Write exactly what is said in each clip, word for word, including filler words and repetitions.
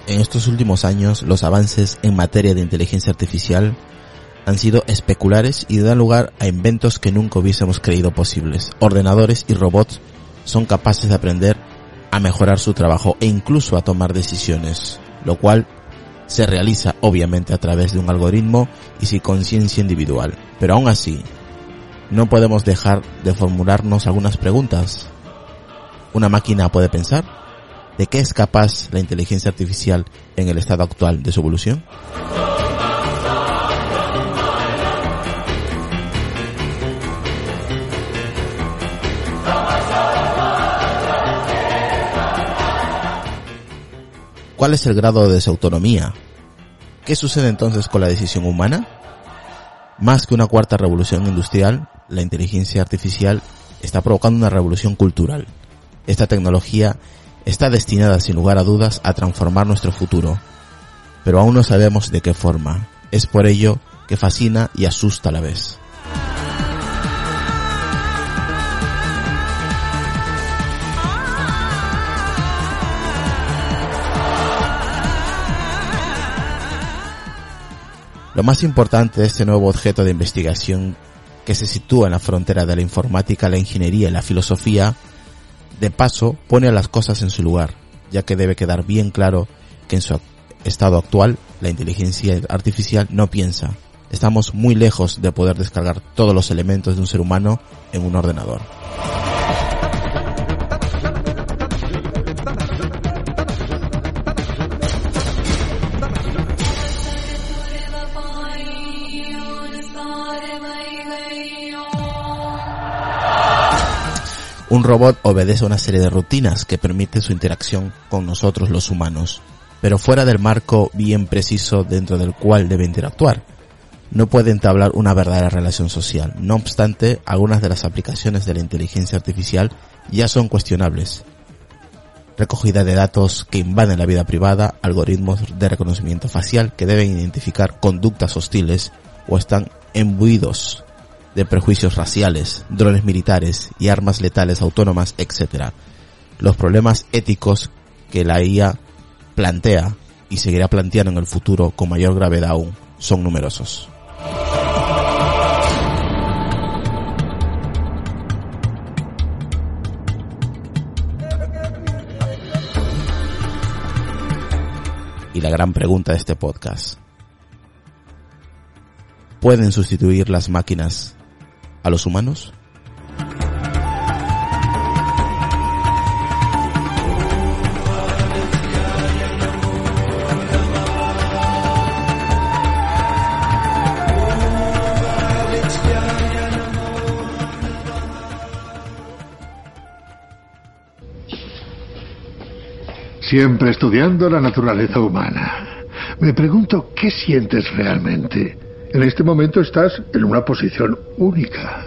En estos últimos años, los avances en materia de inteligencia artificial han sido especulares y dan lugar a inventos que nunca hubiésemos creído posibles. Ordenadores y robots son capaces de aprender a mejorar su trabajo e incluso a tomar decisiones, lo cual se realiza obviamente a través de un algoritmo y sin conciencia individual. Pero aún así, no podemos dejar de formularnos algunas preguntas. ¿Una máquina puede pensar? ¿De qué es capaz la inteligencia artificial en el estado actual de su evolución? ¿Cuál es el grado de su autonomía? ¿Qué sucede entonces con la decisión humana? Más que una cuarta revolución industrial, la inteligencia artificial está provocando una revolución cultural. Esta tecnología está destinada, sin lugar a dudas, a transformar nuestro futuro, pero aún no sabemos de qué forma. Es por ello que fascina y asusta a la vez. Lo más importante de este nuevo objeto de investigación, que se sitúa en la frontera de la informática, la ingeniería y la filosofía, de paso pone a las cosas en su lugar, ya que debe quedar bien claro que en su estado actual la inteligencia artificial no piensa. Estamos muy lejos de poder descargar todos los elementos de un ser humano en un ordenador. Un robot obedece a una serie de rutinas que permiten su interacción con nosotros los humanos, pero fuera del marco bien preciso dentro del cual debe interactuar. No puede entablar una verdadera relación social. No obstante, algunas de las aplicaciones de la inteligencia artificial ya son cuestionables. Recogida de datos que invaden la vida privada, algoritmos de reconocimiento facial que deben identificar conductas hostiles o están imbuidos de prejuicios raciales, drones militares y armas letales autónomas, etcétera. Los problemas éticos que la I A plantea y seguirá planteando en el futuro con mayor gravedad aún son numerosos. Y la gran pregunta de este podcast: ¿pueden sustituir las máquinas a los humanos? Siempre estudiando la naturaleza humana. Me pregunto, ¿qué sientes realmente? En este momento estás en una posición única.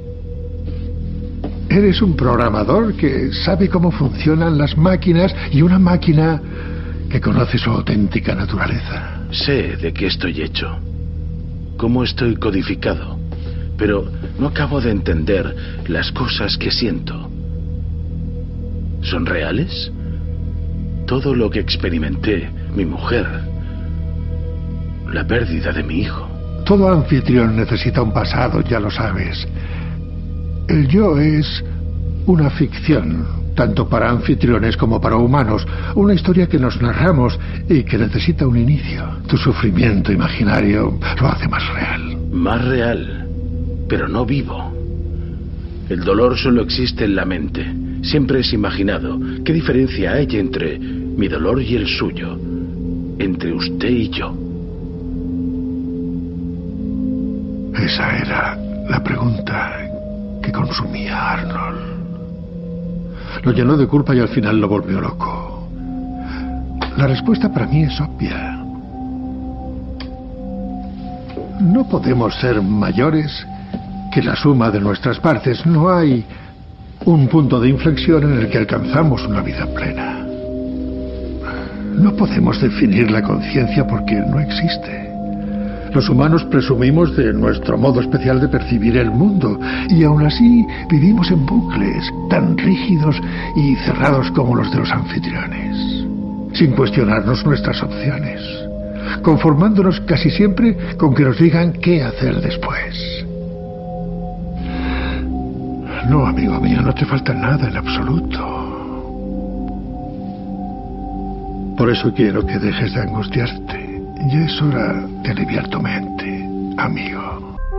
Eres un programador que sabe cómo funcionan las máquinas y una máquina que conoce su auténtica naturaleza. Sé de qué estoy hecho, cómo estoy codificado, pero no acabo de entender las cosas que siento. ¿Son reales? Todo lo que experimenté, mi mujer, la pérdida de mi hijo. Todo anfitrión necesita un pasado, ya lo sabes. El yo es una ficción, tanto para anfitriones como para humanos. Una historia que nos narramos y que necesita un inicio. Tu sufrimiento imaginario lo hace más real. Más real, pero no vivo. El dolor solo existe en la mente. Siempre es imaginado. ¿Qué diferencia hay entre mi dolor y el suyo? Entre usted y yo. Esa era la pregunta que consumía a Arnold. Lo llenó de culpa y al final lo volvió loco. La respuesta para mí es obvia. No podemos ser mayores que la suma de nuestras partes. No hay un punto de inflexión en el que alcanzamos una vida plena. No podemos definir la conciencia porque no existe. Los humanos presumimos de nuestro modo especial de percibir el mundo y aún así vivimos en bucles tan rígidos y cerrados como los de los anfitriones. sin cuestionarnos nuestras opciones, conformándonos casi siempre con que nos digan qué hacer después. No, amigo mío, no te falta nada en absoluto. Por eso quiero que dejes de angustiarte. Ya es hora de aliviar tu mente, amigo.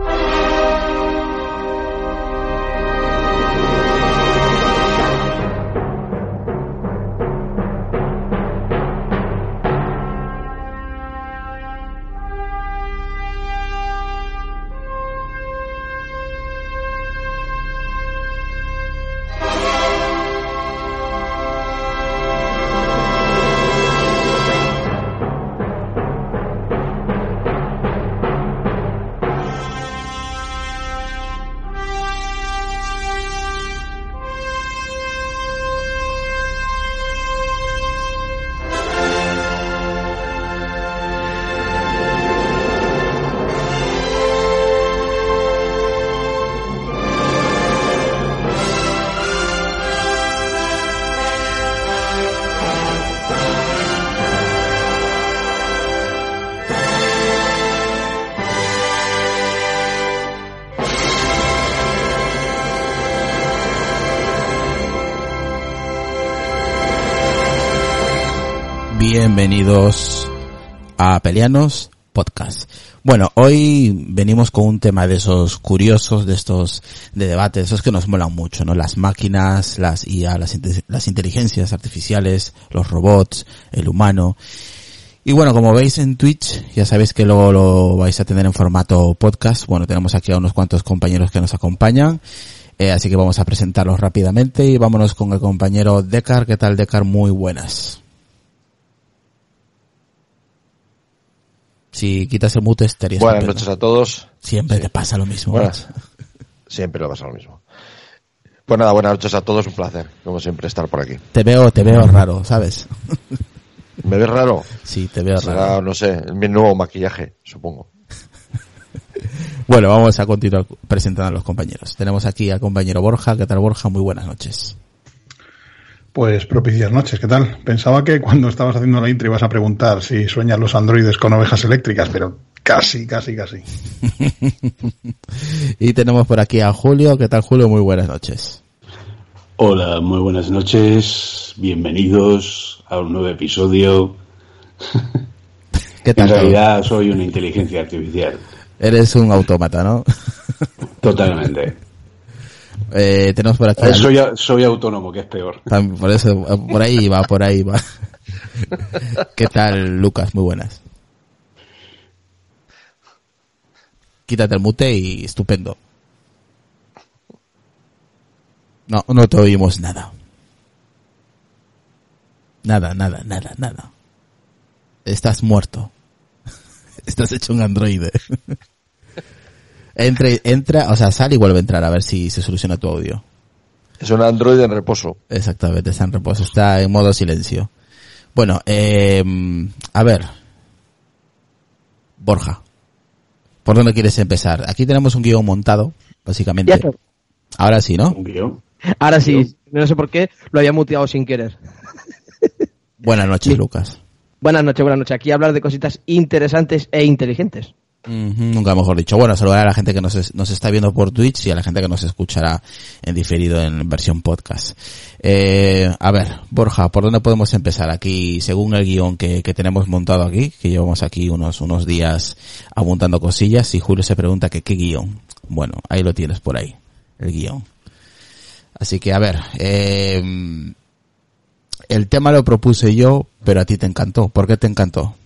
Bienvenidos a Pelianos Podcast. Bueno, hoy venimos con un tema de esos curiosos, de estos de debate, de esos que nos molan mucho, ¿no? Las máquinas, las I A, las, las inteligencias artificiales, los robots, el humano. Y bueno, como veis en Twitch, ya sabéis que luego lo vais a tener en formato podcast. Bueno, tenemos aquí a unos cuantos compañeros que nos acompañan. Eh, así que vamos a presentarlos rápidamente y vámonos con el compañero Dekar. ¿Qué tal, Dekar? Muy buenas. Si quitas el mute estarías... Buenas estupendo. Noches a todos. Siempre sí. Te pasa lo mismo. Buenas. Siempre le pasa lo mismo. Pues nada, buenas noches a todos, un placer, como siempre, estar por aquí. Te veo, te veo raro, ¿sabes? ¿Me ves raro? Sí, te veo Será, raro. No sé, mi nuevo maquillaje, supongo. Bueno, vamos a continuar presentando a los compañeros. Tenemos aquí al compañero Borja. ¿Qué tal, Borja? Muy buenas noches. Pues propicias noches, ¿qué tal? Pensaba que cuando estabas haciendo la intro ibas a preguntar si sueñan los androides con ovejas eléctricas, pero casi, casi, casi. Y tenemos por aquí a Julio. ¿Qué tal, Julio? Muy buenas noches. Hola, muy buenas noches. Bienvenidos a un nuevo episodio. ¿Qué tal? En realidad soy una inteligencia artificial. Eres un autómata, ¿no? Totalmente. Eh, tenemos por aquí... Eh, soy, soy autónomo, que es peor. Por eso, por ahí va, por ahí va. ¿Qué tal, Lucas? Muy buenas. Quítate el mute y estupendo. No, no te oímos nada. Nada, nada, nada, nada. Estás muerto. Estás hecho un androide. Entre, entra, o sea, sale y vuelve a entrar a ver si se soluciona tu audio. Es un androide en reposo. Exactamente, está en reposo, está en modo silencio. Bueno, eh, a ver. Borja, ¿por dónde quieres empezar? Aquí tenemos un guión montado, básicamente. Ya, ahora sí, ¿no? ¿Un guión? Ahora sí, no sé por qué, lo había muteado sin querer. Buenas noches, sí. Lucas. Buenas noches, buenas noches. Aquí hablar de cositas interesantes e inteligentes. Uh-huh, nunca mejor dicho. Bueno, saludar a la gente que nos, es, nos está viendo por Twitch y a la gente que nos escuchará en diferido en versión podcast. Eh, a ver, Borja, ¿por dónde podemos empezar? Aquí, según el guión que, que tenemos montado aquí, que llevamos aquí unos, unos días apuntando cosillas, y Julio se pregunta que qué guión. Bueno, ahí lo tienes por ahí, el guión. Así que, a ver, eh, el tema lo propuse yo, pero a ti te encantó. ¿Por qué te encantó?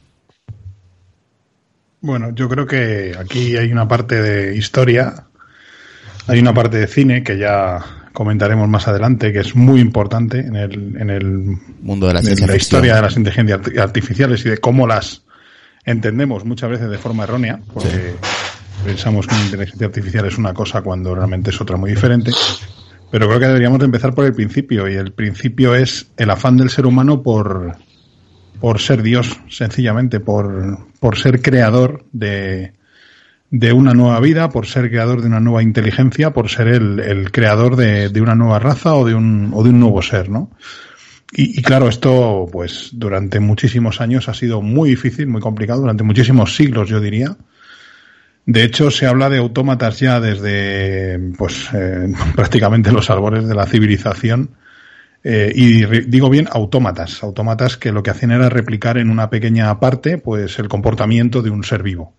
Bueno, yo creo que aquí hay una parte de historia, hay una parte de cine que ya comentaremos más adelante, que es muy importante en el, en el mundo de la, en la historia de las inteligencias artificiales y de cómo las entendemos muchas veces de forma errónea, porque sí. Pensamos que una inteligencia artificial es una cosa cuando realmente es otra muy diferente. Pero creo que deberíamos de empezar por el principio, y el principio es el afán del ser humano por... por ser Dios, sencillamente, por, por ser creador de, de una nueva vida, por ser creador de una nueva inteligencia, por ser el, el creador de, de una nueva raza o de un, o de un nuevo ser, ¿no? y, y claro, esto pues durante muchísimos años ha sido muy difícil, muy complicado, durante muchísimos siglos yo diría. De hecho, se habla de autómatas ya desde pues eh, prácticamente los albores de la civilización. Eh, y re, digo bien autómatas, autómatas que lo que hacían era replicar en una pequeña parte pues el comportamiento de un ser vivo.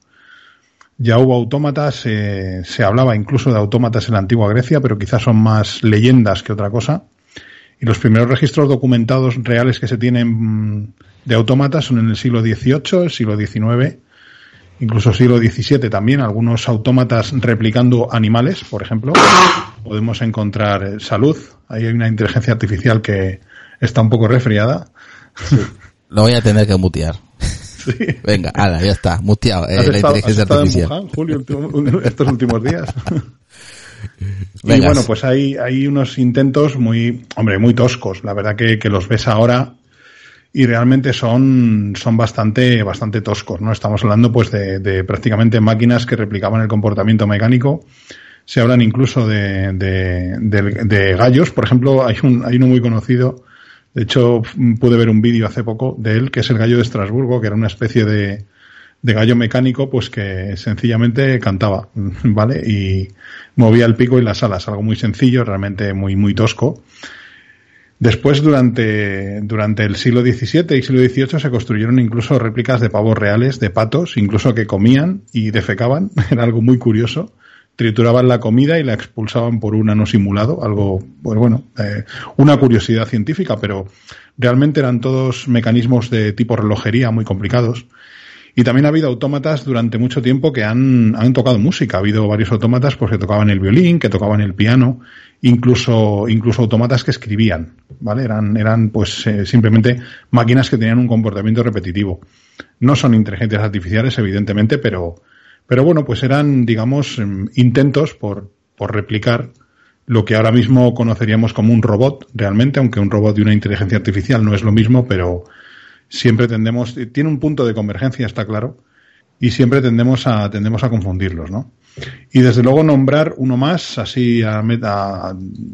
Ya hubo autómatas, eh, se hablaba incluso de autómatas en la antigua Grecia, pero quizás son más leyendas que otra cosa. Y los primeros registros documentados reales que se tienen de autómatas son en el siglo dieciocho, el siglo diecinueve, incluso siglo diecisiete también, algunos autómatas replicando animales, por ejemplo. Podemos encontrar Salud, ahí hay una inteligencia artificial que está un poco resfriada. Sí. Lo voy a tener que mutear. Sí. Venga, ala, ya está, muteado, eh, la estado, inteligencia has artificial. En Wuhan, Julio, estos últimos días. Vengas. Y bueno, pues hay, hay unos intentos muy, hombre, muy toscos. La verdad que, que los ves ahora y realmente son, son bastante, bastante toscos, ¿no? Estamos hablando pues de, de prácticamente máquinas que replicaban el comportamiento mecánico. Se hablan incluso de, de, de, de gallos. Por ejemplo, hay un, hay uno muy conocido. De hecho, pude ver un vídeo hace poco de él, que es el gallo de Estrasburgo, que era una especie de, de gallo mecánico, pues que sencillamente cantaba, ¿vale? Y movía el pico y las alas, algo muy sencillo, realmente muy, muy tosco. Después, durante, durante el siglo diecisiete y siglo dieciocho, se construyeron incluso réplicas de pavos reales, de patos, incluso que comían y defecaban, era algo muy curioso. Trituraban la comida y la expulsaban por un ano simulado, algo, pues bueno, eh, una curiosidad científica, pero realmente eran todos mecanismos de tipo relojería muy complicados. Y también ha habido autómatas durante mucho tiempo que han, han tocado música. Ha habido varios autómatas pues, que tocaban el violín, que tocaban el piano, incluso, incluso autómatas que escribían, ¿vale? Eran, eran pues eh, simplemente máquinas que tenían un comportamiento repetitivo. No son inteligencias artificiales, evidentemente, pero Pero bueno, pues eran, digamos, intentos por, por replicar lo que ahora mismo conoceríamos como un robot, realmente, aunque un robot y una inteligencia artificial no es lo mismo, pero siempre tendemos, tiene un punto de convergencia, está claro, y siempre tendemos a, tendemos a confundirlos, ¿no? Y desde luego nombrar uno más, así a, a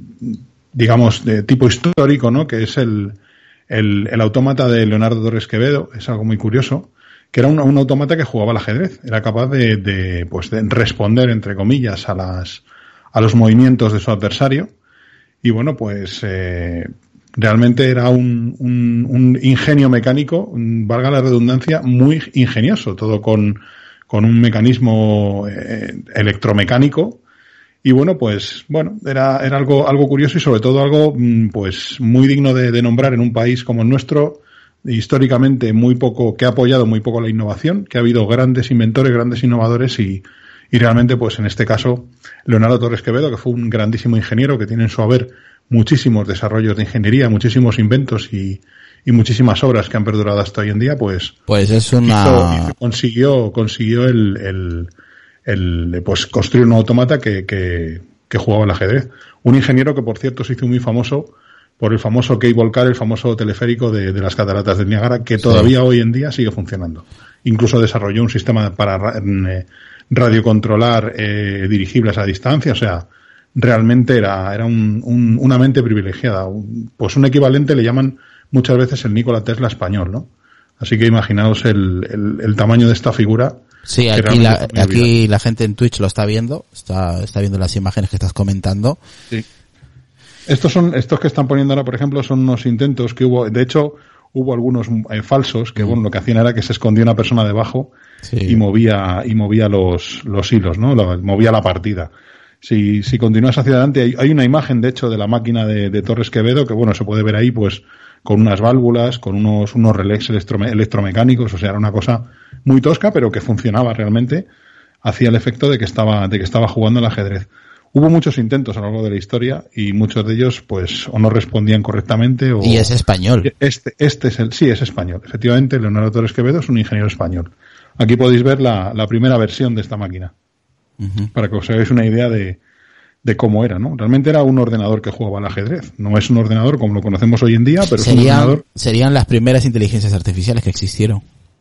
digamos, de tipo histórico, ¿no? Que es el, el, el autómata de Leonardo Torres Quevedo, es algo muy curioso, que era un, un autómata que jugaba al ajedrez, era capaz de, de, pues de responder, entre comillas, a las, a los movimientos de su adversario, y bueno, pues, eh, realmente era un, un, un ingenio mecánico, valga la redundancia, muy ingenioso, todo con, con un mecanismo eh, electromecánico, y bueno, pues, bueno, era, era algo, algo curioso y sobre todo algo, pues, muy digno de, de nombrar en un país como el nuestro, históricamente muy poco, que ha apoyado muy poco la innovación, que ha habido grandes inventores, grandes innovadores y, y realmente, pues en este caso, Leonardo Torres Quevedo, que fue un grandísimo ingeniero que tiene en su haber muchísimos desarrollos de ingeniería, muchísimos inventos y, y muchísimas obras que han perdurado hasta hoy en día, pues, pues es una hizo, hizo, consiguió, consiguió el, el, el, pues construir un autómata que, que, que jugaba al ajedrez. Un ingeniero que, por cierto, se hizo muy famoso por el famoso cable car, el famoso teleférico de, de las cataratas del Niágara, que todavía sí. Hoy en día sigue funcionando. Incluso desarrolló un sistema para eh, radiocontrolar eh, dirigibles a distancia, o sea, realmente era, era un, un, una mente privilegiada. Un, pues un equivalente le llaman muchas veces el Nikola Tesla español, ¿no? Así que imaginaos el, el, el tamaño de esta figura. Sí, aquí, la, aquí la gente en Twitch lo está viendo, está, está viendo las imágenes que estás comentando. Sí. Estos son, estos que están poniendo ahora, por ejemplo, son unos intentos que hubo, de hecho, hubo algunos eh, falsos que, bueno, lo que hacían era que se escondía una persona debajo sí. y movía, y movía los, los hilos, ¿no? Lo, movía la partida. Si, si continúas hacia adelante, hay, hay una imagen, de hecho, de la máquina de, de Torres Quevedo, que bueno, se puede ver ahí, pues, con unas válvulas, con unos, unos relés electro, electromecánicos, o sea, era una cosa muy tosca, pero que funcionaba realmente, hacía el efecto de que estaba, de que estaba jugando al ajedrez. Hubo muchos intentos a lo largo de la historia y muchos de ellos, pues, o no respondían correctamente o... Y es español. Este, este es el, sí, es español. Efectivamente, Leonardo Torres Quevedo es un ingeniero español. Aquí podéis ver la, la primera versión de esta máquina. Uh-huh. Para que os hagáis una idea de, de cómo era, ¿no? Realmente era un ordenador que jugaba al ajedrez. No es un ordenador como lo conocemos hoy en día, pero serían, es un ordenador... Serían las primeras inteligencias artificiales que existieron.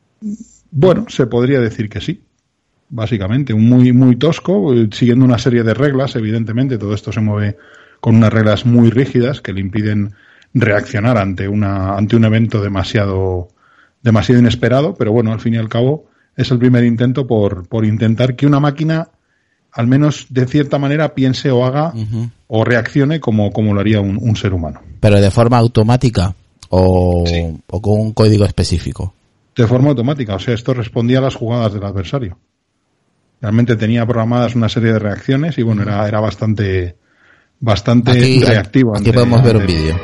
Bueno, se podría decir que sí. Básicamente, un muy, muy tosco, siguiendo una serie de reglas, evidentemente, todo esto se mueve con unas reglas muy rígidas que le impiden reaccionar ante una ante un evento demasiado demasiado inesperado, pero bueno, al fin y al cabo es el primer intento por, por intentar que una máquina al menos de cierta manera piense o haga uh-huh. o reaccione como, como lo haría un, un ser humano. ¿Pero de forma automática o, sí. o con un código específico? De forma automática, o sea, esto respondía a las jugadas del adversario. Realmente tenía programadas una serie de reacciones y bueno, era, era bastante bastante aquí, reactivo. Aquí ante, podemos ver un vídeo.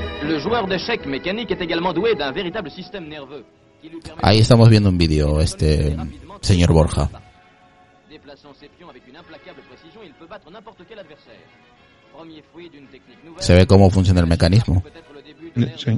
Ahí estamos viendo un vídeo, este señor Borja. Se ve cómo funciona el mecanismo. Sí.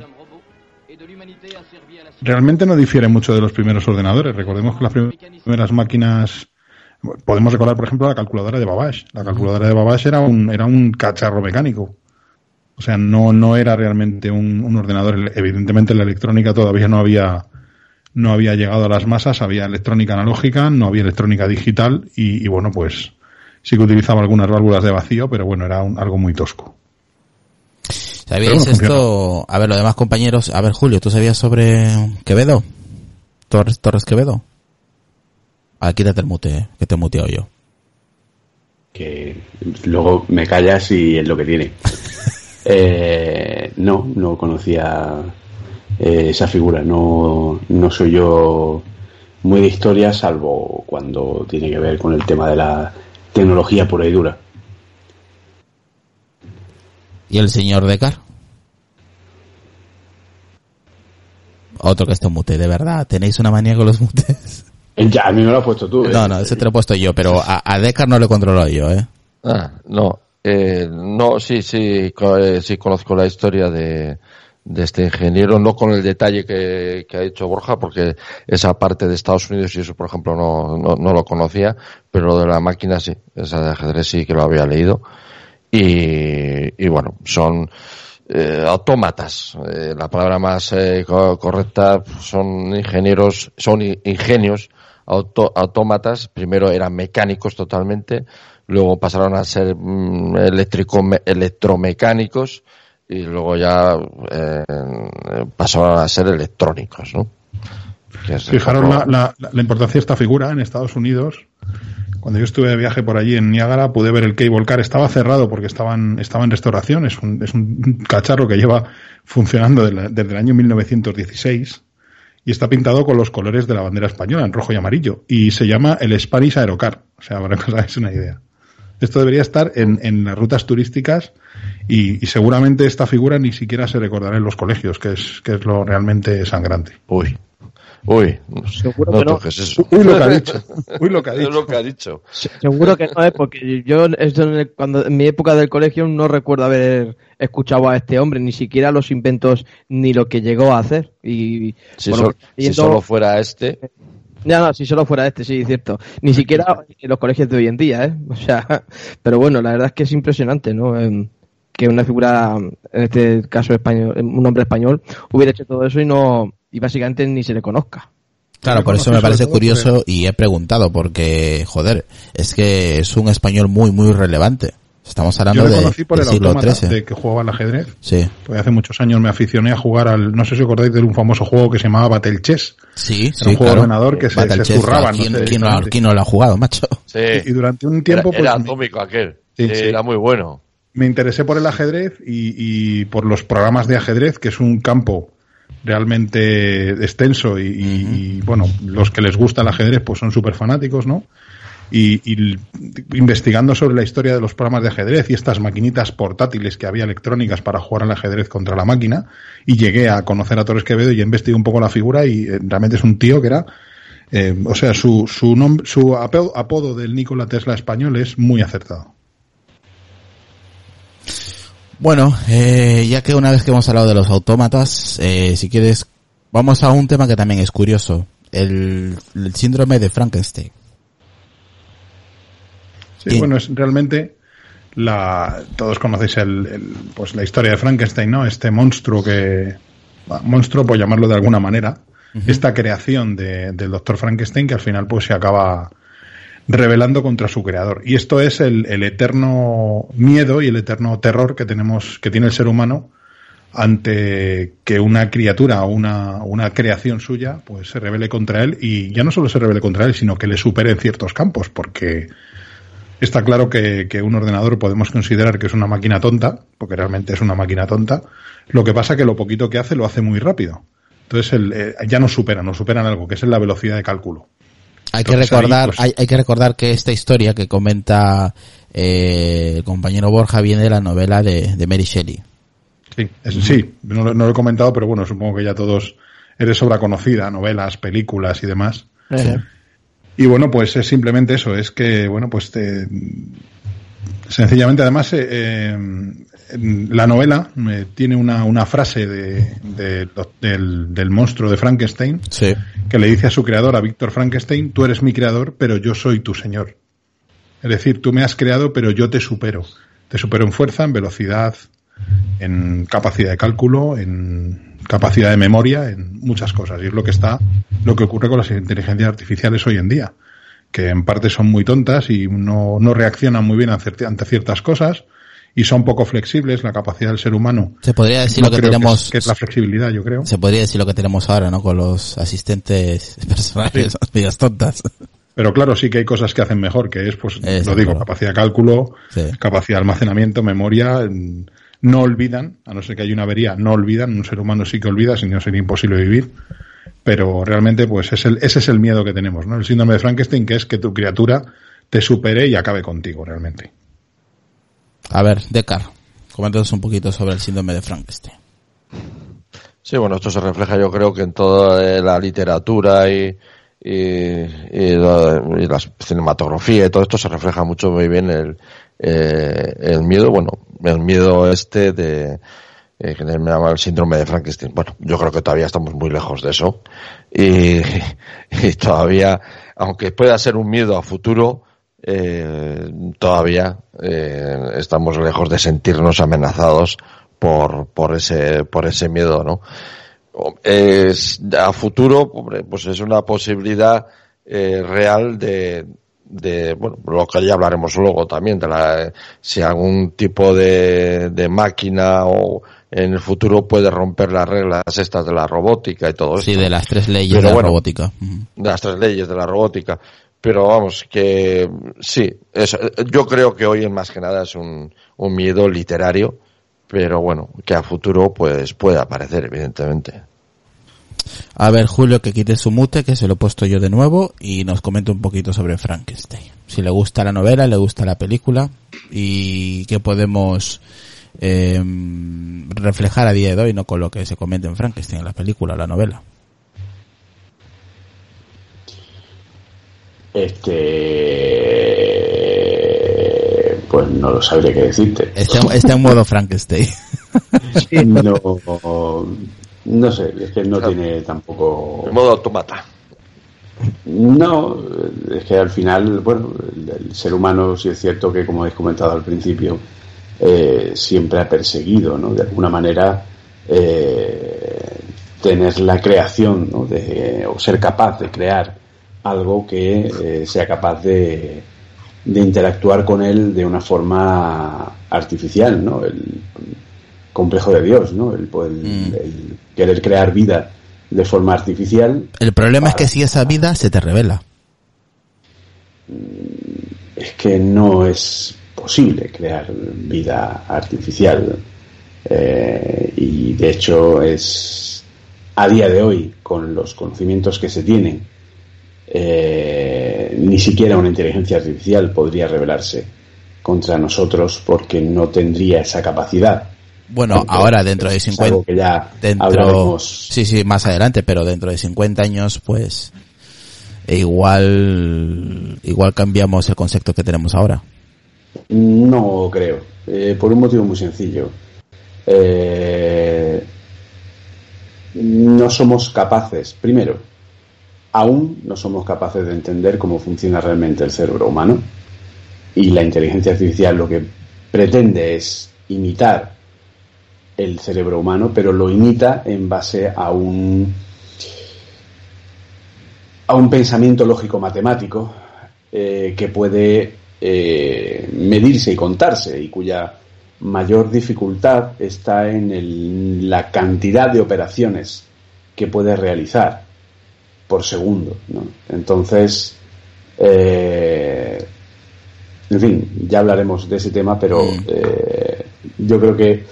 Realmente no difiere mucho de los primeros ordenadores. Recordemos que las primeras máquinas, podemos recordar por ejemplo la calculadora de Babbage. La calculadora de Babbage era un era un cacharro mecánico. O sea, no no era realmente un, un ordenador. Evidentemente la electrónica todavía no había no había llegado a las masas. Había electrónica analógica, no había electrónica digital y, y bueno, pues sí que utilizaba algunas válvulas de vacío, pero bueno, era un, algo muy tosco. ¿Sabíais esto? A ver, los demás compañeros. A ver, Julio, ¿tú sabías sobre Quevedo? Torres, Torres Quevedo. Ah, quítate el mute, que te he muteado yo. Que luego me callas y es lo que tiene. eh, no, no conocía eh, esa figura. No, no soy yo muy de historia, salvo cuando tiene que ver con el tema de la tecnología pura y dura. ¿Y el señor Decar? Otro que está mute, de verdad. ¿Tenéis una manía con los mutes? Ya, a mí me lo has puesto tú. ¿eh? No, no, ese te lo he puesto yo, pero a, a Decar no lo controlo yo, ¿eh? Ah, no. Eh, no, sí, sí, eh, sí conozco la historia de, de este ingeniero, no con el detalle que, que ha hecho Borja, porque esa parte de Estados Unidos y eso, por ejemplo, no, no, no lo conocía, pero lo de la máquina sí, esa de ajedrez sí que lo había leído. Y, y bueno, son eh, autómatas. Eh, la palabra más eh, co- correcta son ingenieros, son ingenios auto, autómatas. Primero eran mecánicos totalmente, luego pasaron a ser mm, eléctrico, electromecánicos y luego ya eh, pasaron a ser electrónicos, ¿no? Fijaros la, la, la importancia de esta figura en Estados Unidos. Cuando yo estuve de viaje por allí en Niágara pude ver el Cable Car. Estaba cerrado porque estaban, estaba en restauración. Es un, es un cacharro que lleva funcionando desde, desde el año mil novecientos dieciséis y está pintado con los colores de la bandera española, en rojo y amarillo. Y se llama el Spanish Aerocar. O sea, para que os hagáis una idea. Esto debería estar en, en las rutas turísticas y, y seguramente esta figura ni siquiera se recordará en los colegios, que es, que es lo realmente sangrante. Uy. Uy, seguro no que no. toques eso. Uy, lo que ha dicho. Uy, lo que ha dicho. Es lo que ha dicho. Seguro que no es, porque yo esto en, el, cuando, en mi época del colegio no recuerdo haber escuchado a este hombre, ni siquiera los inventos ni lo que llegó a hacer. Y Si, bueno, so, si solo fuera este... Ya, no, si solo fuera este, sí, cierto. Ni siquiera en los colegios de hoy en día, ¿eh? O sea, pero bueno, la verdad es que es impresionante, ¿no? Eh, que una figura, en este caso español, un hombre español, hubiera hecho todo eso y no... y básicamente ni se le conozca. Claro, por eso me parece curioso y he preguntado, porque, joder, es que es un español muy, muy relevante. Estamos hablando de, por del el siglo trece. De que jugaba al ajedrez. Sí. Porque hace muchos años me aficioné a jugar al, no sé si os acordáis de un famoso juego que se llamaba Battle Chess. Sí, Era sí, un juego claro. de ordenador que se, se zurraba. ¿Quién, no sé, ¿quién, no, ¿Quién no lo ha jugado, macho? Sí. Y, y durante un tiempo... Era, era pues, atómico aquel. Sí, sí, sí. Era muy bueno. Me interesé por el ajedrez y, y por los programas de ajedrez, que es un campo realmente extenso y, y, uh-huh. y bueno, los que les gusta el ajedrez pues son súper fanáticos, ¿no? Y, y investigando sobre la historia de los programas de ajedrez y estas maquinitas portátiles que había electrónicas para jugar al ajedrez contra la máquina, y llegué a conocer a Torres Quevedo y investigué un poco la figura y eh, realmente es un tío que era, eh, o sea, su su nombre, su apodo, apodo del Nikola Tesla español es muy acertado. Bueno, eh, ya que una vez que hemos hablado de los autómatas, eh, si quieres, vamos a un tema que también es curioso, el, el síndrome de Frankenstein. Sí, bueno, es realmente la, todos conocéis el, el, pues la historia de Frankenstein, ¿no? Este monstruo que, bueno, monstruo por llamarlo de alguna manera, uh-huh. esta creación de, del doctor Frankenstein que al final pues se acaba rebelando contra su creador. Y esto es el, el eterno miedo y el eterno terror que tenemos, que tiene el ser humano ante que una criatura o una, una creación suya pues se rebele contra él, y ya no solo se rebele contra él, sino que le supere en ciertos campos, porque está claro que, que un ordenador podemos considerar que es una máquina tonta, porque realmente es una máquina tonta. Lo que pasa que lo poquito que hace lo hace muy rápido. Entonces el, eh, ya nos superan, nos superan algo, que es la velocidad de cálculo. Hay que recordar, ahí, pues, hay, hay que recordar que esta historia que comenta eh, el compañero Borja viene de la novela de, de Mary Shelley. Sí, es, sí, no, no lo he comentado, pero bueno, supongo que ya todos eres obra conocida, novelas, películas y demás. Sí. Y bueno, pues es simplemente eso, es que, bueno, pues te, sencillamente además eh, eh, la novela eh, tiene una, una frase de, de, del, del monstruo de Frankenstein, sí, que le dice a su creador, a Víctor Frankenstein: tú eres mi creador, pero yo soy tu señor. Es decir, tú me has creado, pero yo te supero. Te supero en fuerza, en velocidad, en capacidad de cálculo, en capacidad de memoria, en muchas cosas. Y es lo que está, lo que ocurre con las inteligencias artificiales hoy en día, que en parte son muy tontas y no, no reaccionan muy bien ante ciertas cosas y son poco flexibles. La capacidad del ser humano, se podría decir no lo que creo tenemos, que es, que es la flexibilidad, yo creo. Se podría decir lo que tenemos ahora, ¿no? Con los asistentes personales, sí, medias tontas. Pero claro, sí que hay cosas que hacen mejor, que es, pues, Eso, lo digo, claro. capacidad de cálculo, Sí. capacidad de almacenamiento, memoria. No olvidan, a no ser que haya una avería, no olvidan. Un ser humano sí que olvida, si no sería imposible vivir. Pero realmente, pues, es el, ese es el miedo que tenemos, ¿no? El síndrome de Frankenstein, que es que tu criatura te supere y acabe contigo, realmente. A ver, Decar, coméntanos un poquito sobre el síndrome de Frankenstein. Sí, bueno, esto se refleja, yo creo, que en toda la literatura y y, y, la, y la cinematografía y todo esto se refleja mucho muy bien el, eh, el miedo, bueno, el miedo este de, eh, que me llama el síndrome de Frankenstein. Bueno, yo creo que todavía estamos muy lejos de eso y, y todavía, aunque pueda ser un miedo a futuro, eh, todavía eh, estamos lejos de sentirnos amenazados por, por ese, por ese miedo, ¿no? Es, a futuro, pues es una posibilidad eh, real de, de, bueno, lo que ya hablaremos luego también, de la, si algún tipo de, de máquina o en el futuro puede romper las reglas estas de la robótica y todo eso. Sí, de las tres leyes Pero de bueno, la robótica. De las tres leyes de la robótica. Pero vamos, que sí, es, yo creo que hoy en más que nada es un, un miedo literario, pero bueno, que a futuro pues puede aparecer, evidentemente. A ver, Julio, que quite su mute, que se lo he puesto yo de nuevo, y nos comente un poquito sobre Frankenstein. Si le gusta la novela, le gusta la película, y qué podemos eh, reflejar a día de hoy, no con lo que se comenta en Frankenstein, en la película, la novela. Este, pues no lo sabría qué decirte. Está, está en modo Frankenstein. Sí, no, no sé, es que no claro. Tiene tampoco... En modo automata. No, es que al final, bueno, el, el ser humano, sí es cierto que, como habéis comentado al principio, eh, siempre ha perseguido, ¿no? De alguna manera, eh, tener la creación, ¿no? De, o ser capaz de crear algo que eh, sea capaz de, de interactuar con él de una forma artificial, ¿no? El complejo de Dios, ¿no? El, el, mm. el querer crear vida de forma artificial. El problema para... es que si esa vida se te revela. Es que no es posible crear vida artificial. Eh, y de hecho es, a día de hoy, con los conocimientos que se tienen, Eh, ni siquiera una inteligencia artificial podría rebelarse contra nosotros porque no tendría esa capacidad. Bueno, Aunque ahora dentro de cincuenta que ya dentro hablaremos... sí, sí, más adelante, pero dentro de cincuenta años pues igual igual cambiamos el concepto que tenemos ahora. No creo, eh, por un motivo muy sencillo. Eh, no somos capaces, primero, aún no somos capaces de entender cómo funciona realmente el cerebro humano, y la inteligencia artificial lo que pretende es imitar el cerebro humano, pero lo imita en base a un a un pensamiento lógico matemático eh, que puede eh, medirse y contarse, y cuya mayor dificultad está en el, la cantidad de operaciones que puede realizar por segundo, ¿no? Entonces, eh, en fin, ya hablaremos de ese tema, pero eh, yo creo que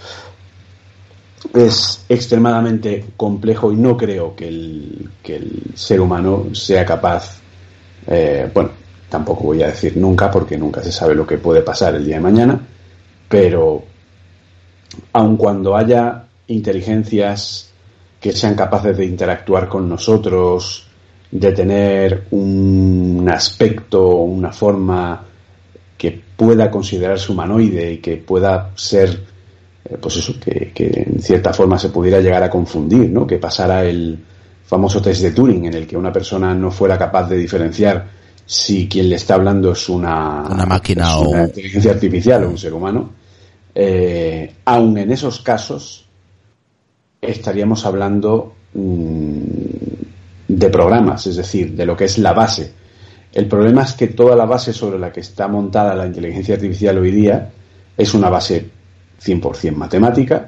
es extremadamente complejo y no creo que el, que el ser humano sea capaz, eh, bueno, tampoco voy a decir nunca, porque nunca se sabe lo que puede pasar el día de mañana, pero aun cuando haya inteligencias que sean capaces de interactuar con nosotros, de tener un aspecto, una forma que pueda considerarse humanoide y que pueda ser, eh, pues eso, que, que en cierta forma se pudiera llegar a confundir, ¿no? Que pasara el famoso test de Turing, en el que una persona no fuera capaz de diferenciar si quien le está hablando es una, una máquina es o una inteligencia artificial o un ser humano. Eh, aun en esos casos estaríamos hablando mmm, de programas, es decir, de lo que es la base. El problema es que toda la base sobre la que está montada la inteligencia artificial hoy día es una base cien por ciento matemática,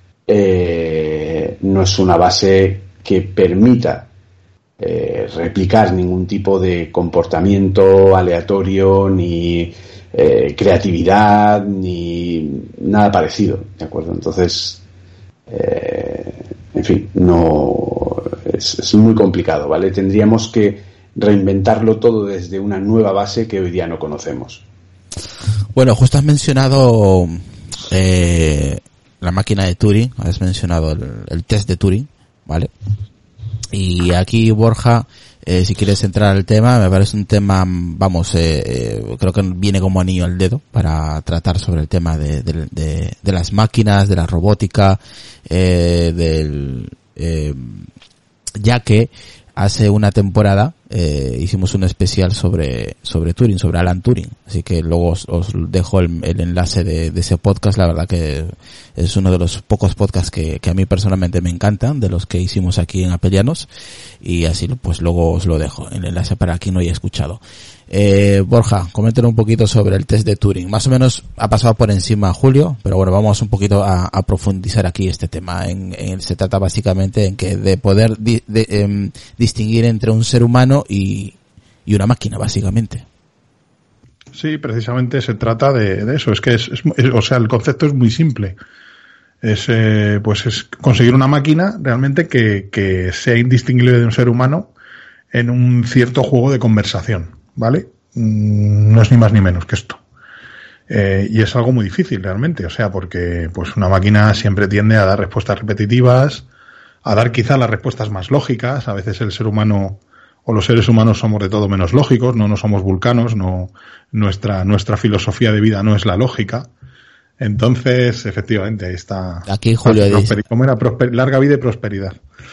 eh, no es una base que permita eh, replicar ningún tipo de comportamiento aleatorio, ni eh, creatividad, ni nada parecido, ¿de acuerdo? Entonces, eh, en fin, no es, es muy complicado, ¿vale? Tendríamos que reinventarlo todo desde una nueva base que hoy día no conocemos. Bueno, justo has mencionado eh, la máquina de Turing, has mencionado el, el test de Turing, ¿vale? Y aquí, Borja, eh, si quieres entrar al tema, me parece un tema, vamos, eh, eh, creo que viene como anillo al dedo para tratar sobre el tema de, de, de, de las máquinas, de la robótica, eh, del, eh, ya que hace una temporada eh, hicimos un especial sobre sobre Turing, sobre Alan Turing, así que luego os, os dejo el, el enlace de, de ese podcast. La verdad que es uno de los pocos podcasts que, que a mí personalmente me encantan, de los que hicimos aquí en Apelianos, y así pues luego os lo dejo, el enlace para quien no haya escuchado. Eh, Borja, coméntanos un poquito sobre el test de Turing. Más o menos ha pasado por encima Julio, pero bueno, vamos un poquito a, a profundizar aquí este tema. En, en, se trata básicamente en que de poder di, de, eh, distinguir entre un ser humano y, y una máquina, básicamente. Sí, precisamente se trata de, de eso. Es que es, es, es, o sea, el concepto es muy simple. Es, eh, pues es conseguir una máquina realmente que, que sea indistinguible de un ser humano en un cierto juego de conversación. ¿Vale? No es ni más ni menos que esto. Eh, y es algo muy difícil realmente, o sea, porque pues una máquina siempre tiende a dar respuestas repetitivas, a dar quizá las respuestas más lógicas. A veces el ser humano o los seres humanos somos de todo menos lógicos, no no somos vulcanos, no nuestra nuestra filosofía de vida no es la lógica. Entonces, efectivamente, ahí está. Aquí Julio dice, ¿cómo era? Prosper, larga vida y prosperidad.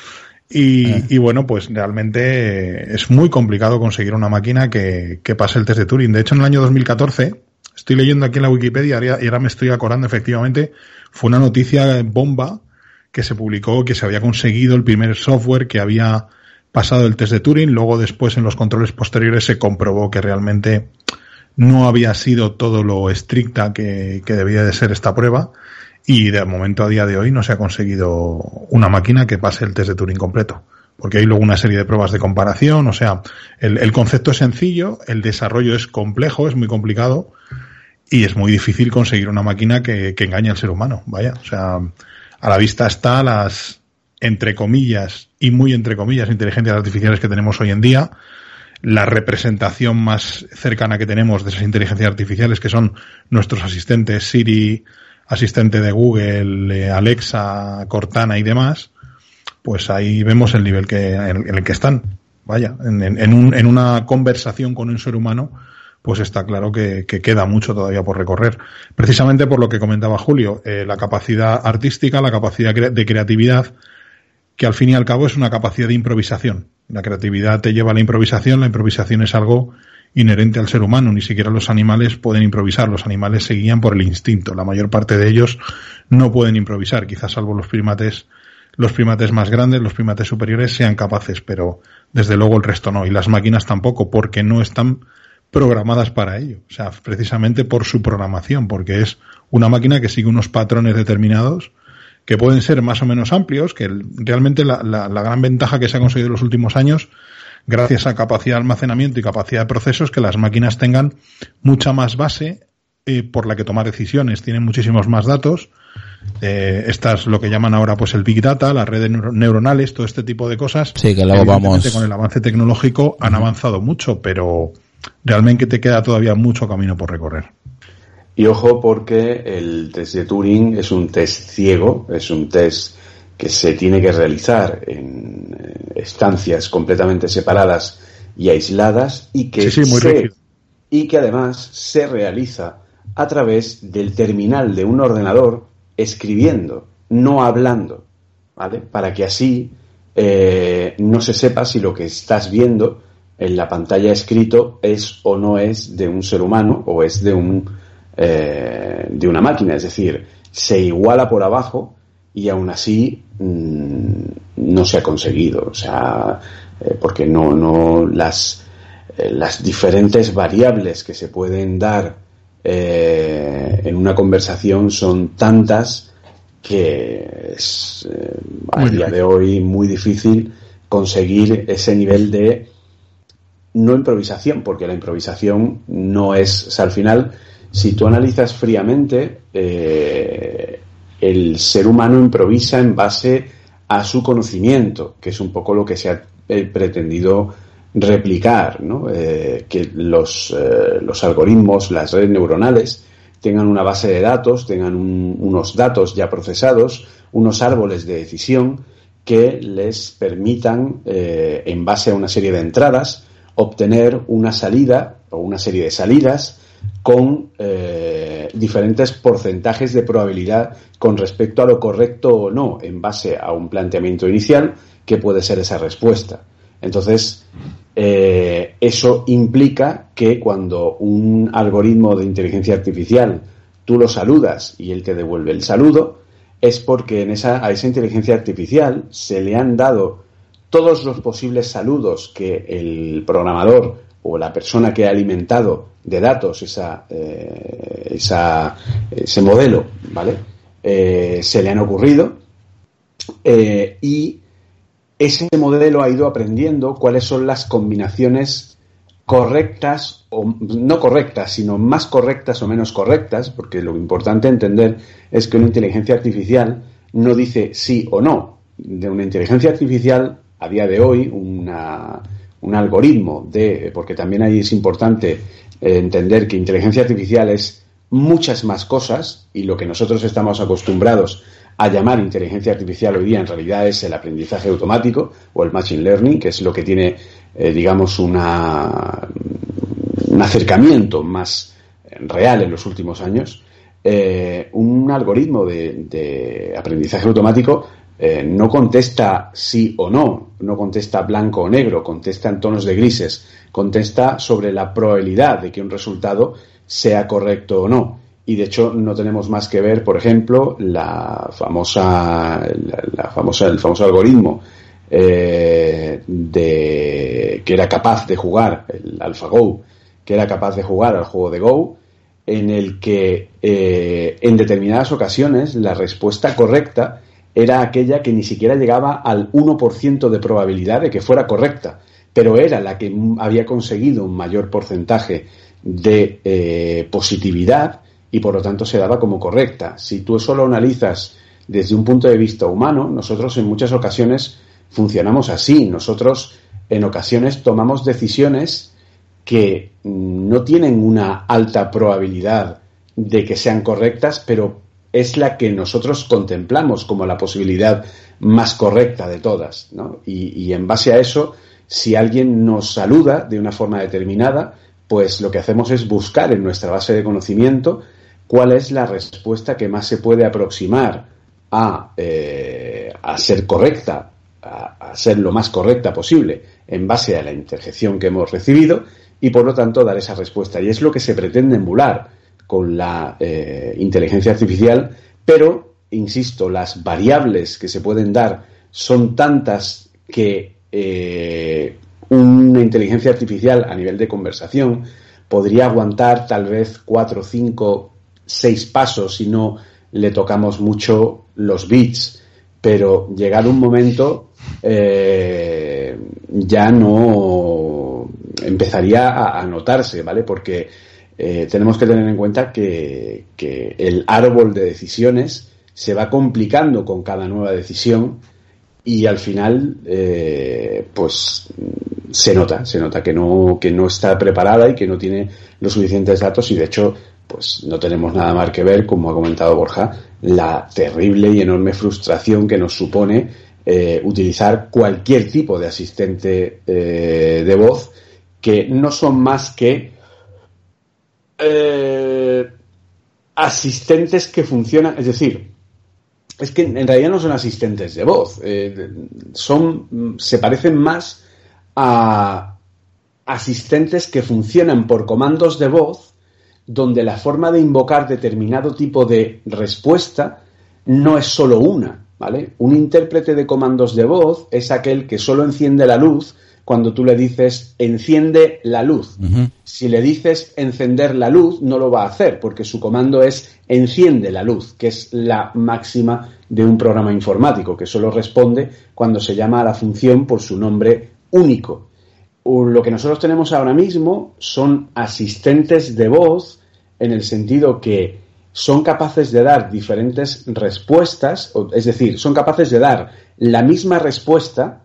Y, ah. y bueno, pues realmente es muy complicado conseguir una máquina que, que pase el test de Turing. De hecho, en el año dos mil catorce, estoy leyendo aquí en la Wikipedia y ahora me estoy acordando, efectivamente, fue una noticia bomba que se publicó que se había conseguido el primer software que había pasado el test de Turing. Luego, después, en los controles posteriores se comprobó que realmente no había sido todo lo estricta que, que debía de ser esta prueba. Y de momento, a día de hoy, no se ha conseguido una máquina que pase el test de Turing completo. Porque hay luego una serie de pruebas de comparación. O sea, el, el concepto es sencillo, el desarrollo es complejo, es muy complicado. Y es muy difícil conseguir una máquina que, que engañe al ser humano. Vaya, o sea, a la vista está las, entre comillas, y muy entre comillas, inteligencias artificiales que tenemos hoy en día. La representación más cercana que tenemos de esas inteligencias artificiales, que son nuestros asistentes Siri, asistente de Google, Alexa, Cortana y demás, pues ahí vemos el nivel que en el que están. Vaya, en, en, un, en una conversación con un ser humano, pues está claro que, que queda mucho todavía por recorrer. Precisamente por lo que comentaba Julio, eh, la capacidad artística, la capacidad de creatividad, que al fin y al cabo es una capacidad de improvisación. La creatividad te lleva a la improvisación, la improvisación es algo inherente al ser humano, ni siquiera los animales pueden improvisar, los animales se guían por el instinto, la mayor parte de ellos no pueden improvisar, quizás salvo los primates, los primates más grandes, los primates superiores sean capaces, pero desde luego el resto no, y las máquinas tampoco, porque no están programadas para ello, o sea, precisamente por su programación, porque es una máquina que sigue unos patrones determinados que pueden ser más o menos amplios, que el, realmente la, la, la gran ventaja que se ha conseguido en los últimos años, gracias a capacidad de almacenamiento y capacidad de procesos, que las máquinas tengan mucha más base eh, por la que tomar decisiones, tienen muchísimos más datos. Eh, esta es lo que llaman ahora pues el Big Data, las redes neuronales, todo este tipo de cosas. Sí, que luego vamos. Con el avance tecnológico han uh-huh. avanzado mucho, pero realmente te queda todavía mucho camino por recorrer. Y ojo, porque el test de Turing es un test ciego, es un test que se tiene que realizar en estancias completamente separadas y aisladas y que, sí, sí, muy se, y que además se realiza a través del terminal de un ordenador escribiendo, no hablando, ¿vale? Para que así eh, no se sepa si lo que estás viendo en la pantalla escrito es o no es de un ser humano o es de un eh, de una máquina, es decir, se iguala por abajo y aún así mmm, no se ha conseguido, o sea, eh, porque no no las eh, las diferentes variables que se pueden dar Eh, en una conversación son tantas que es eh, a día de hoy muy difícil conseguir ese nivel de no improvisación, porque la improvisación no es, o sea, al final, si tú analizas fríamente, eh, el ser humano improvisa en base a su conocimiento, que es un poco lo que se ha eh, pretendido replicar, ¿no? Eh, que los, eh, los algoritmos, las redes neuronales, tengan una base de datos, tengan un, unos datos ya procesados, unos árboles de decisión que les permitan, eh, en base a una serie de entradas, obtener una salida o una serie de salidas con eh, diferentes porcentajes de probabilidad con respecto a lo correcto o no, en base a un planteamiento inicial que puede ser esa respuesta. Entonces, eh, eso implica que cuando un algoritmo de inteligencia artificial tú lo saludas y él te devuelve el saludo, es porque en esa, a esa inteligencia artificial se le han dado todos los posibles saludos que el programador o la persona que ha alimentado de datos esa, eh, esa, ese modelo, ¿vale? Eh, se le han ocurrido eh, y ese modelo ha ido aprendiendo cuáles son las combinaciones correctas, o no correctas, sino más correctas o menos correctas, porque lo importante entender es que una inteligencia artificial no dice sí o no. De una inteligencia artificial, a día de hoy, una, un algoritmo de, porque también ahí es importante eh, entender que inteligencia artificial es muchas más cosas, y lo que nosotros estamos acostumbrados a llamar inteligencia artificial hoy día en realidad es el aprendizaje automático o el machine learning, que es lo que tiene, eh, digamos, una, un acercamiento más real en los últimos años. Eh, un algoritmo de, de aprendizaje automático eh, no contesta sí o no, no contesta blanco o negro, contesta en tonos de grises, contesta sobre la probabilidad de que un resultado sea correcto o no. Y de hecho no tenemos más que ver, por ejemplo, la famosa, la, la famosa, el famoso algoritmo eh, de que era capaz de jugar, el AlphaGo, que era capaz de jugar al juego de Go, en el que eh, en determinadas ocasiones la respuesta correcta era aquella que ni siquiera llegaba al uno por ciento de probabilidad de que fuera correcta, pero era la que había conseguido un mayor porcentaje de eh, positividad, y por lo tanto se daba como correcta. Si tú eso lo analizas desde un punto de vista humano, nosotros en muchas ocasiones funcionamos así. Nosotros en ocasiones tomamos decisiones que no tienen una alta probabilidad de que sean correctas, pero es la que nosotros contemplamos como la posibilidad más correcta de todas, ¿no? Y, y en base a eso, si alguien nos saluda de una forma determinada, pues lo que hacemos es buscar en nuestra base de conocimiento cuál es la respuesta que más se puede aproximar a, eh, a ser correcta, a, a ser lo más correcta posible en base a la interjección que hemos recibido y por lo tanto dar esa respuesta. Y es lo que se pretende emular con la eh, inteligencia artificial, pero, insisto, las variables que se pueden dar son tantas que eh, una inteligencia artificial a nivel de conversación podría aguantar tal vez cuatro, cinco, seis pasos si no le tocamos mucho los beats, pero llegado un momento eh, ya no empezaría a, a notarse, ¿vale? Porque eh, tenemos que tener en cuenta que, que el árbol de decisiones se va complicando con cada nueva decisión y al final eh, pues se nota, se nota que no, que no está preparada y que no tiene los suficientes datos, y de hecho pues no tenemos nada más que ver, como ha comentado Borja, la terrible y enorme frustración que nos supone eh, utilizar cualquier tipo de asistente eh, de voz, que no son más que eh, asistentes que funcionan, es decir, es que en realidad no son asistentes de voz, eh, son, se parecen más a asistentes que funcionan por comandos de voz, donde la forma de invocar determinado tipo de respuesta no es solo una, ¿vale? Un intérprete de comandos de voz es aquel que solo enciende la luz cuando tú le dices enciende la luz. Uh-huh. Si le dices encender la luz, no lo va a hacer, porque su comando es enciende la luz, que es la máxima de un programa informático, que solo responde cuando se llama a la función por su nombre único. Lo que nosotros tenemos ahora mismo son asistentes de voz, en el sentido que son capaces de dar diferentes respuestas, es decir, son capaces de dar la misma respuesta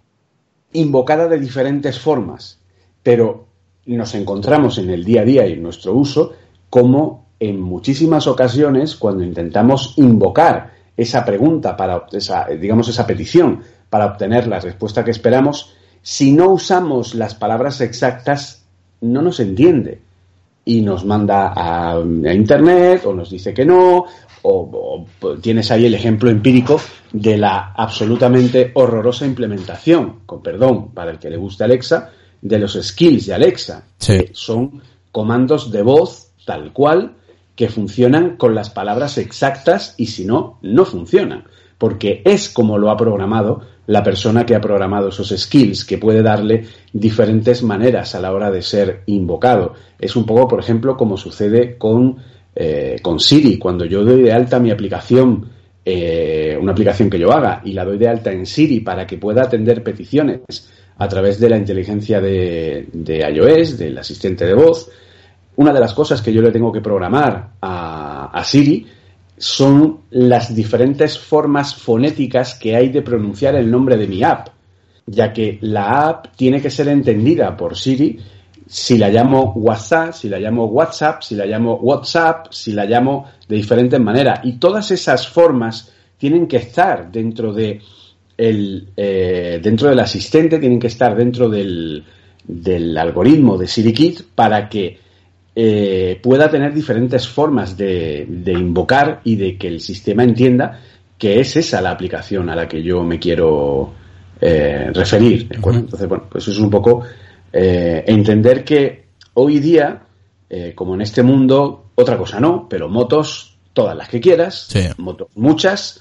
invocada de diferentes formas, pero nos encontramos en el día a día y en nuestro uso como en muchísimas ocasiones, cuando intentamos invocar esa pregunta, para esa, digamos esa petición, para obtener la respuesta que esperamos, si no usamos las palabras exactas, no nos entiende y nos manda a, a internet, o nos dice que no, o, o tienes ahí el ejemplo empírico de la absolutamente horrorosa implementación, con perdón para el que le guste Alexa, de los skills de Alexa. Sí. Que son comandos de voz tal cual, que funcionan con las palabras exactas, y si no, no funcionan, porque es como lo ha programado la persona que ha programado esos skills, que puede darle diferentes maneras a la hora de ser invocado. Es un poco, por ejemplo, como sucede con, eh, con Siri. Cuando yo doy de alta mi aplicación, eh, una aplicación que yo haga, y la doy de alta en Siri para que pueda atender peticiones a través de la inteligencia de, de iOS, del asistente de voz, una de las cosas que yo le tengo que programar a, a Siri son las diferentes formas fonéticas que hay de pronunciar el nombre de mi app, ya que la app tiene que ser entendida por Siri si la llamo WhatsApp, si la llamo WhatsApp, si la llamo WhatsApp, si la llamo de diferentes maneras. Y todas esas formas tienen que estar dentro de el, eh, dentro del asistente, tienen que estar dentro del, del algoritmo de SiriKit para que Eh, pueda tener diferentes formas de, de invocar y de que el sistema entienda que es esa la aplicación a la que yo me quiero eh, referir. ¿De acuerdo? Entonces, bueno, pues eso es un poco eh, entender que hoy día, eh, como en este mundo, otra cosa no, pero motos todas las que quieras, sí. motos muchas,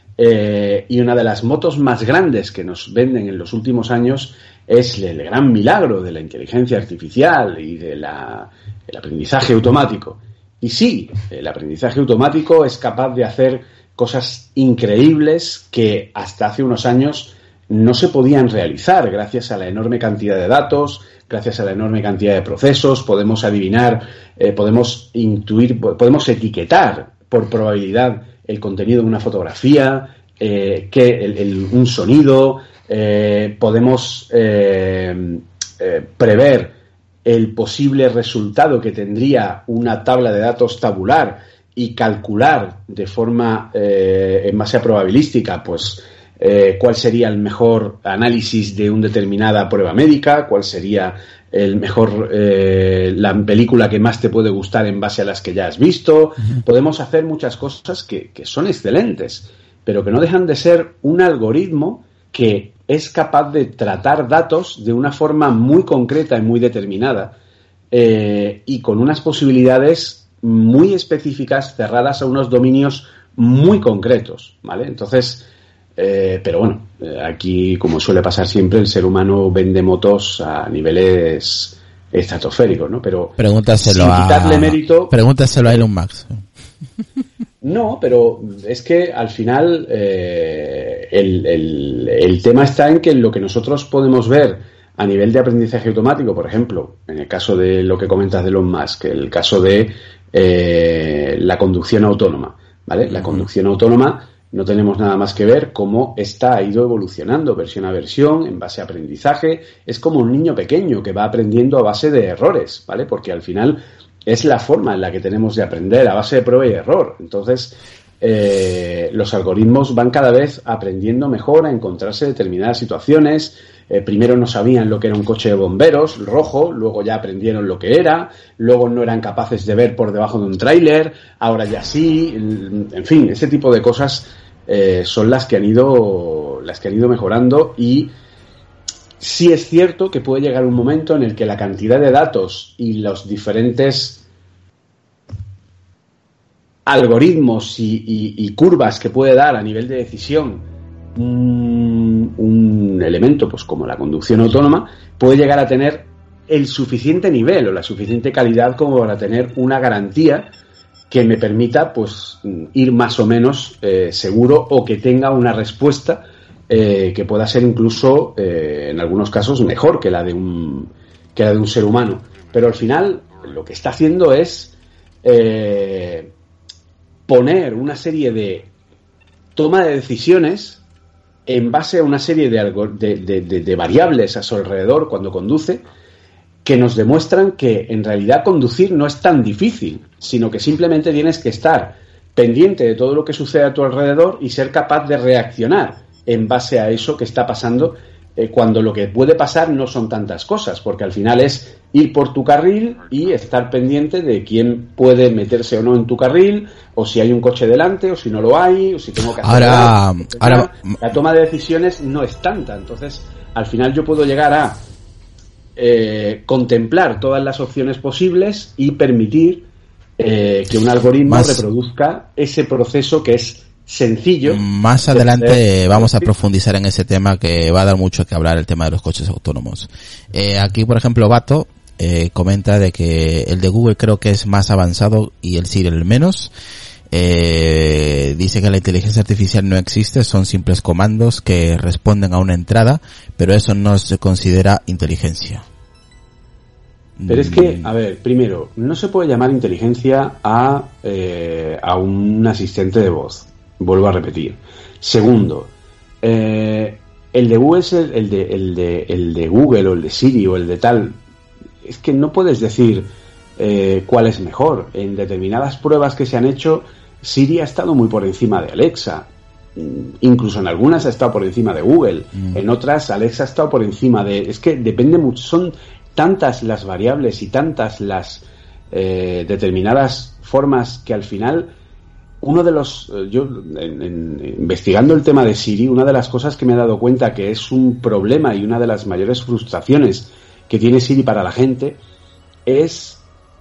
eh, y una de las motos más grandes que nos venden en los últimos años es el gran milagro de la inteligencia artificial y de la, el aprendizaje automático. Y sí, el aprendizaje automático es capaz de hacer cosas increíbles que hasta hace unos años no se podían realizar gracias a la enorme cantidad de datos, gracias a la enorme cantidad de procesos. Podemos adivinar, eh, podemos intuir, podemos etiquetar por probabilidad el contenido de una fotografía, eh, que el, el, un sonido. Eh, podemos eh, eh, prever el posible resultado que tendría una tabla de datos tabular y calcular de forma eh, en base a probabilística pues eh, cuál sería el mejor análisis de una determinada prueba médica, cuál sería el mejor eh, la película que más te puede gustar en base a las que ya has visto. Uh-huh. Podemos hacer muchas cosas que, que son excelentes, pero que no dejan de ser un algoritmo que es capaz de tratar datos de una forma muy concreta y muy determinada, eh, y con unas posibilidades muy específicas cerradas a unos dominios muy concretos, ¿vale? Entonces, eh, pero bueno, eh, aquí, como suele pasar siempre, el ser humano vende motos a niveles estratosféricos, ¿no? Pero pregúntaselo sin quitarle a mérito, pregúntaselo a Elon Musk. No, pero es que al final eh, el, el, el tema está en que lo que nosotros podemos ver a nivel de aprendizaje automático, por ejemplo, en el caso de lo que comentas de Elon Musk, el caso de eh, la conducción autónoma, ¿vale? La conducción autónoma no tenemos nada más que ver cómo esta ha ido evolucionando versión a versión en base a aprendizaje. Es como un niño pequeño que va aprendiendo a base de errores, ¿vale? Porque al final es la forma en la que tenemos de aprender, a base de prueba y error. Entonces, eh, los algoritmos van cada vez aprendiendo mejor a encontrarse determinadas situaciones. Eh, primero no sabían lo que era un coche de bomberos rojo, luego ya aprendieron lo que era, luego no eran capaces de ver por debajo de un tráiler, ahora ya sí. En fin, ese tipo de cosas eh, son las que han ido, las que han ido mejorando, y sí es cierto que puede llegar un momento en el que la cantidad de datos y los diferentes algoritmos y, y, y curvas que puede dar a nivel de decisión un, un elemento pues como la conducción autónoma puede llegar a tener el suficiente nivel o la suficiente calidad como para tener una garantía que me permita pues ir más o menos eh, seguro, o que tenga una respuesta Eh, que pueda ser incluso eh, en algunos casos mejor que la de un que la de un ser humano. Pero al final lo que está haciendo es eh, poner una serie de toma de decisiones en base a una serie de, algo, de, de, de, de variables a su alrededor cuando conduce, que nos demuestran que en realidad conducir no es tan difícil, sino que simplemente tienes que estar pendiente de todo lo que sucede a tu alrededor y ser capaz de reaccionar en base a eso que está pasando, eh, cuando lo que puede pasar no son tantas cosas, porque al final es ir por tu carril y estar pendiente de quién puede meterse o no en tu carril, o si hay un coche delante, o si no lo hay, o si tengo que hacer ahora, algo. ahora La toma de decisiones no es tanta, entonces al final yo puedo llegar a eh, contemplar todas las opciones posibles y permitir eh, que un algoritmo Más... reproduzca ese proceso que es sencillo. Más adelante vamos a profundizar en ese tema, que va a dar mucho que hablar, el tema de los coches autónomos. Eh, aquí, por ejemplo, Bato eh, comenta de que el de Google creo que es más avanzado y el Siri el menos. Eh, dice que la inteligencia artificial no existe, son simples comandos que responden a una entrada, pero eso no se considera inteligencia. Pero es que, a ver, primero, no se puede llamar inteligencia a, eh, a un asistente de voz. Vuelvo a repetir. Segundo, eh, el de Google es el, el, de, el, de, el de Google o el de Siri o el de tal. Es que no puedes decir eh, cuál es mejor. En determinadas pruebas que se han hecho, Siri ha estado muy por encima de Alexa. Incluso en algunas ha estado por encima de Google. Mm. En otras, Alexa ha estado por encima de... Es que depende mucho. Son tantas las variables y tantas las eh, determinadas formas que al final... Uno de los, yo en, en, investigando el tema de Siri, una de las cosas que me he dado cuenta que es un problema y una de las mayores frustraciones que tiene Siri para la gente es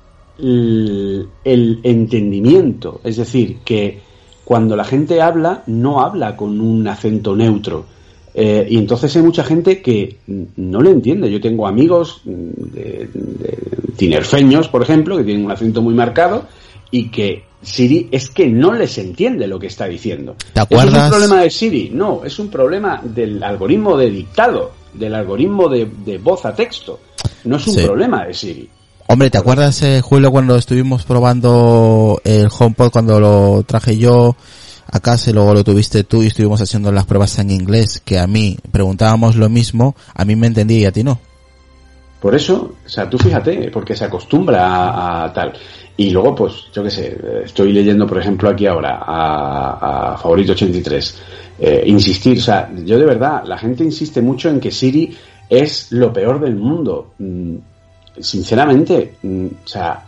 el, el entendimiento. Es decir, que cuando la gente habla, no habla con un acento neutro. Eh, y entonces hay mucha gente que no le entiende. Yo tengo amigos de, de tinerfeños, por ejemplo, que tienen un acento muy marcado y que Siri es que no les entiende lo que está diciendo. ¿Te acuerdas? ¿Es un problema de Siri? No, es un problema del algoritmo de dictado, del algoritmo de, de voz a texto. No es un sí. problema de Siri. Hombre, ¿te acuerdas, eh, Julio, cuando estuvimos probando el HomePod, cuando lo traje yo a casa y luego lo tuviste tú y estuvimos haciendo las pruebas en inglés, que a mí preguntábamos lo mismo, a mí me entendía y a ti no? Por eso, o sea, tú fíjate, porque se acostumbra a, a tal. Y luego, pues, yo qué sé, estoy leyendo, por ejemplo, aquí ahora a, a Favorito ochenta y tres. Eh, insistir, o sea, yo de verdad, la gente insiste mucho en que Siri es lo peor del mundo. Mm, sinceramente, mm, o sea,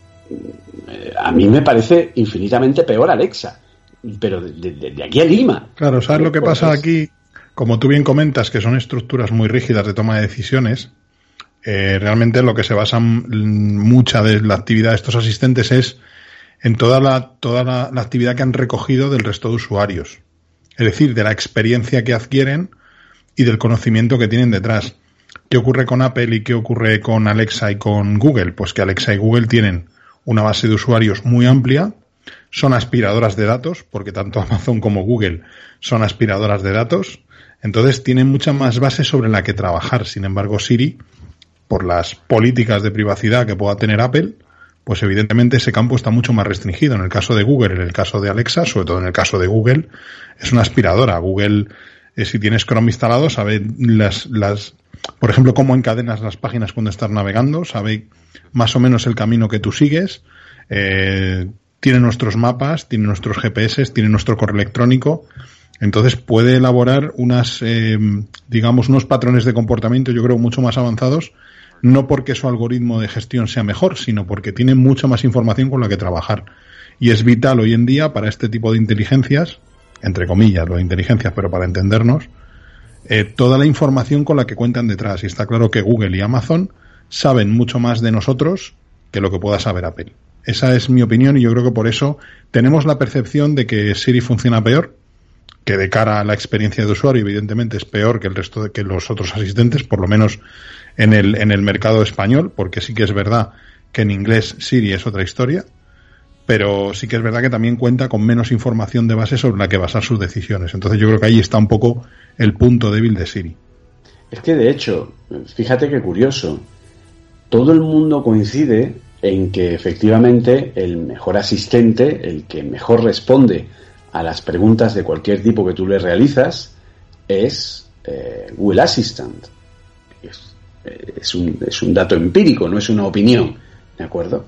mm, a mí me parece infinitamente peor Alexa. Pero de, de, de aquí a Lima. Claro, ¿sabes lo que pasa aquí? Como tú bien comentas, que son estructuras muy rígidas de toma de decisiones. Eh, realmente lo que se basa mucha de la actividad de estos asistentes es en toda la toda la, la actividad que han recogido del resto de usuarios, es decir, de la experiencia que adquieren y del conocimiento que tienen detrás. ¿Qué ocurre con Apple y qué ocurre con Alexa y con Google? Pues que Alexa y Google tienen una base de usuarios muy amplia, son aspiradoras de datos, porque tanto Amazon como Google son aspiradoras de datos, entonces tienen mucha más base sobre la que trabajar. Sin embargo, Siri, por las políticas de privacidad que pueda tener Apple, pues evidentemente ese campo está mucho más restringido. En el caso de Google, en el caso de Alexa, sobre todo en el caso de Google, es una aspiradora. Google, eh, si tienes Chrome instalado, sabe las, las, por ejemplo, cómo encadenas las páginas cuando estás navegando, sabe más o menos el camino que tú sigues, eh, tiene nuestros mapas, tiene nuestros G P S, tiene nuestro correo electrónico, entonces puede elaborar unas, eh, digamos, unos patrones de comportamiento, yo creo, mucho más avanzados, no porque su algoritmo de gestión sea mejor, sino porque tiene mucha más información con la que trabajar. Y es vital hoy en día para este tipo de inteligencias, entre comillas, lo de inteligencias, pero para entendernos, eh, toda la información con la que cuentan detrás. Y está claro que Google y Amazon saben mucho más de nosotros que lo que pueda saber Apple. Esa es mi opinión y yo creo que por eso tenemos la percepción de que Siri funciona peor, que de cara a la experiencia de usuario evidentemente es peor que el resto de que los otros asistentes, por lo menos en el en el mercado español, porque sí que es verdad que en inglés Siri es otra historia, pero sí que es verdad que también cuenta con menos información de base sobre la que basar sus decisiones. Entonces yo creo que ahí está un poco el punto débil de Siri. Es que de hecho, fíjate qué curioso, todo el mundo coincide en que efectivamente el mejor asistente, el que mejor responde a las preguntas de cualquier tipo que tú le realizas, es eh, Google Assistant. Es, es, un, es un dato empírico, no es una opinión, ¿de acuerdo?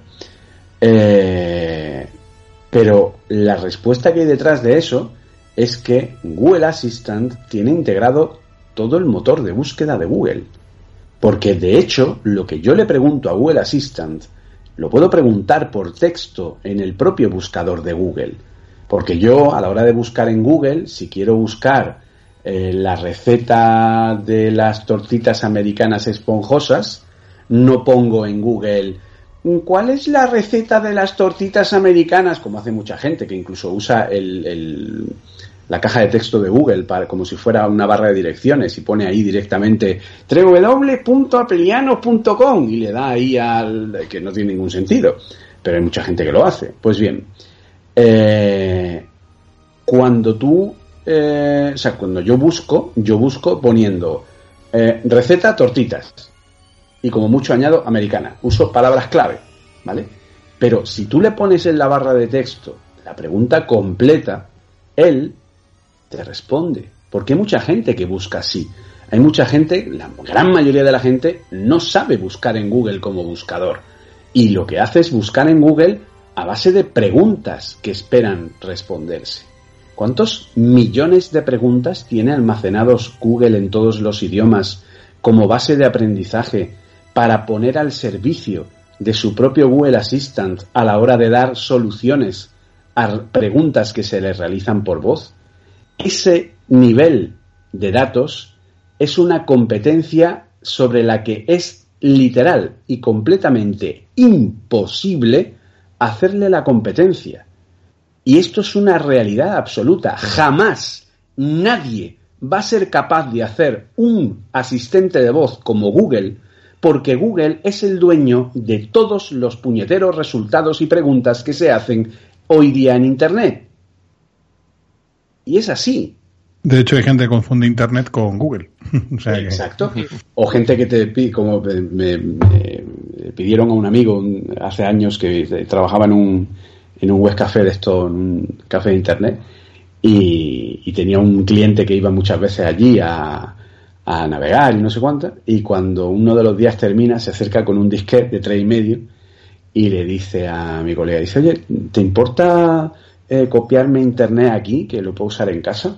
Eh, pero la respuesta que hay detrás de eso es que Google Assistant tiene integrado todo el motor de búsqueda de Google. Porque de hecho, lo que yo le pregunto a Google Assistant, lo puedo preguntar por texto en el propio buscador de Google. Porque yo, a la hora de buscar en Google, si quiero buscar eh, la receta de las tortitas americanas esponjosas, no pongo en Google ¿cuál es la receta de las tortitas americanas? Como hace mucha gente, que incluso usa el, el, la caja de texto de Google para, como si fuera una barra de direcciones y pone ahí directamente doble u doble u doble u punto apelianos punto com y le da ahí al... que no tiene ningún sentido. Pero hay mucha gente que lo hace. Pues bien... Eh, cuando tú, eh, o sea, cuando yo busco, yo busco poniendo eh, receta tortitas y como mucho añado americana. Uso palabras clave, ¿vale? Pero si tú le pones en la barra de texto la pregunta completa, él te responde. Porque hay mucha gente que busca así. Hay mucha gente, la gran mayoría de la gente no sabe buscar en Google como buscador. Y lo que hace es buscar en Google a base de preguntas que esperan responderse. ¿Cuántos millones de preguntas tiene almacenados Google en todos los idiomas como base de aprendizaje para poner al servicio de su propio Google Assistant a la hora de dar soluciones a preguntas que se les realizan por voz? Ese nivel de datos es una competencia sobre la que es literal y completamente imposible hacerle la competencia. Y esto es una realidad absoluta. Jamás nadie va a ser capaz de hacer un asistente de voz como Google, porque Google es el dueño de todos los puñeteros resultados y preguntas que se hacen hoy día en Internet. Y es así. De hecho, hay gente que confunde Internet con Google. O sea, exacto. Que... O gente que te pide, como me, me, me pidieron a un amigo hace años que trabajaba en un, en un web café de esto, en un café de Internet, y, y tenía un cliente que iba muchas veces allí a, a navegar y no sé cuánto, y cuando uno de los días termina, se acerca con un disquete de tres y medio y le dice a mi colega, dice, oye, ¿te importa eh, copiarme Internet aquí, que lo puedo usar en casa?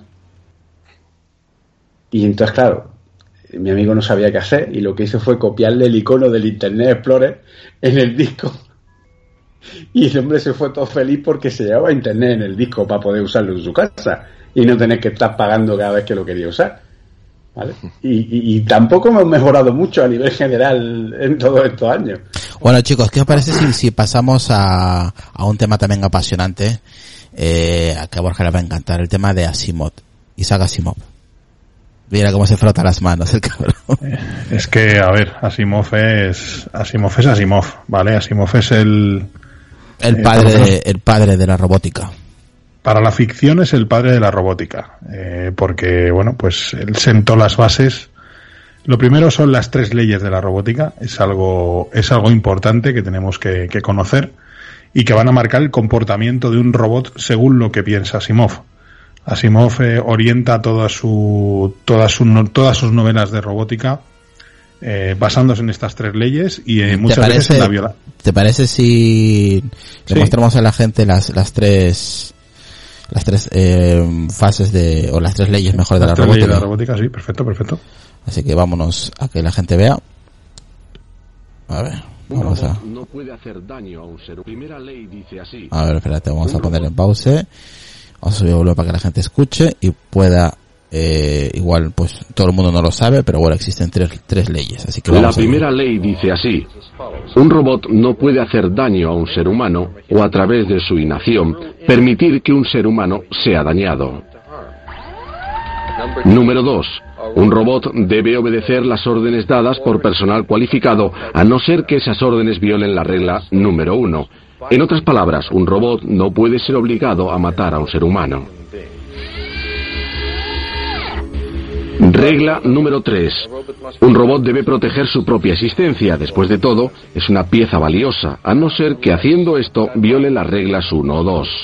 Y entonces, claro, mi amigo no sabía qué hacer y lo que hizo fue copiarle el icono del Internet Explorer en el disco. Y el hombre se fue todo feliz porque se llevaba Internet en el disco para poder usarlo en su casa y no tener que estar pagando cada vez que lo quería usar. ¿Vale? Y, y, y tampoco hemos mejorado mucho a nivel general en todos estos años. Bueno, chicos, ¿qué os parece si, si pasamos a, a un tema también apasionante? Eh, a que a Borja le va a encantar, el tema de Asimov, Isaac Asimov. Mira cómo se frota las manos el cabrón. Es que, a ver, Asimov es Asimov es Asimov, ¿vale? Asimov es el el padre eh, de, el padre de la robótica. Para la ficción es el padre de la robótica, eh, porque, bueno, pues él sentó las bases. Lo primero son las tres leyes de la robótica, es algo es algo importante que tenemos que, que conocer y que van a marcar el comportamiento de un robot según lo que piensa Asimov. Asimov eh, orienta toda su, toda su, no, todas sus novelas de robótica eh, basándose en estas tres leyes y eh, muchas parece, veces en la viola. ¿Te parece si le sí. mostramos a la gente las, las tres las tres eh, fases de o las tres leyes mejor de las la robótica? De la robótica, sí, perfecto, perfecto. Así que vámonos a que la gente vea. A ver, vamos a. No puede hacer daño a un ser. Primera ley dice así. A ver, espérate, vamos a poner en pause. Vamos a subir volumen para que la gente escuche y pueda, eh, igual, pues todo el mundo no lo sabe, pero bueno, existen tres, tres leyes, así que vamos La primera a ley dice así: un robot no puede hacer daño a un ser humano o a través de su inacción permitir que un ser humano sea dañado. Número dos. Un robot debe obedecer las órdenes dadas por personal cualificado, a no ser que esas órdenes violen la regla número uno. En otras palabras, un robot no puede ser obligado a matar a un ser humano. Regla número tres. Un robot debe proteger su propia existencia. Después de todo, es una pieza valiosa, a no ser que haciendo esto viole las reglas uno o dos.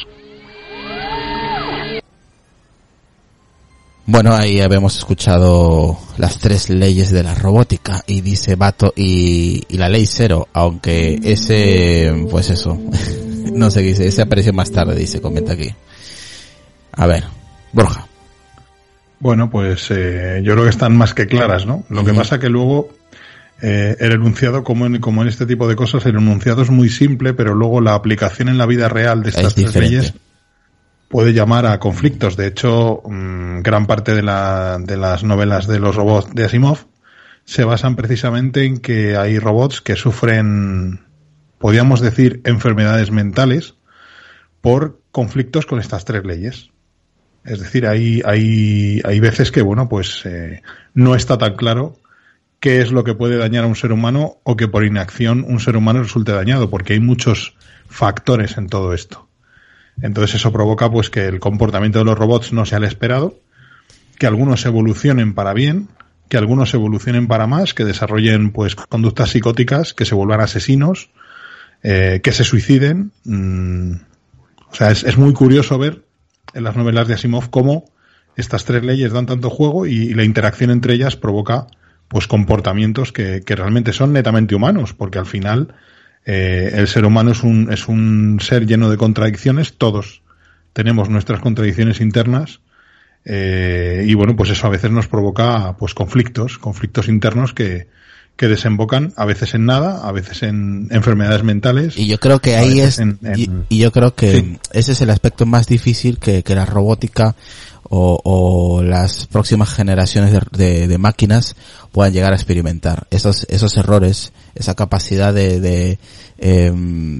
Bueno, ahí habíamos escuchado las tres leyes de la robótica y dice Bato y, y la ley cero, aunque ese, pues eso, no sé qué dice, ese apareció más tarde, dice, comenta aquí. A ver, Borja. Bueno, pues eh, yo creo que están más que claras, ¿no? Lo que pasa que luego eh, el enunciado, como en, como en este tipo de cosas, el enunciado es muy simple, pero luego la aplicación en la vida real de estas tres leyes puede llamar a conflictos. De hecho, mmm, gran parte de, la, de las novelas de los robots de Asimov se basan precisamente en que hay robots que sufren, podríamos decir, enfermedades mentales por conflictos con estas tres leyes. Es decir, hay, hay, hay veces que, bueno, pues eh, no está tan claro qué es lo que puede dañar a un ser humano o que por inacción un ser humano resulte dañado, porque hay muchos factores en todo esto. Entonces eso provoca pues que el comportamiento de los robots no sea el esperado, que algunos evolucionen para bien, que algunos evolucionen para más, que desarrollen pues conductas psicóticas, que se vuelvan asesinos, eh, que se suiciden. Mm, o sea, es, es muy curioso ver en las novelas de Asimov cómo estas tres leyes dan tanto juego y, y la interacción entre ellas provoca pues comportamientos que, que realmente son netamente humanos, porque al final Eh, el ser humano es un, es un ser lleno de contradicciones, todos tenemos nuestras contradicciones internas, eh, y bueno, pues eso a veces nos provoca pues conflictos, conflictos internos que, que desembocan a veces en nada, a veces en enfermedades mentales. Y yo creo que ahí es, en, en, y, y yo creo que sí. ese es el aspecto más difícil que, que la robótica o, o las próximas generaciones de, de, de máquinas puedan llegar a experimentar. Esos, esos errores, esa capacidad de, de, eh,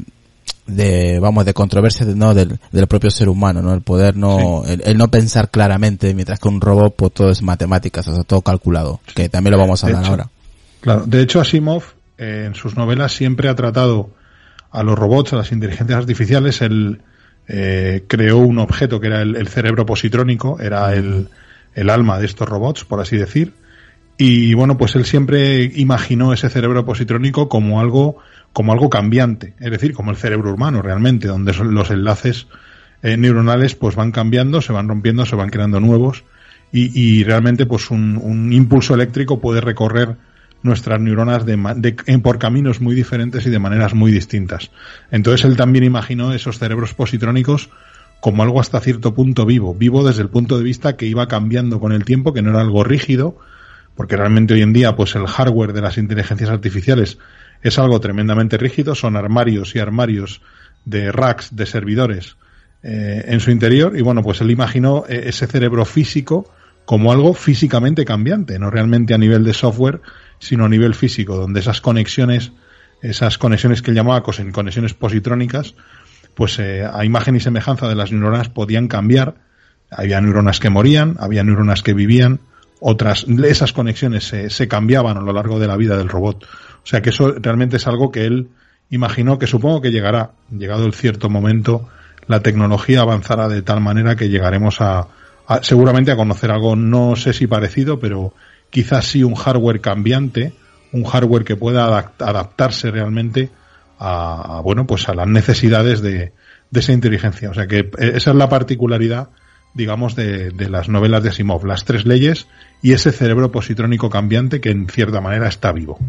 de, vamos, de controversia de, no, del, del propio ser humano, ¿no? El poder no, sí. el, el no pensar claramente, mientras que un robot, pues todo es matemáticas, o sea, todo calculado, sí. que también lo vamos a hablar hecho, ahora. Claro, de hecho Asimov, eh, en sus novelas siempre ha tratado a los robots, a las inteligencias artificiales, el, eh, creó un objeto que era el, el cerebro positrónico, era el, el alma de estos robots, por así decir, y bueno, pues él siempre imaginó ese cerebro positrónico como algo, como algo cambiante, es decir, como el cerebro humano realmente, donde los enlaces eh, neuronales pues van cambiando, se van rompiendo, se van creando nuevos, y, y realmente pues un, un impulso eléctrico puede recorrer nuestras neuronas de, de, por caminos muy diferentes y de maneras muy distintas. Entonces él también imaginó esos cerebros positrónicos como algo hasta cierto punto vivo, vivo desde el punto de vista que iba cambiando con el tiempo, que no era algo rígido, porque realmente hoy en día pues el hardware de las inteligencias artificiales es algo tremendamente rígido, son armarios y armarios de racks, de servidores eh, en su interior, y bueno, pues él imaginó eh, ese cerebro físico como algo físicamente cambiante, no realmente a nivel de software, sino a nivel físico, donde esas conexiones, esas conexiones que él llamaba conexiones positrónicas, pues eh, a imagen y semejanza de las neuronas podían cambiar. Había neuronas que morían, había neuronas que vivían, otras, esas conexiones se, se cambiaban a lo largo de la vida del robot. O sea que eso realmente es algo que él imaginó, que supongo que llegará, llegado el cierto momento, la tecnología avanzará de tal manera que llegaremos a, a seguramente a conocer algo, no sé si parecido, pero quizás sí un hardware cambiante, un hardware que pueda adapt, adaptarse realmente a, a, bueno, pues a las necesidades de, de esa inteligencia. O sea que esa es la particularidad, digamos, de, de las novelas de Asimov, las tres leyes y ese cerebro positrónico cambiante que en cierta manera está vivo.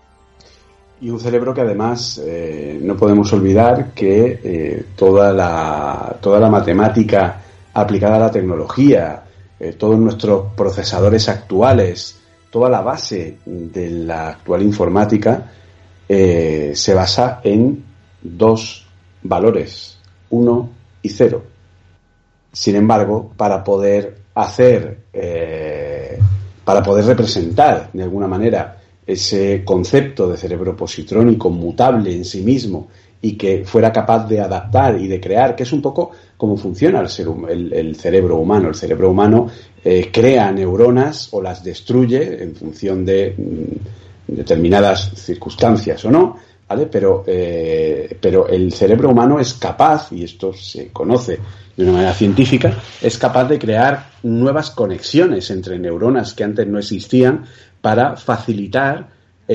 Y un cerebro que además eh, no podemos olvidar que eh, toda la toda la matemática aplicada a la tecnología, eh, todos nuestros procesadores actuales, toda la base de la actual informática eh, se basa en dos valores, uno y cero. Sin embargo, para poder hacer, eh, para poder representar de alguna manera ese concepto de cerebro positrónico mutable en sí mismo y que fuera capaz de adaptar y de crear, que es un poco cómo funciona el, ser, el, el cerebro humano. El cerebro humano eh, crea neuronas o las destruye en función de mm, determinadas circunstancias o no, ¿vale? Pero, eh, pero el cerebro humano es capaz, y esto se conoce de una manera científica, es capaz de crear nuevas conexiones entre neuronas que antes no existían para facilitar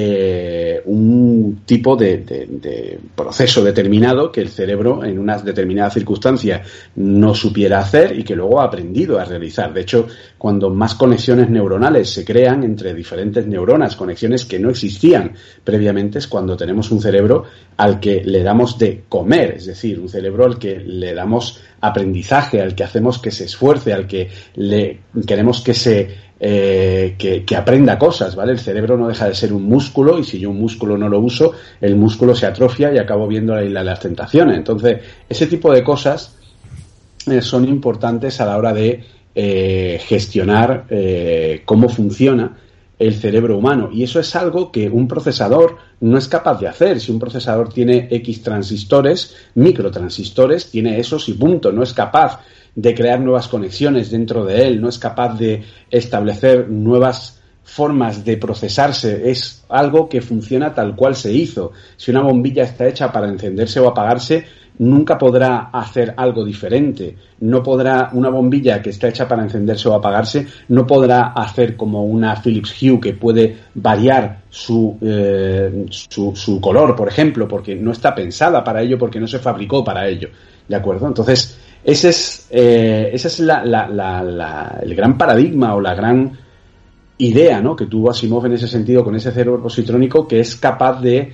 eh, un tipo de, de, de proceso determinado que el cerebro en unas determinadas circunstancias no supiera hacer y que luego ha aprendido a realizar. De hecho, cuando más conexiones neuronales se crean entre diferentes neuronas, conexiones que no existían previamente, es cuando tenemos un cerebro al que le damos de comer, es decir, un cerebro al que le damos aprendizaje, al que hacemos que se esfuerce, al que le queremos que se Eh, que, que aprenda cosas, ¿vale? El cerebro no deja de ser un músculo y si yo un músculo no lo uso, el músculo se atrofia y acabo viendo la isla de las tentaciones. Entonces, ese tipo de cosas eh, son importantes a la hora de eh, gestionar eh, cómo funciona el cerebro humano. Y eso es algo que un procesador no es capaz de hacer. Si un procesador tiene X transistores, microtransistores, tiene esos y punto. No es capaz de crear nuevas conexiones dentro de él, no es capaz de establecer nuevas formas de procesarse, es algo que funciona tal cual se hizo. Si una bombilla está hecha para encenderse o apagarse, nunca podrá hacer algo diferente. No podrá, una bombilla que está hecha para encenderse o apagarse, no podrá hacer como una Philips Hue que puede variar su, eh, su, su color, por ejemplo, porque no está pensada para ello, porque no se fabricó para ello. ¿De acuerdo? Entonces, ese es, eh, ese es la, la, la, la, el gran paradigma o la gran idea, ¿no?, que tuvo Asimov en ese sentido con ese cerebro positrónico, que es capaz de,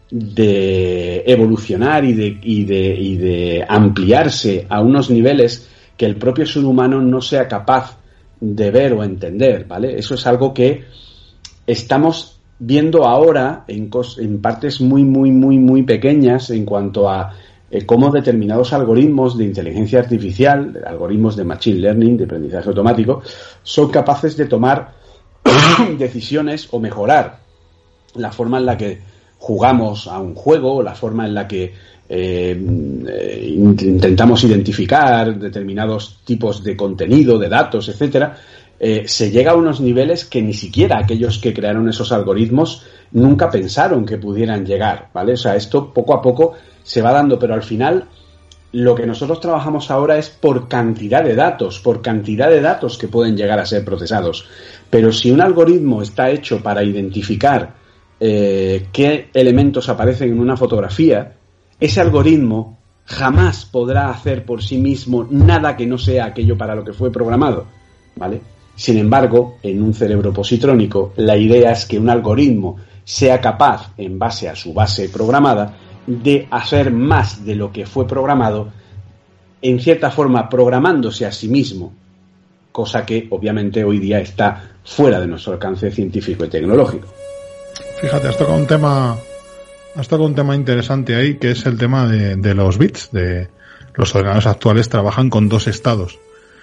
de evolucionar y de, y, de, y de ampliarse a unos niveles que el propio ser humano no sea capaz de ver o entender, ¿vale? Eso es algo que estamos viendo ahora en, cos, en partes muy, muy, muy, muy pequeñas en cuanto a eh, cómo determinados algoritmos de inteligencia artificial, algoritmos de machine learning, de aprendizaje automático, son capaces de tomar decisiones o mejorar la forma en la que jugamos a un juego, la forma en la que eh, eh, intentamos identificar determinados tipos de contenido, de datos, etcétera. Eh, se llega a unos niveles que ni siquiera aquellos que crearon esos algoritmos nunca pensaron que pudieran llegar, ¿vale? O sea, esto poco a poco se va dando, pero al final lo que nosotros trabajamos ahora es por cantidad de datos, por cantidad de datos que pueden llegar a ser procesados. Pero si un algoritmo está hecho para identificar eh, qué elementos aparecen en una fotografía, ese algoritmo jamás podrá hacer por sí mismo nada que no sea aquello para lo que fue programado, ¿vale? Sin embargo, en un cerebro positrónico, la idea es que un algoritmo sea capaz, en base a su base programada, de hacer más de lo que fue programado, en cierta forma programándose a sí mismo, cosa que obviamente hoy día está fuera de nuestro alcance científico y tecnológico. Fíjate, has tocado un tema, has tocado un tema interesante ahí, que es el tema de, de los bits. De los ordenadores actuales trabajan con dos estados.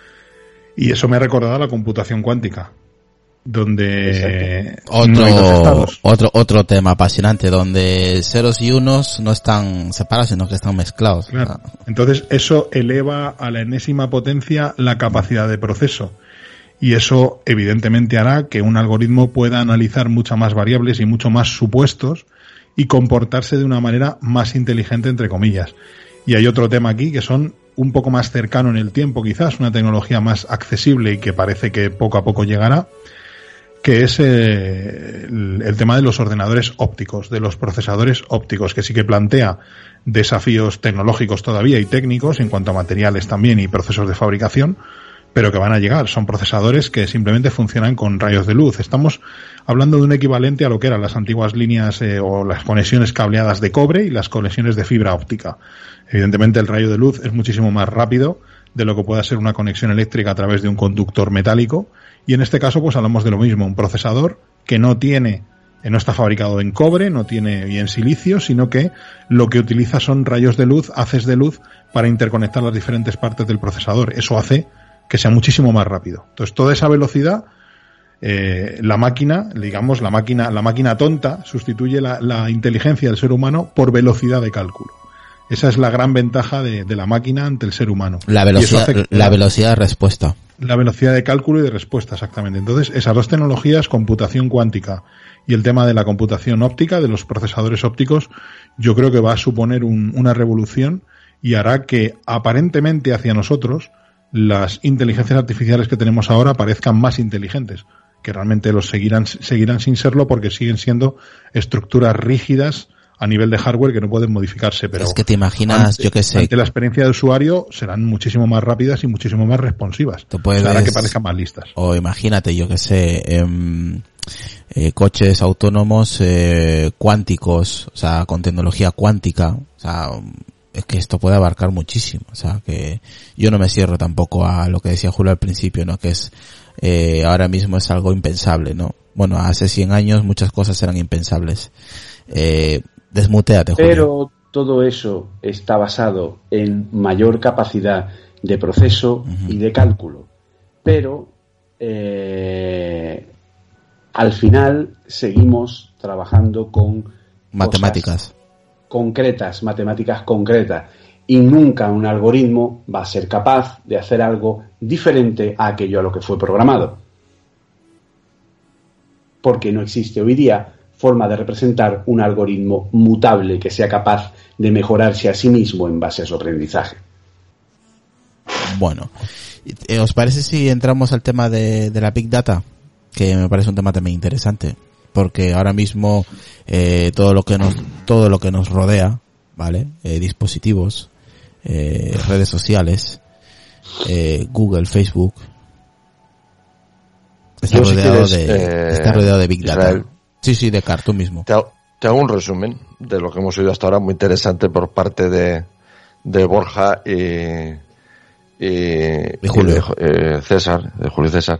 Y eso me ha recordado a la computación cuántica, donde otro, no hay dos estados. Otro, otro tema apasionante, donde ceros y unos no están separados, sino que están mezclados. Claro. Entonces eso eleva a la enésima potencia la capacidad de proceso. Y eso evidentemente hará que un algoritmo pueda analizar muchas más variables y mucho más supuestos y comportarse de una manera más inteligente, entre comillas. Y hay otro tema aquí que son un poco más cercano en el tiempo, quizás, una tecnología más accesible y que parece que poco a poco llegará, que es eh, el, el tema de los ordenadores ópticos, de los procesadores ópticos, que sí que plantea desafíos tecnológicos todavía y técnicos en cuanto a materiales también y procesos de fabricación, pero que van a llegar. Son procesadores que simplemente funcionan con rayos de luz. Estamos hablando de un equivalente a lo que eran las antiguas líneas eh, o las conexiones cableadas de cobre y las conexiones de fibra óptica. Evidentemente el rayo de luz es muchísimo más rápido de lo que pueda ser una conexión eléctrica a través de un conductor metálico, y en este caso pues hablamos de lo mismo, un procesador que no tiene, no está fabricado en cobre, no tiene y en silicio, sino que lo que utiliza son rayos de luz, haces de luz, para interconectar las diferentes partes del procesador. Eso hace que sea muchísimo más rápido. Entonces, toda esa velocidad, eh, la máquina, digamos, la máquina, la máquina tonta sustituye la, la inteligencia del ser humano por velocidad de cálculo. Esa es la gran ventaja de, de la máquina ante el ser humano. La velocidad, la velocidad de respuesta. La velocidad de cálculo y de respuesta, exactamente. Entonces, esas dos tecnologías, computación cuántica y el tema de la computación óptica, de los procesadores ópticos, yo creo que va a suponer un, una revolución y hará que aparentemente hacia nosotros las inteligencias artificiales que tenemos ahora parezcan más inteligentes, que realmente los seguirán, seguirán sin serlo porque siguen siendo estructuras rígidas a nivel de hardware que no pueden modificarse. Pero es que te imaginas, ante, yo qué sé, ante la experiencia de usuario serán muchísimo más rápidas y muchísimo más responsivas. Tú puedes, hará que parezcan más listas. O imagínate, yo qué sé, eh, eh, coches autónomos eh, cuánticos, o sea, con tecnología cuántica, o sea, es que esto puede abarcar muchísimo. O sea, que yo no me cierro tampoco a lo que decía Julio al principio, ¿no? Que es, eh, ahora mismo es algo impensable, ¿no? Bueno, hace cien años muchas cosas eran impensables. Eh, desmuteate, Julio. Pero todo eso está basado en mayor capacidad de proceso uh-huh. y de cálculo. Pero, eh, al final seguimos trabajando con matemáticas concretas, matemáticas concretas, y nunca un algoritmo va a ser capaz de hacer algo diferente a aquello a lo que fue programado. Porque no existe hoy día forma de representar un algoritmo mutable que sea capaz de mejorarse a sí mismo en base a su aprendizaje. Bueno, ¿os parece si entramos al tema de, de la Big Data? Que me parece un tema también interesante. Porque ahora mismo eh, todo lo que nos todo lo que nos rodea, ¿vale? Eh, dispositivos, eh, redes sociales, eh, Google, Facebook, está Yo, rodeado si quieres, de eh, está rodeado de Big Data. Israel, sí, sí, de Car, tú mismo. Te hago, te hago un resumen de lo que hemos oído hasta ahora, muy interesante por parte de, de Borja y, y, y Julio y de, eh, César, de Julio César.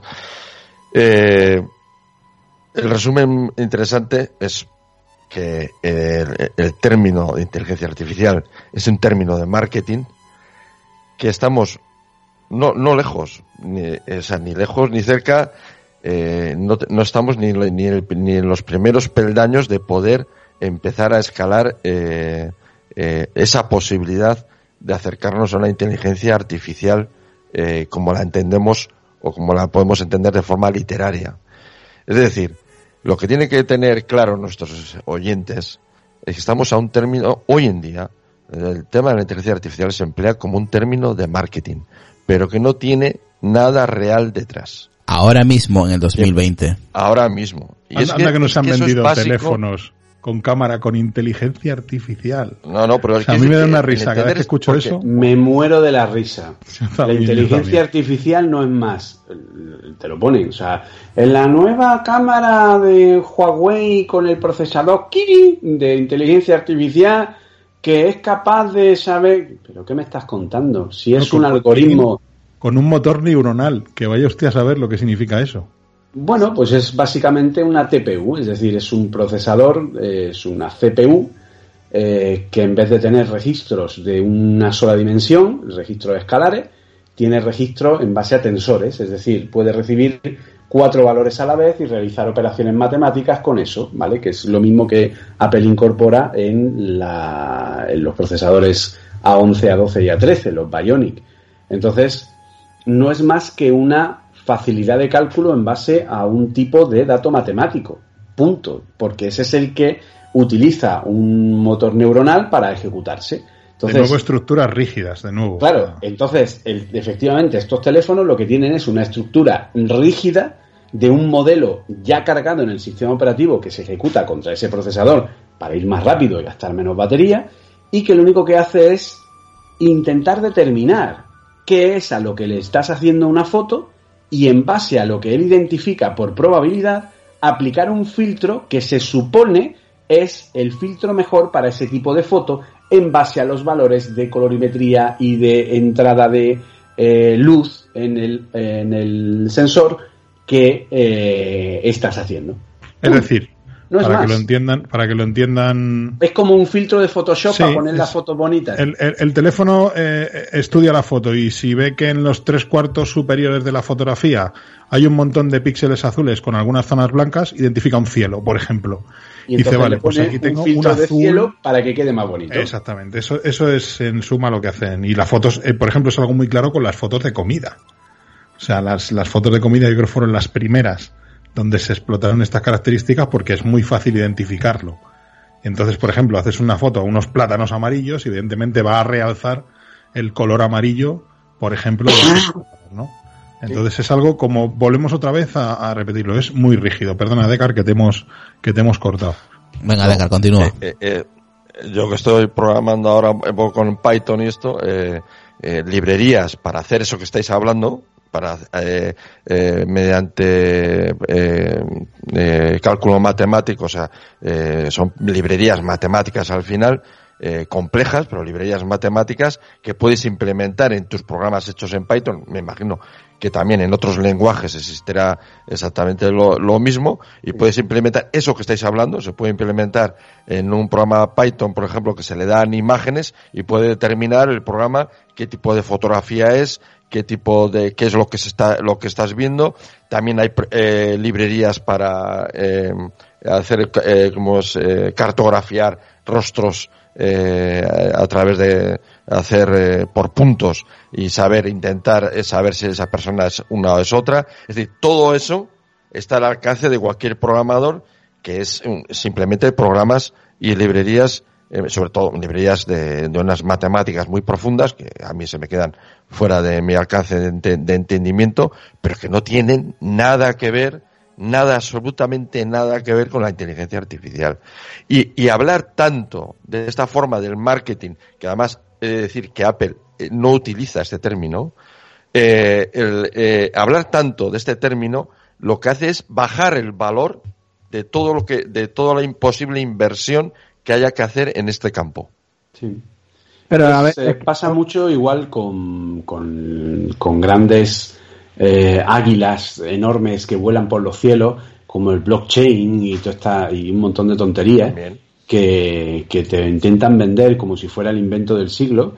Eh, El resumen interesante es que el, el término de inteligencia artificial es un término de marketing que estamos no no lejos, ni, o sea, ni lejos ni cerca, eh, no, no estamos ni, ni, el, ni en los primeros peldaños de poder empezar a escalar eh, eh, esa posibilidad de acercarnos a una inteligencia artificial eh, como la entendemos o como la podemos entender de forma literaria. Es decir, lo que tienen que tener claro nuestros oyentes es que estamos a un término, hoy en día, el tema de la inteligencia artificial se emplea como un término de marketing, pero que no tiene nada real detrás. Ahora mismo, en el dos mil veinte. Ahora mismo. Y anda, es que, anda que nos han que vendido es teléfonos con cámara, con inteligencia artificial. No, no, pero o sea, a mí me da una risa cada vez que escucho eso. Me muero de la risa. La inteligencia artificial no es más. Te lo ponen. O sea, en la nueva cámara de Huawei con el procesador Kirin de inteligencia artificial que es capaz de saber... ¿Pero qué me estás contando? Si es no, un algoritmo... Con un motor neuronal. Que vaya usted a saber lo que significa eso. Bueno, pues es básicamente una T P U, es decir, es un procesador, eh, es una C P U eh, que en vez de tener registros de una sola dimensión, registros escalares, tiene registros en base a tensores, es decir, puede recibir cuatro valores a la vez y realizar operaciones matemáticas con eso, ¿vale? Que es lo mismo que Apple incorpora en, la, en los procesadores A once, A doce y A trece, los Bionic. Entonces, no es más que una facilidad de cálculo en base a un tipo de dato matemático. Punto. Porque ese es el que utiliza un motor neuronal para ejecutarse. Entonces, de nuevo, estructuras rígidas, de nuevo. Claro, entonces, el, efectivamente, estos teléfonos lo que tienen es una estructura rígida de un modelo ya cargado en el sistema operativo que se ejecuta contra ese procesador para ir más rápido y gastar menos batería, y que lo único que hace es intentar determinar qué es a lo que le estás haciendo una foto y, en base a lo que él identifica por probabilidad, aplicar un filtro que se supone es el filtro mejor para ese tipo de foto en base a los valores de colorimetría y de entrada de eh, luz en el, en el sensor que eh, estás haciendo. Es decir, no es para más. que lo entiendan, para que lo entiendan. Es como un filtro de Photoshop, sí, para poner las fotos bonitas. El, el, el teléfono eh, estudia la foto y si ve que en los tres cuartos superiores de la fotografía hay un montón de píxeles azules con algunas zonas blancas, identifica un cielo, por ejemplo. Y dice, vale, pues aquí tengo un filtro de cielo para que quede más bonito. Exactamente, eso, eso es en suma lo que hacen. Y las fotos, eh, por ejemplo, es algo muy claro con las fotos de comida. O sea, las, las fotos de comida yo creo que fueron las primeras donde se explotaron estas características porque es muy fácil identificarlo. Entonces, por ejemplo, haces una foto a unos plátanos amarillos y evidentemente va a realzar el color amarillo, por ejemplo, de los plátanos, ¿no? Entonces es algo como, volvemos otra vez a, a repetirlo, es muy rígido. Perdona, Decar, que te hemos, que te hemos cortado. Venga, Decar, continúa. Eh, eh, eh, yo que estoy programando ahora un poco con Python y esto, eh, eh, librerías para hacer eso que estáis hablando, para eh, eh, mediante eh, eh, cálculo matemático, o sea, eh, son librerías matemáticas al final, eh, complejas, pero librerías matemáticas que puedes implementar en tus programas hechos en Python. Me imagino que también en otros lenguajes existirá exactamente lo, lo mismo, y puedes implementar eso que estáis hablando. Se puede implementar en un programa Python, por ejemplo, que se le dan imágenes y puede determinar el programa qué tipo de fotografía es, qué tipo de, qué es lo que se está, lo que estás viendo. También hay eh, librerías para eh, hacer, eh, como es, eh, cartografiar rostros eh, a través de hacer eh, por puntos y saber, intentar eh, saber si esa persona es una o es otra. Es decir, todo eso está al alcance de cualquier programador, que es um, simplemente programas y librerías, eh, sobre todo librerías de, de unas matemáticas muy profundas que a mí se me quedan fuera de mi alcance de, ente, de entendimiento, pero que no tienen nada que ver, nada, absolutamente nada que ver con la inteligencia artificial. Y, y hablar tanto de esta forma del marketing, que además he de decir que Apple eh, no utiliza este término, eh, el, eh, hablar tanto de este término lo que hace es bajar el valor de todo lo que, de toda la imposible inversión que haya que hacer en este campo. Sí. Pero a ver, eh, pasa mucho igual con, con, con grandes eh, águilas enormes que vuelan por los cielos, como el blockchain y todo esta, y un montón de tonterías que, que te intentan vender como si fuera el invento del siglo,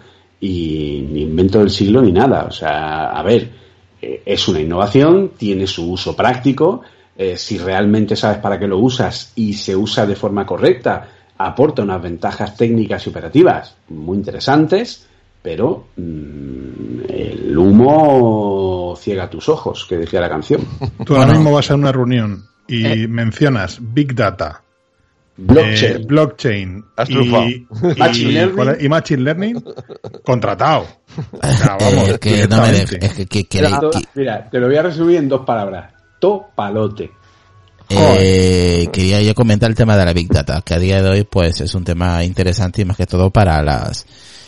y ni invento del siglo ni nada. O sea, a ver, eh, es una innovación, tiene su uso práctico, eh, si realmente sabes para qué lo usas y se usa de forma correcta, aporta unas ventajas técnicas y operativas muy interesantes, pero mmm, el humo ciega tus ojos, que decía la canción. Tú ahora mismo vas a una reunión y eh. mencionas Big Data, blockchain, eh, blockchain y, y, machine learning. y Machine Learning, contratado. O sea, vamos, eh, que no me de, es que, que, que, mira, que, mira, te lo voy a resumir en dos palabras: topalote. Eh, quería yo comentar el tema de la Big Data, que a día de hoy pues es un tema interesante, y más que todo para las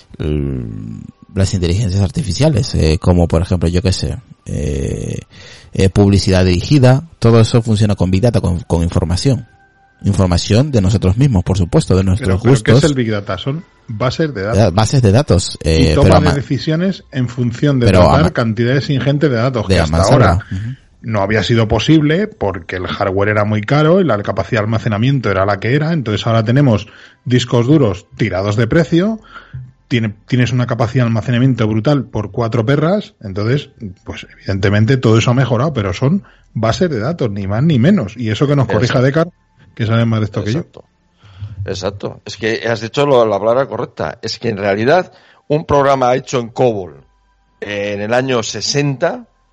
las inteligencias artificiales, eh, como por ejemplo, yo qué sé, eh, eh, publicidad dirigida. Todo eso funciona con Big Data, con, con información. Información de nosotros mismos, por supuesto, de nuestros pero, gustos. ¿Pero qué es el Big Data? Son bases de datos. Bases de datos. Eh, y toma pero, de decisiones en función de tratar cantidades ingentes de datos, de que hasta ahora uh-huh. no había sido posible porque el hardware era muy caro y la capacidad de almacenamiento era la que era. Entonces ahora tenemos discos duros tirados de precio, tiene, tienes una capacidad de almacenamiento brutal por cuatro perras. Entonces, pues evidentemente todo eso ha mejorado, pero son bases de datos, ni más ni menos. Y eso que nos corrija Decar, que sabe más de esto Exacto. que yo. Exacto. Es que has dicho lo, la palabra correcta. Es que en realidad un programa hecho en COBOL en el año sesenta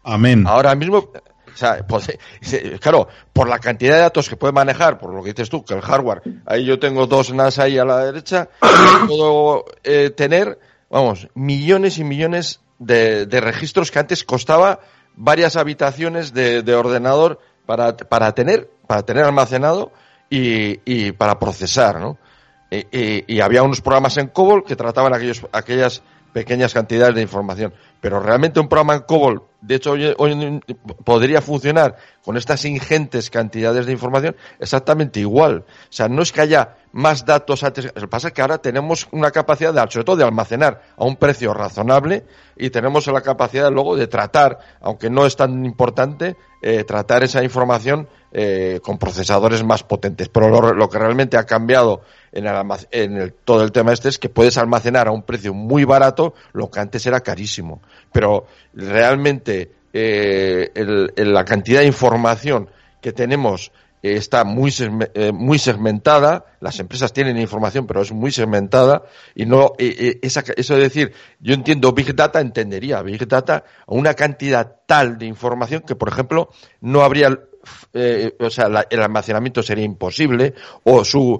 Amén. Ahora mismo, o sea, pues, claro, por la cantidad de datos que puede manejar, por lo que dices tú, que el hardware, ahí yo tengo dos N A S ahí a la derecha, y puedo eh, tener, vamos, millones y millones de, de registros que antes costaba varias habitaciones de, de ordenador para, para tener, para tener almacenado y, y para procesar, ¿no? Y, y, y había unos programas en COBOL que trataban aquellos, aquellas pequeñas cantidades de información. Pero realmente un programa en COBOL, de hecho, hoy, hoy podría funcionar con estas ingentes cantidades de información exactamente igual. O sea, no es que haya más datos antes. Lo que pasa es que ahora tenemos una capacidad, de, sobre todo, de almacenar a un precio razonable y tenemos la capacidad luego de tratar, aunque no es tan importante, eh, tratar esa información eh, con procesadores más potentes. Pero lo, lo que realmente ha cambiado en, el, en el, todo el tema este es que puedes almacenar a un precio muy barato lo que antes era carísimo. Pero realmente eh, el, el, la cantidad de información que tenemos eh, está muy segme, eh, muy segmentada. Las empresas tienen información, pero es muy segmentada y no eh, eh, esa, eso de decir, yo entiendo Big Data, entendería Big Data a una cantidad tal de información que, por ejemplo, no habría Eh, o sea, la, el almacenamiento sería imposible o su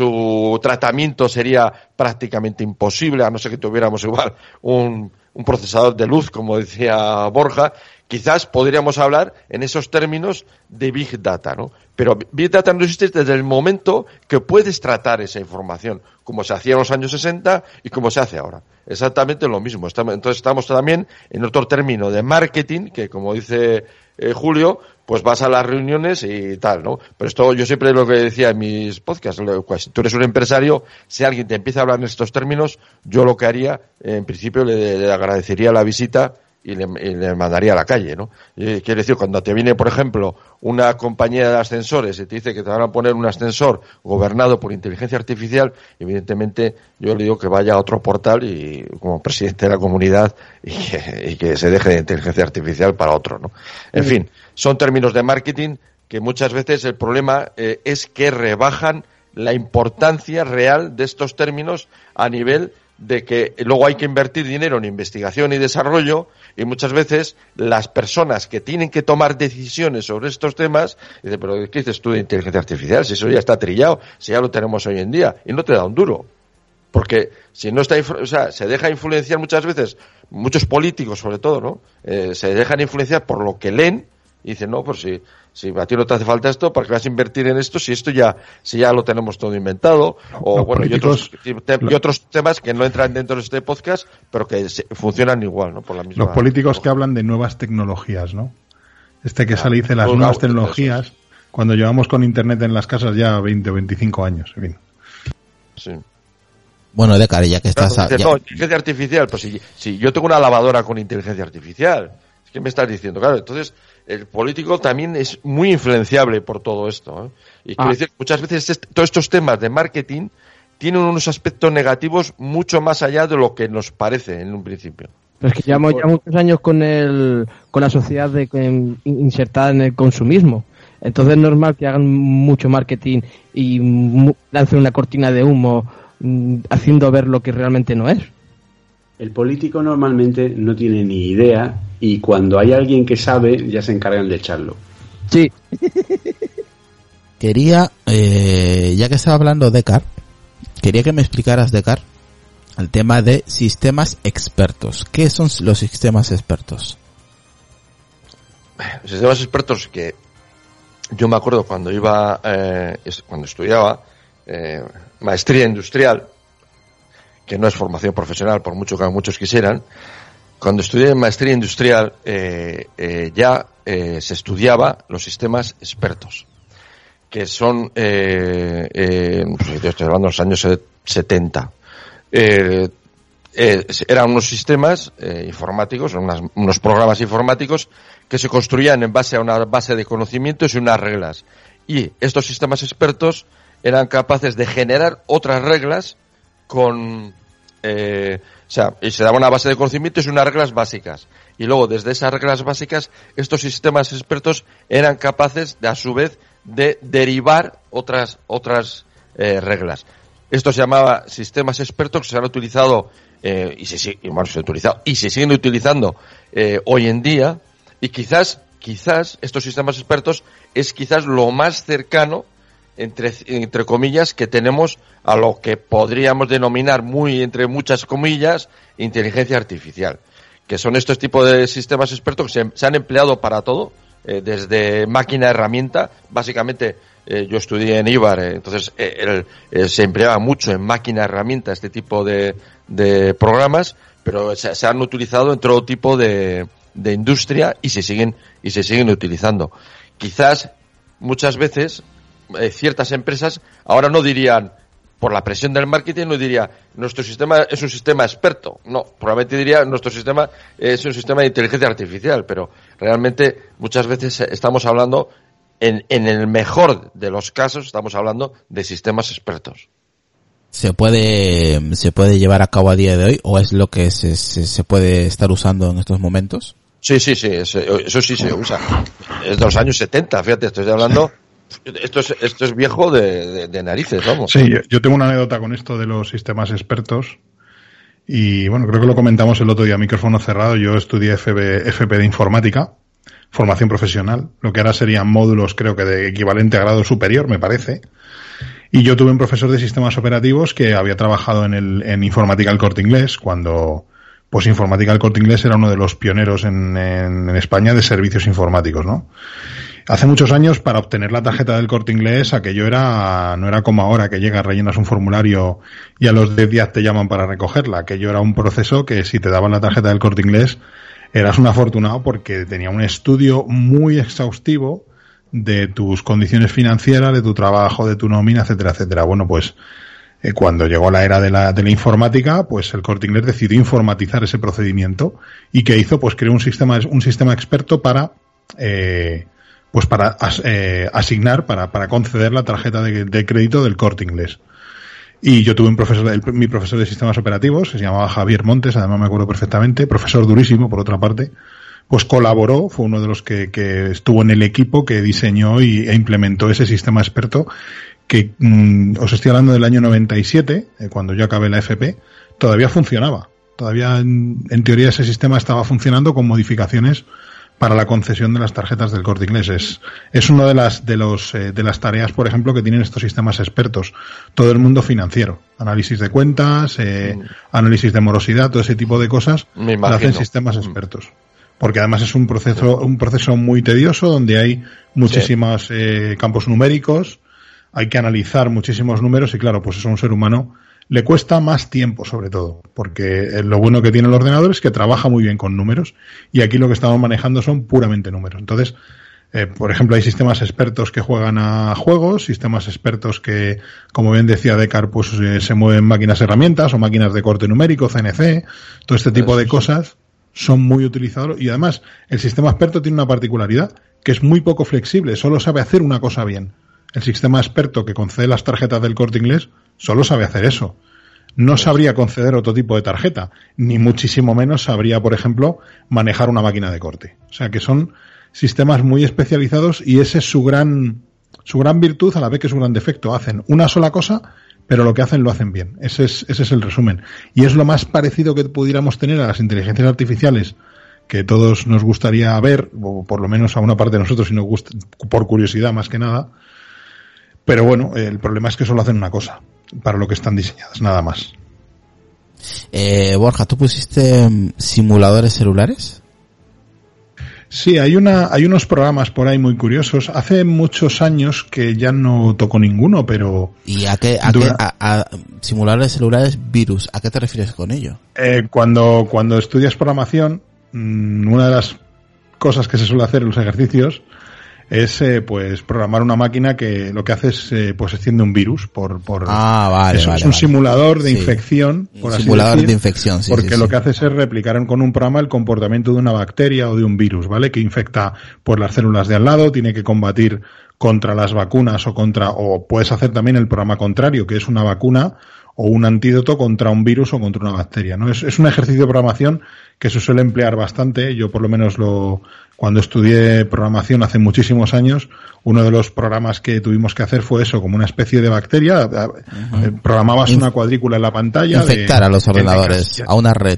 su tratamiento sería prácticamente imposible, a no ser que tuviéramos igual un, un procesador de luz, como decía Borja. Quizás podríamos hablar en esos términos de Big Data, ¿no? Pero Big Data no existe desde el momento que puedes tratar esa información, como se hacía en los años sesenta y como se hace ahora. Exactamente lo mismo. Estamos, entonces estamos también en otro término de marketing, que como dice eh, Julio, pues vas a las reuniones y tal, ¿no? Pero esto yo siempre lo que decía en mis podcasts, pues, si tú eres un empresario, si alguien te empieza a hablar en estos términos, yo lo que haría, en principio, le, le agradecería la visita y le, y le mandaría a la calle, ¿no? Y, quiere decir, cuando te viene, por ejemplo, una compañía de ascensores y te dice que te van a poner un ascensor gobernado por inteligencia artificial, evidentemente yo le digo que vaya a otro portal y como presidente de la comunidad y que, y que se deje de inteligencia artificial para otro, ¿no? En sí. fin, son términos de marketing que muchas veces el problema eh, es que rebajan la importancia real de estos términos a nivel de que luego hay que invertir dinero en investigación y desarrollo y muchas veces las personas que tienen que tomar decisiones sobre estos temas dicen, pero ¿qué dices tú de inteligencia artificial? Si eso ya está trillado, si ya lo tenemos hoy en día y no te da un duro. Porque si no está, o sea, se deja influenciar muchas veces, muchos políticos sobre todo, ¿no? Eh, se dejan influenciar por lo que leen y dicen, no, pues si, si a ti no te hace falta esto, ¿para qué vas a invertir en esto si esto ya, si ya lo tenemos todo inventado? O los bueno, y otros, te, los, y otros temas que no entran dentro de este podcast, pero que se, funcionan igual, ¿no? Por la misma. Los políticos que hablan de nuevas tecnologías, ¿no? Este que ah, sale dice las pues, nuevas no, tecnologías, cuando llevamos con internet en las casas ya veinte o veinticinco años, en fin. Sí. Bueno, Edgar, ya que estás... Claro, a, ya... No, inteligencia artificial, pues si, si yo tengo una lavadora con inteligencia artificial, ¿qué me estás diciendo? Claro, entonces el político también es muy influenciable por todo esto, ¿eh? Y ah. quiero decir, muchas veces este, todos estos temas de marketing tienen unos aspectos negativos mucho más allá de lo que nos parece en un principio. Pero es que llevamos ya muchos años con el con la sociedad de, en, insertada en el consumismo. Entonces es normal que hagan mucho marketing y mu, lancen una cortina de humo m, haciendo ver lo que realmente no es. El político normalmente no tiene ni idea y cuando hay alguien que sabe ya se encargan de echarlo. Sí. Quería, eh, ya que estaba hablando de Edgar, quería que me explicaras, Edgar, el tema de sistemas expertos. ¿Qué son los sistemas expertos? Sistemas expertos que yo me acuerdo cuando iba, eh, cuando estudiaba eh, maestría industrial, que no es formación profesional, por mucho que muchos quisieran. Cuando estudié maestría industrial, eh, eh, ya eh, se estudiaba los sistemas expertos, que son, eh, eh, estoy hablando de los años setenta. Eh, eh, eran unos sistemas eh, informáticos, unas, unos programas informáticos que se construían en base a una base de conocimientos y unas reglas. Y estos sistemas expertos eran capaces de generar otras reglas con, eh, o sea, y se daba una base de conocimientos y unas reglas básicas. Y luego, desde esas reglas básicas, estos sistemas expertos eran capaces, de, a su vez, de derivar otras, otras eh, reglas. Esto se llamaba sistemas expertos que se han utilizado, eh, y se, y, bueno, se han utilizado, y se siguen utilizando eh, hoy en día Y quizás, quizás estos sistemas expertos es quizás lo más cercano, entre, entre comillas, que tenemos a lo que podríamos denominar, muy entre muchas comillas, inteligencia artificial. Que son estos tipos de sistemas expertos que se, se han empleado para todo, eh, desde máquina herramienta, básicamente. Eh, yo estudié en Ibar, eh, entonces eh, el, eh, se empleaba mucho en máquina herramienta este tipo de, de programas, pero se, se han utilizado en todo tipo de, de industria y se siguen y se siguen utilizando. Quizás muchas veces eh, ciertas empresas ahora no dirían, por la presión del marketing, no diría nuestro sistema es un sistema experto, no, probablemente diría nuestro sistema es un sistema de inteligencia artificial, pero realmente muchas veces estamos hablando En, en el mejor de los casos estamos hablando de sistemas expertos. ¿Se puede se puede llevar a cabo a día de hoy o es lo que se, se, se puede estar usando en estos momentos? Sí, sí, sí, eso, eso sí se usa. Es de los años setenta, fíjate, estoy hablando, esto es, esto es viejo de, de, de narices, vamos. Sí, yo, yo tengo una anécdota con esto de los sistemas expertos y bueno, creo que lo comentamos el otro día a micrófono cerrado. Yo estudié F B, F P de informática, formación profesional, lo que ahora serían módulos creo que de equivalente a grado superior, me parece. Y yo tuve un profesor de sistemas operativos que había trabajado en el en informática El Corte Inglés, cuando pues informática El Corte Inglés era uno de los pioneros en, en, en España de servicios informáticos, ¿no? Hace muchos años, para obtener la tarjeta del Corte Inglés, aquello era, no era como ahora, que llegas, rellenas un formulario y a los diez días te llaman para recogerla. Aquello era un proceso que si te daban la tarjeta del Corte Inglés, eras un afortunado porque tenía un estudio muy exhaustivo de tus condiciones financieras, de tu trabajo, de tu nómina, etcétera, etcétera. Bueno, pues eh, cuando llegó la era de la, de la informática, pues el Corte Inglés decidió informatizar ese procedimiento y ¿qué hizo? Pues creó un sistema, un sistema experto para, eh, pues para as, eh, asignar, para, para conceder la tarjeta de, de crédito del Corte Inglés. Y yo tuve un profesor, el, mi profesor de sistemas operativos, se llamaba Javier Montes, además me acuerdo perfectamente, profesor durísimo por otra parte, pues colaboró, fue uno de los que, que estuvo en el equipo que diseñó y, e implementó ese sistema experto que, mmm, os estoy hablando del año noventa y siete, eh, cuando yo acabé la F P, todavía funcionaba, todavía en, en teoría ese sistema estaba funcionando con modificaciones para la concesión de las tarjetas del Corte Inglés. Es, es una de las, de los, eh, de las tareas, por ejemplo, que tienen estos sistemas expertos. Todo el mundo financiero. Análisis de cuentas, eh, mm. análisis de morosidad, todo ese tipo de cosas, lo hacen sistemas expertos. Porque además es un proceso, un proceso muy tedioso donde hay muchísimos, sí. eh, campos numéricos, hay que analizar muchísimos números y claro, pues eso a un ser humano le cuesta más tiempo, sobre todo, porque lo bueno que tiene el ordenador es que trabaja muy bien con números y aquí lo que estamos manejando son puramente números. Entonces, eh, por ejemplo, hay sistemas expertos que juegan a juegos, sistemas expertos que, como bien decía Decar, pues eh, se mueven máquinas herramientas o máquinas de corte numérico, C N C, todo este tipo de cosas son muy utilizados y además el sistema experto tiene una particularidad que es muy poco flexible, solo sabe hacer una cosa bien. El sistema experto que concede las tarjetas del Corte Inglés solo sabe hacer eso. No sabría conceder otro tipo de tarjeta, ni muchísimo menos sabría, por ejemplo, manejar una máquina de corte. O sea que son sistemas muy especializados y ese es su gran, su gran virtud a la vez que su gran defecto. Hacen una sola cosa, pero lo que hacen lo hacen bien. Ese es, ese es el resumen. Y es lo más parecido que pudiéramos tener a las inteligencias artificiales que todos nos gustaría ver, o por lo menos a una parte de nosotros, si nos gusta, por curiosidad más que nada. Pero bueno, el problema es que solo hacen una cosa, para lo que están diseñadas, nada más. Eh, Borja, ¿tú pusiste simuladores celulares? Sí, hay una, hay unos programas por ahí muy curiosos. Hace muchos años que ya no toco ninguno, pero... ¿Y a qué, a, qué, a, a simuladores celulares virus? ¿A qué te refieres con ello? Eh, cuando, cuando estudias programación, mmm, una de las cosas que se suele hacer en los ejercicios es eh, pues programar una máquina que lo que hace es eh, pues extiende un virus por por ah, vale, eso vale, es un vale. simulador de sí. infección por un así simulador decir, de infección sí, porque sí, lo sí. que hace es replicar con un programa el comportamiento de una bacteria o de un virus, ¿vale? Que infecta pues las células de al lado, tiene que combatir contra las vacunas o contra o puedes hacer también el programa contrario, que es una vacuna o un antídoto contra un virus o contra una bacteria, ¿no? Es, es un ejercicio de programación que se suele emplear bastante. Yo por lo menos lo, cuando estudié programación hace muchísimos años, uno de los programas que tuvimos que hacer fue eso, como una especie de bacteria. Uh-huh. Programabas Inf- una cuadrícula en la pantalla. Infectar de, a los ordenadores, a una red.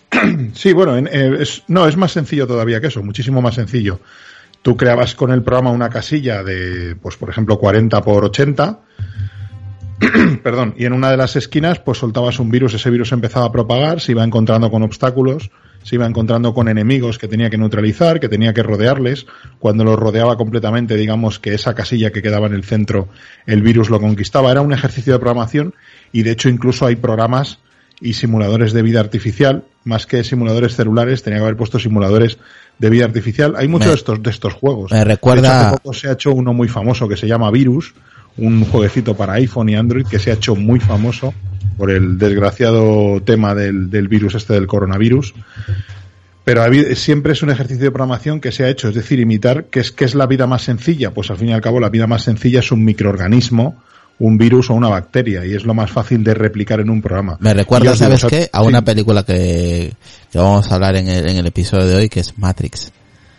Sí, bueno, en, eh, es, no, es más sencillo todavía que eso, muchísimo más sencillo. Tú creabas con el programa una casilla de, pues por ejemplo, cuarenta por ochenta, perdón, y en una de las esquinas pues soltabas un virus, ese virus empezaba a propagar, se iba encontrando con obstáculos, se iba encontrando con enemigos que tenía que neutralizar, que tenía que rodearles. Cuando los rodeaba completamente, digamos que esa casilla que quedaba en el centro, el virus lo conquistaba. Era un ejercicio de programación y de hecho incluso hay programas y simuladores de vida artificial, más que simuladores celulares, tenía que haber puesto simuladores de vida artificial. Hay muchos me, de estos de estos juegos. Me recuerda... De hecho, hace poco se ha hecho uno muy famoso que se llama Virus, un jueguecito para iPhone y Android que se ha hecho muy famoso por el desgraciado tema del, del virus este del coronavirus. Pero siempre es un ejercicio de programación que se ha hecho, es decir, imitar qué es, qué es la vida más sencilla. Pues al fin y al cabo la vida más sencilla es un microorganismo, un virus o una bacteria, y es lo más fácil de replicar en un programa. Me recuerda, ¿sabes qué? A una sí. película que, que vamos a hablar en el, en el episodio de hoy, que es Matrix.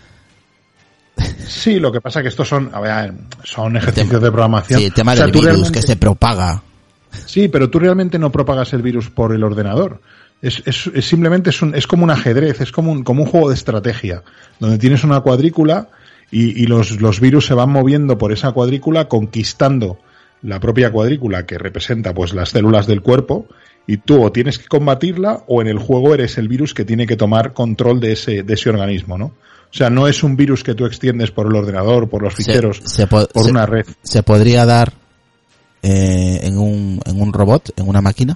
Sí, lo que pasa que estos son, a ver, son ejercicios tema, de programación. Sí, el tema o sea, del virus realmente, que se propaga. Sí, pero tú realmente no propagas el virus por el ordenador. Es, es, es simplemente es, un, es como un ajedrez, es como un, como un juego de estrategia, donde tienes una cuadrícula y, y los, los virus se van moviendo por esa cuadrícula, conquistando la propia cuadrícula que representa pues las células del cuerpo, y tú o tienes que combatirla o en el juego eres el virus que tiene que tomar control de ese, de ese organismo, ¿no? O sea, no es un virus que tú extiendes por el ordenador, por los ficheros, se, se po- por se, una red. ¿Se podría dar eh, en un en un robot, en una máquina?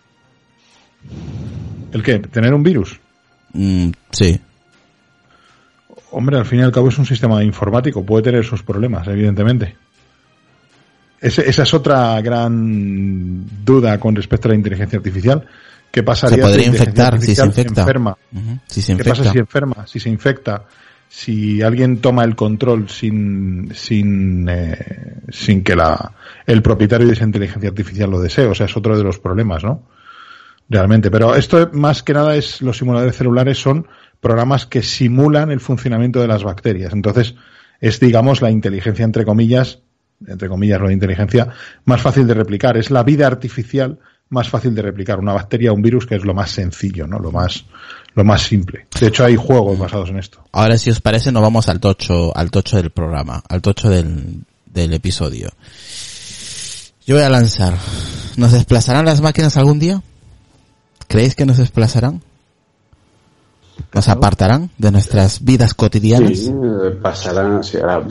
¿El qué? ¿Tener un virus? Mm, sí. Hombre, al fin y al cabo es un sistema informático, puede tener sus problemas, evidentemente. Ese, esa es otra gran duda con respecto a la inteligencia artificial. ¿Qué pasaría se podría si infectar si se infecta? Enferma? Uh-huh. Si se ¿Qué infecta? pasa si enferma? Si se infecta, si alguien toma el control sin sin eh, sin que la el propietario de esa inteligencia artificial lo desee. O sea, es otro de los problemas, ¿no? Realmente. Pero esto más que nada es, los simuladores celulares son programas que simulan el funcionamiento de las bacterias. Entonces, es, digamos, la inteligencia, entre comillas, entre comillas, lo de inteligencia, más fácil de replicar. Es la vida artificial más fácil de replicar. Una bacteria o un virus, que es lo más sencillo, ¿no? Lo más, lo más simple. De hecho, hay juegos basados en esto. Ahora, si os parece, nos vamos al tocho, al tocho del programa, al tocho del, del episodio. Yo voy a lanzar. ¿Nos desplazarán las máquinas algún día? ¿Creéis que nos desplazarán? ¿Nos apartarán de nuestras vidas cotidianas? Sí, pasarán, sí, ahora...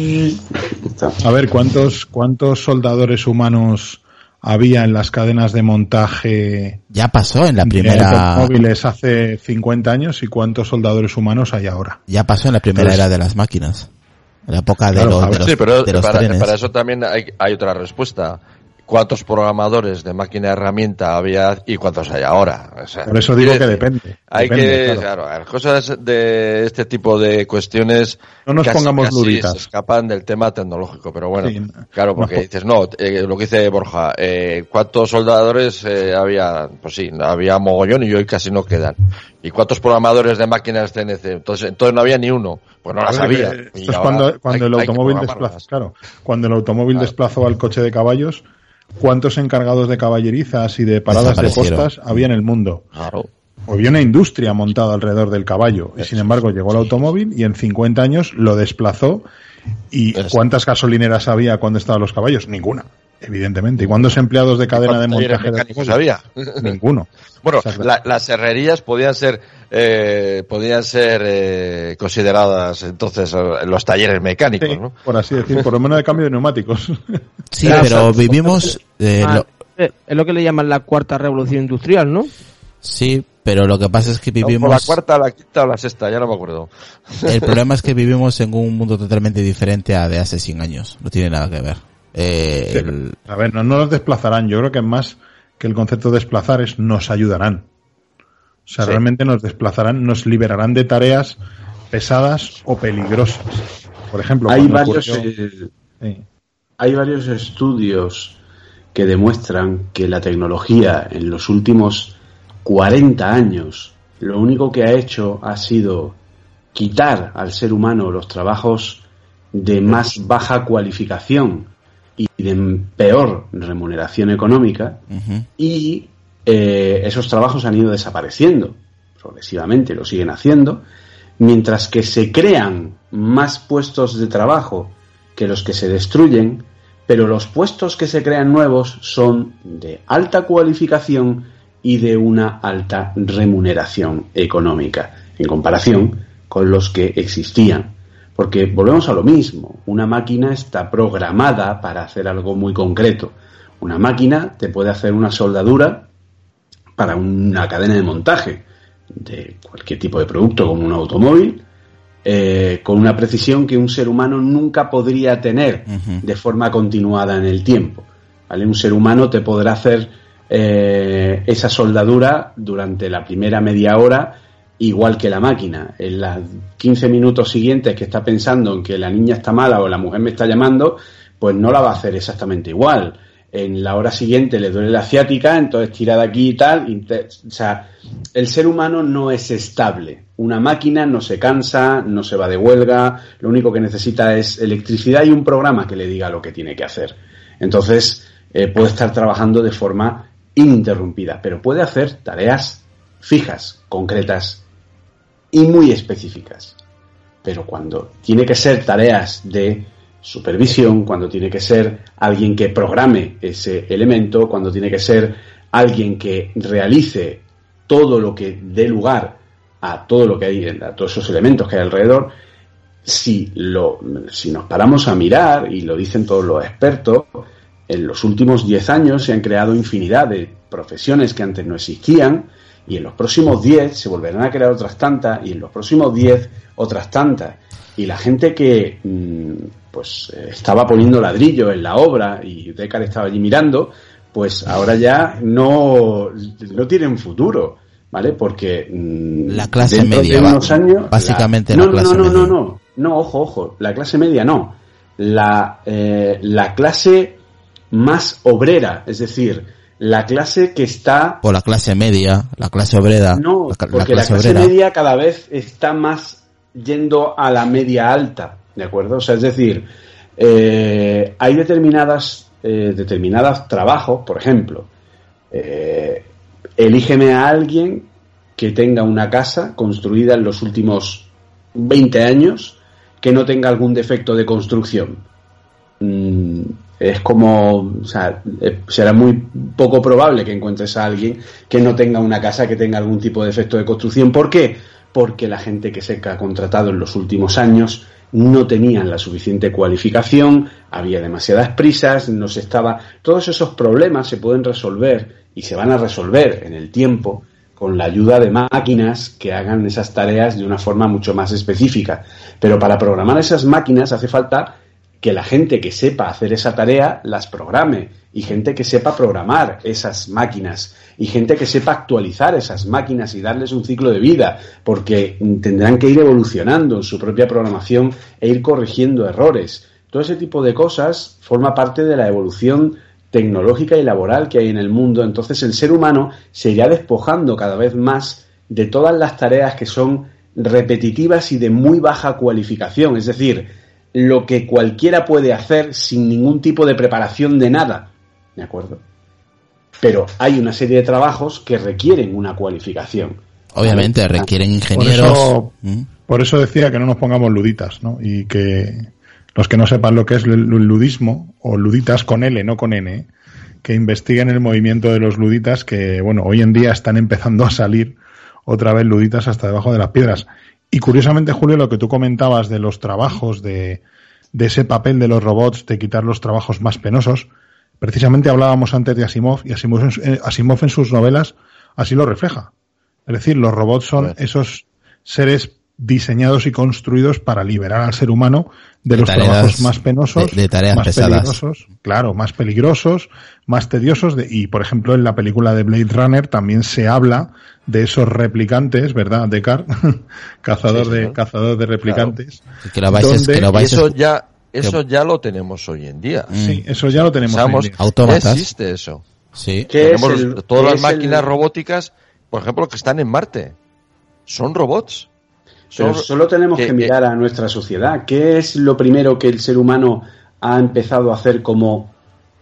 A ver, ¿cuántos, cuántos soldadores humanos había en las cadenas de montaje? Ya pasó en la primera... de automóviles hace cincuenta años, y cuántos soldadores humanos hay ahora. Ya pasó en la primera Entonces, era de las máquinas. En la época de, claro, los, de los, sí, pero de los para, trenes. Para eso también hay, hay otra respuesta. ¿Cuántos programadores de máquina de herramienta había y cuántos hay ahora? O sea, por eso digo que depende. Hay depende, que, claro. claro, las cosas de este tipo de cuestiones no nos casi, pongamos casi luditas. se escapan del tema tecnológico, pero bueno, sí, claro, porque no. dices, no, eh, lo que dice Borja, eh, ¿cuántos soldadores eh, había? Pues sí, había mogollón y hoy casi no quedan. ¿Y cuántos programadores de máquinas C N C? Entonces, entonces no había ni uno, pues no las había. Esto es cuando, cuando el automóvil desplazó, claro, cuando el automóvil claro. desplazó al coche de caballos. ¿Cuántos encargados de caballerizas y de paradas de postas había en el mundo? Claro. Había una industria montada alrededor del caballo. Y sin embargo llegó el automóvil y en cincuenta años lo desplazó. ¿Y Eso. cuántas gasolineras había cuando estaban los caballos? Ninguna, evidentemente. ¿Y cuántos empleados de cadena de montaje mecánicos había? Ninguno. Bueno, la, las herrerías podían ser eh, podían ser eh, consideradas entonces los talleres mecánicos, sí, ¿no? Por así decir, por lo menos de cambio de neumáticos. Sí, pero vivimos... Eh, ah, lo... Es lo que le llaman la cuarta revolución industrial, ¿no? Sí, pero lo que pasa es que vivimos... O la cuarta, la quinta o la sexta, ya no me acuerdo. El problema es que vivimos en un mundo totalmente diferente a de hace cien años. No tiene nada que ver. Eh, sí, el... A ver, no, no nos desplazarán. Yo creo que más que el concepto de desplazar es nos ayudarán. O sea, sí. realmente nos desplazarán, nos liberarán de tareas pesadas o peligrosas. Por ejemplo, hay varios, ocurrió... eh, sí. hay varios estudios que demuestran que la tecnología en los últimos cuarenta años lo único que ha hecho ha sido quitar al ser humano los trabajos de más baja cualificación y de peor remuneración económica, uh-huh. y eh, esos trabajos han ido desapareciendo. O progresivamente lo siguen haciendo, mientras que se crean más puestos de trabajo que los que se destruyen, pero los puestos que se crean nuevos son de alta cualificación y de una alta remuneración económica, en comparación con los que existían. Porque volvemos a lo mismo, una máquina está programada para hacer algo muy concreto. Una máquina te puede hacer una soldadura para una cadena de montaje de cualquier tipo de producto, como un automóvil, eh, con una precisión que un ser humano nunca podría tener uh-huh. de forma continuada en el tiempo, ¿vale? Un ser humano te podrá hacer eh, esa soldadura durante la primera media hora igual que la máquina. En los quince minutos siguientes que está pensando en que la niña está mala o la mujer me está llamando, pues no la va a hacer exactamente igual. En la hora siguiente le duele la ciática, entonces tira de aquí y tal. Y te, o sea, el ser humano no es estable. Una máquina no se cansa, no se va de huelga, lo único que necesita es electricidad y un programa que le diga lo que tiene que hacer. Entonces, eh, puede estar trabajando de forma ininterrumpida, pero puede hacer tareas fijas, concretas y muy específicas. Pero cuando tiene que ser tareas de supervisión, cuando tiene que ser alguien que programe ese elemento, cuando tiene que ser alguien que realice todo lo que dé lugar a todo lo que hay, a todos esos elementos que hay alrededor, si lo, si nos paramos a mirar, y lo dicen todos los expertos, en los últimos diez años se han creado infinidad de profesiones que antes no existían, y en los próximos diez se volverán a crear otras tantas, y en los próximos diez otras tantas. Y la gente que pues estaba poniendo ladrillo en la obra y Deckard estaba allí mirando, pues ahora ya no, no tienen futuro, ¿vale? Porque la clase media, de unos años, básicamente la, la no, clase no, no, media. no, no, no, no, ojo, ojo, la clase media no, la eh, la clase más obrera, es decir, la clase que está por la clase media, la clase obrera, no, la, porque la clase, la clase obrera. media cada vez está más yendo a la media alta, ¿de acuerdo? O sea, es decir, eh, hay determinadas eh, determinados trabajos, por ejemplo, eh, elígeme a alguien que tenga una casa construida en los últimos veinte años que no tenga algún defecto de construcción. Mm, es como, o sea, eh, será muy poco probable que encuentres a alguien que no tenga una casa que tenga algún tipo de defecto de construcción. ¿Por qué? Porque la gente que se ha contratado en los últimos años no tenían la suficiente cualificación, había demasiadas prisas, no se estaba... Todos esos problemas se pueden resolver y se van a resolver en el tiempo con la ayuda de máquinas que hagan esas tareas de una forma mucho más específica. Pero para programar esas máquinas hace falta que la gente que sepa hacer esa tarea las programe, y gente que sepa programar esas máquinas, y gente que sepa actualizar esas máquinas y darles un ciclo de vida, porque tendrán que ir evolucionando en su propia programación e ir corrigiendo errores. Todo ese tipo de cosas forma parte de la evolución tecnológica y laboral que hay en el mundo. Entonces el ser humano se irá despojando cada vez más de todas las tareas que son repetitivas y de muy baja cualificación, es decir, lo que cualquiera puede hacer sin ningún tipo de preparación de nada, ¿de acuerdo? Pero hay una serie de trabajos que requieren una cualificación. Obviamente, ¿vale? requieren ingenieros. Por eso, ¿Mm? por eso decía que no nos pongamos luditas, ¿no? Y que los que no sepan lo que es el ludismo, o luditas con L, no con N, que investiguen el movimiento de los luditas, que, bueno, hoy en día están empezando a salir otra vez luditas hasta debajo de las piedras. Y curiosamente, Julio, lo que tú comentabas de los trabajos, de, de ese papel de los robots, de quitar los trabajos más penosos, precisamente hablábamos antes de Asimov, y Asimov, Asimov en sus novelas así lo refleja. Es decir, los robots son esos seres diseñados y construidos para liberar al ser humano de, de los tareas, trabajos más penosos, de, de tareas más pesadas. peligrosos, claro, más peligrosos, más tediosos, de, y por ejemplo en la película de Blade Runner también se habla de esos replicantes, ¿verdad, Deckard? cazador sí, de claro. cazador de replicantes. Claro. Que lo vais, donde, que lo vais eso ya eso ya lo tenemos hoy en día. Sí, eso ya lo tenemos Pensamos, hoy en día. Autómatas. Ya existe eso. Sí. Tenemos el, todas las máquinas el... robóticas, por ejemplo, que están en Marte. Son robots. Pero Son... solo tenemos que, que mirar que... a nuestra sociedad. ¿Qué es lo primero que el ser humano ha empezado a hacer como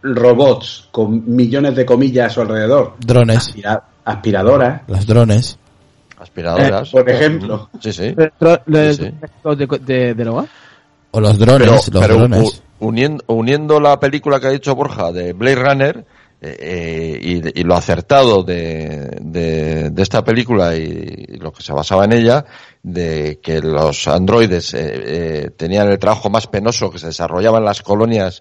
robots con millones de comillas a su alrededor? Drones. Aspira... Aspiradoras. Las drones. aspiradoras. Eh, por ejemplo. Sí, sí. Pero, sí, sí. ¿De, de, de Loa? O los drones, Pero, los pero drones. Uniendo, uniendo la película que ha dicho Borja de Blade Runner eh, y, y lo acertado de, de, de esta película y, y lo que se basaba en ella, de que los androides eh, eh, tenían el trabajo más penoso que se desarrollaba en las colonias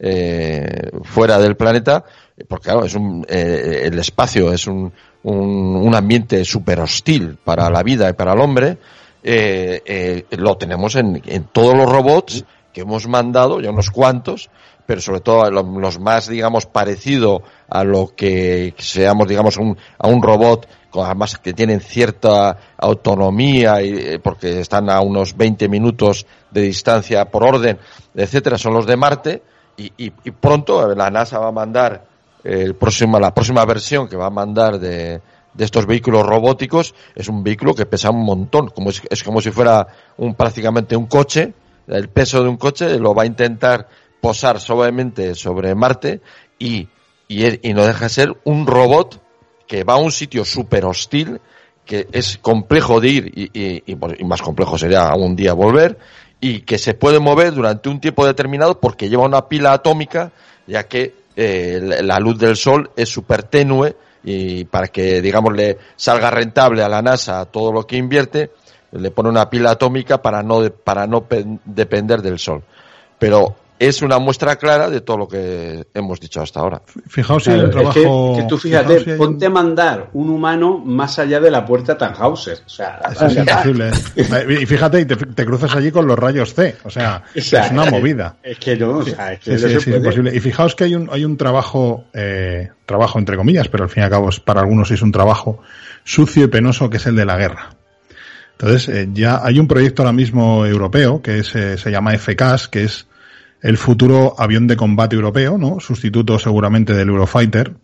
eh, fuera del planeta, porque claro, es un, eh, el espacio es un, un, un ambiente súper hostil para la vida y para el hombre. Eh, eh, lo tenemos en, en todos los robots que hemos mandado, ya unos cuantos, pero sobre todo los más, digamos, parecido a lo que seamos, digamos, un, a un robot, además que tienen cierta autonomía, y, porque están a unos veinte minutos de distancia por orden, etcétera, son los de Marte, y, y, y pronto la NASA va a mandar el próximo, la próxima versión que va a mandar de de estos vehículos robóticos, es un vehículo que pesa un montón, como es, es como si fuera un prácticamente un coche, el peso de un coche, lo va a intentar posar suavemente sobre Marte y, y, y no deja de ser un robot que va a un sitio súper hostil, que es complejo de ir y, y, y, y más complejo sería algún día volver, y que se puede mover durante un tiempo determinado porque lleva una pila atómica, ya que eh, la luz del sol es súper tenue, y para que, digamos, le salga rentable a la NASA todo lo que invierte, le pone una pila atómica para no, para no pe- depender del sol. Pero es una muestra clara de todo lo que hemos dicho hasta ahora. Fijaos si hay un trabajo... Es que, que tú fíjate, si ponte un... a mandar un humano más allá de la puerta Tannhauser. O sea, eso es imposible. ¿eh? Y fíjate, y te, te cruzas allí con los rayos C. O sea, o sea es una movida. Es que no, o sea, es que sí, no sí, se sí, puede. es imposible. Y fijaos que hay un, hay un trabajo, eh, trabajo entre comillas, pero al fin y al cabo es, para algunos es un trabajo sucio y penoso, que es el de la guerra. Entonces, eh, ya hay un proyecto ahora mismo europeo que es, eh, se llama F C A S, que es el futuro avión de combate europeo, ¿no? Sustituto seguramente del Eurofighter.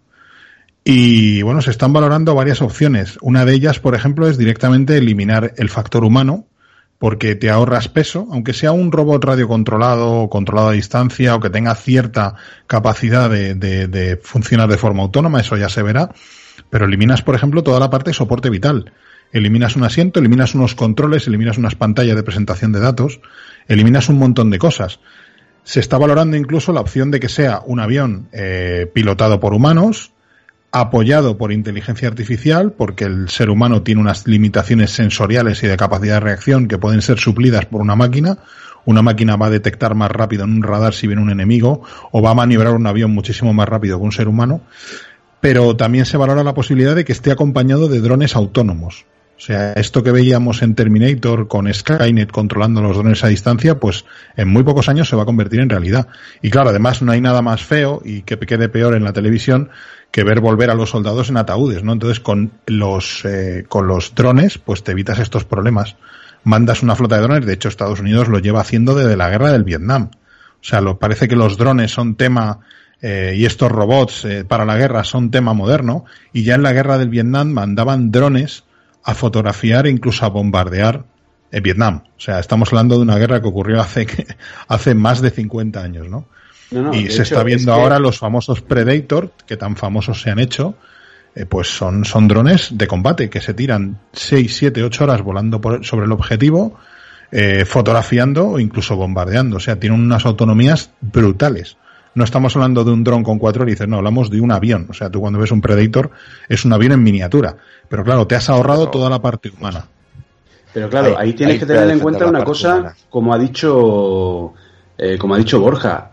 Y bueno, se están valorando varias opciones. Una de ellas, por ejemplo, es directamente eliminar el factor humano, porque te ahorras peso, aunque sea un robot radiocontrolado o controlado a distancia o que tenga cierta capacidad de, de, de funcionar de forma autónoma, eso ya se verá. Pero eliminas, por ejemplo, toda la parte de soporte vital. Eliminas un asiento, eliminas unos controles, eliminas unas pantallas de presentación de datos, eliminas un montón de cosas. Se está valorando incluso la opción de que sea un avión eh, pilotado por humanos, apoyado por inteligencia artificial, porque el ser humano tiene unas limitaciones sensoriales y de capacidad de reacción que pueden ser suplidas por una máquina. Una máquina va a detectar más rápido en un radar si viene un enemigo, o va a maniobrar un avión muchísimo más rápido que un ser humano. Pero también se valora la posibilidad de que esté acompañado de drones autónomos. O sea, esto que veíamos en Terminator con Skynet controlando los drones a distancia, pues en muy pocos años se va a convertir en realidad. Y claro, además no hay nada más feo y que quede peor en la televisión que ver volver a los soldados en ataúdes, ¿no? Entonces con los eh, con los drones, pues te evitas estos problemas. Mandas una flota de drones, de hecho Estados Unidos lo lleva haciendo desde la guerra del Vietnam. O sea, lo, parece que los drones son tema eh, y estos robots eh, para la guerra son tema moderno, y ya en la guerra del Vietnam mandaban drones a fotografiar e incluso a bombardear en Vietnam. O sea, estamos hablando de una guerra que ocurrió hace hace más de cincuenta años, ¿no? No, no, y se hecho, está viendo es ahora que... los famosos Predator, que tan famosos se han hecho, eh, pues son, son drones de combate que se tiran seis, siete, ocho horas volando por, sobre el objetivo, eh, fotografiando o incluso bombardeando. O sea, tienen unas autonomías brutales. No estamos hablando de un dron con cuatro hélices, no, hablamos de un avión. O sea, tú cuando ves un Predator es un avión en miniatura. Pero claro, te has ahorrado pero, toda la parte humana. Pero claro, ahí, ahí tienes ahí que tener en cuenta una cosa, humana. como ha dicho eh, como ha dicho Borja.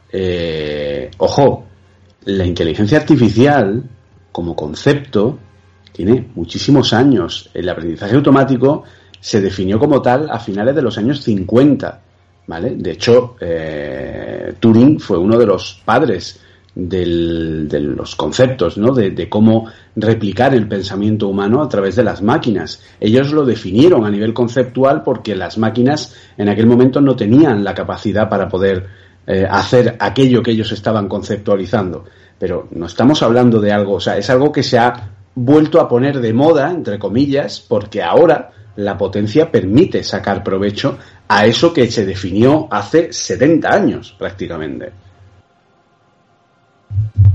Eh, ojo, la inteligencia artificial como concepto tiene muchísimos años. El aprendizaje automático se definió como tal a finales de los años cincuenta. ¿Vale? De hecho, eh, Turing fue uno de los padres del, de los conceptos, ¿no? De, de cómo replicar el pensamiento humano a través de las máquinas. Ellos lo definieron a nivel conceptual porque las máquinas en aquel momento no tenían la capacidad para poder eh, hacer aquello que ellos estaban conceptualizando. Pero no estamos hablando de algo, o sea, es algo que se ha vuelto a poner de moda, entre comillas, porque ahora la potencia permite sacar provecho a eso que se definió hace setenta años, prácticamente.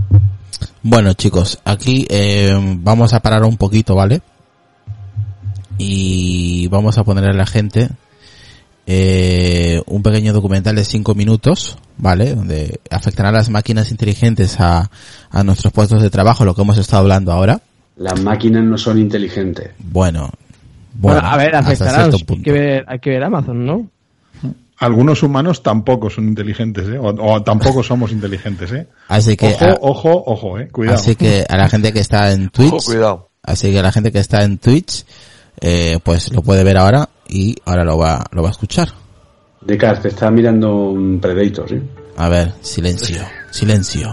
Bueno, chicos, aquí eh, vamos a parar un poquito, ¿vale? y vamos a poner a la gente eh, un pequeño documental de cinco minutos, ¿vale? Donde afectará a las máquinas inteligentes a, a nuestros puestos de trabajo, lo que hemos estado hablando ahora. Las máquinas no son inteligentes. Bueno, bueno, bueno a ver, afectará, hasta cierto hay punto. que ver, hay que ver Amazon, ¿no? Algunos humanos tampoco son inteligentes, ¿eh? O, o tampoco somos inteligentes, ¿eh? Así que, ojo, a, ojo, ojo, ¿eh? Cuidado. Así que a la gente que está en Twitch, Ojo, cuidado. Así que a la gente que está en Twitch, eh, pues lo puede ver ahora y ahora lo va, lo va a escuchar. Descartes, te está mirando un Predator, ¿sí? A ver, silencio, silencio.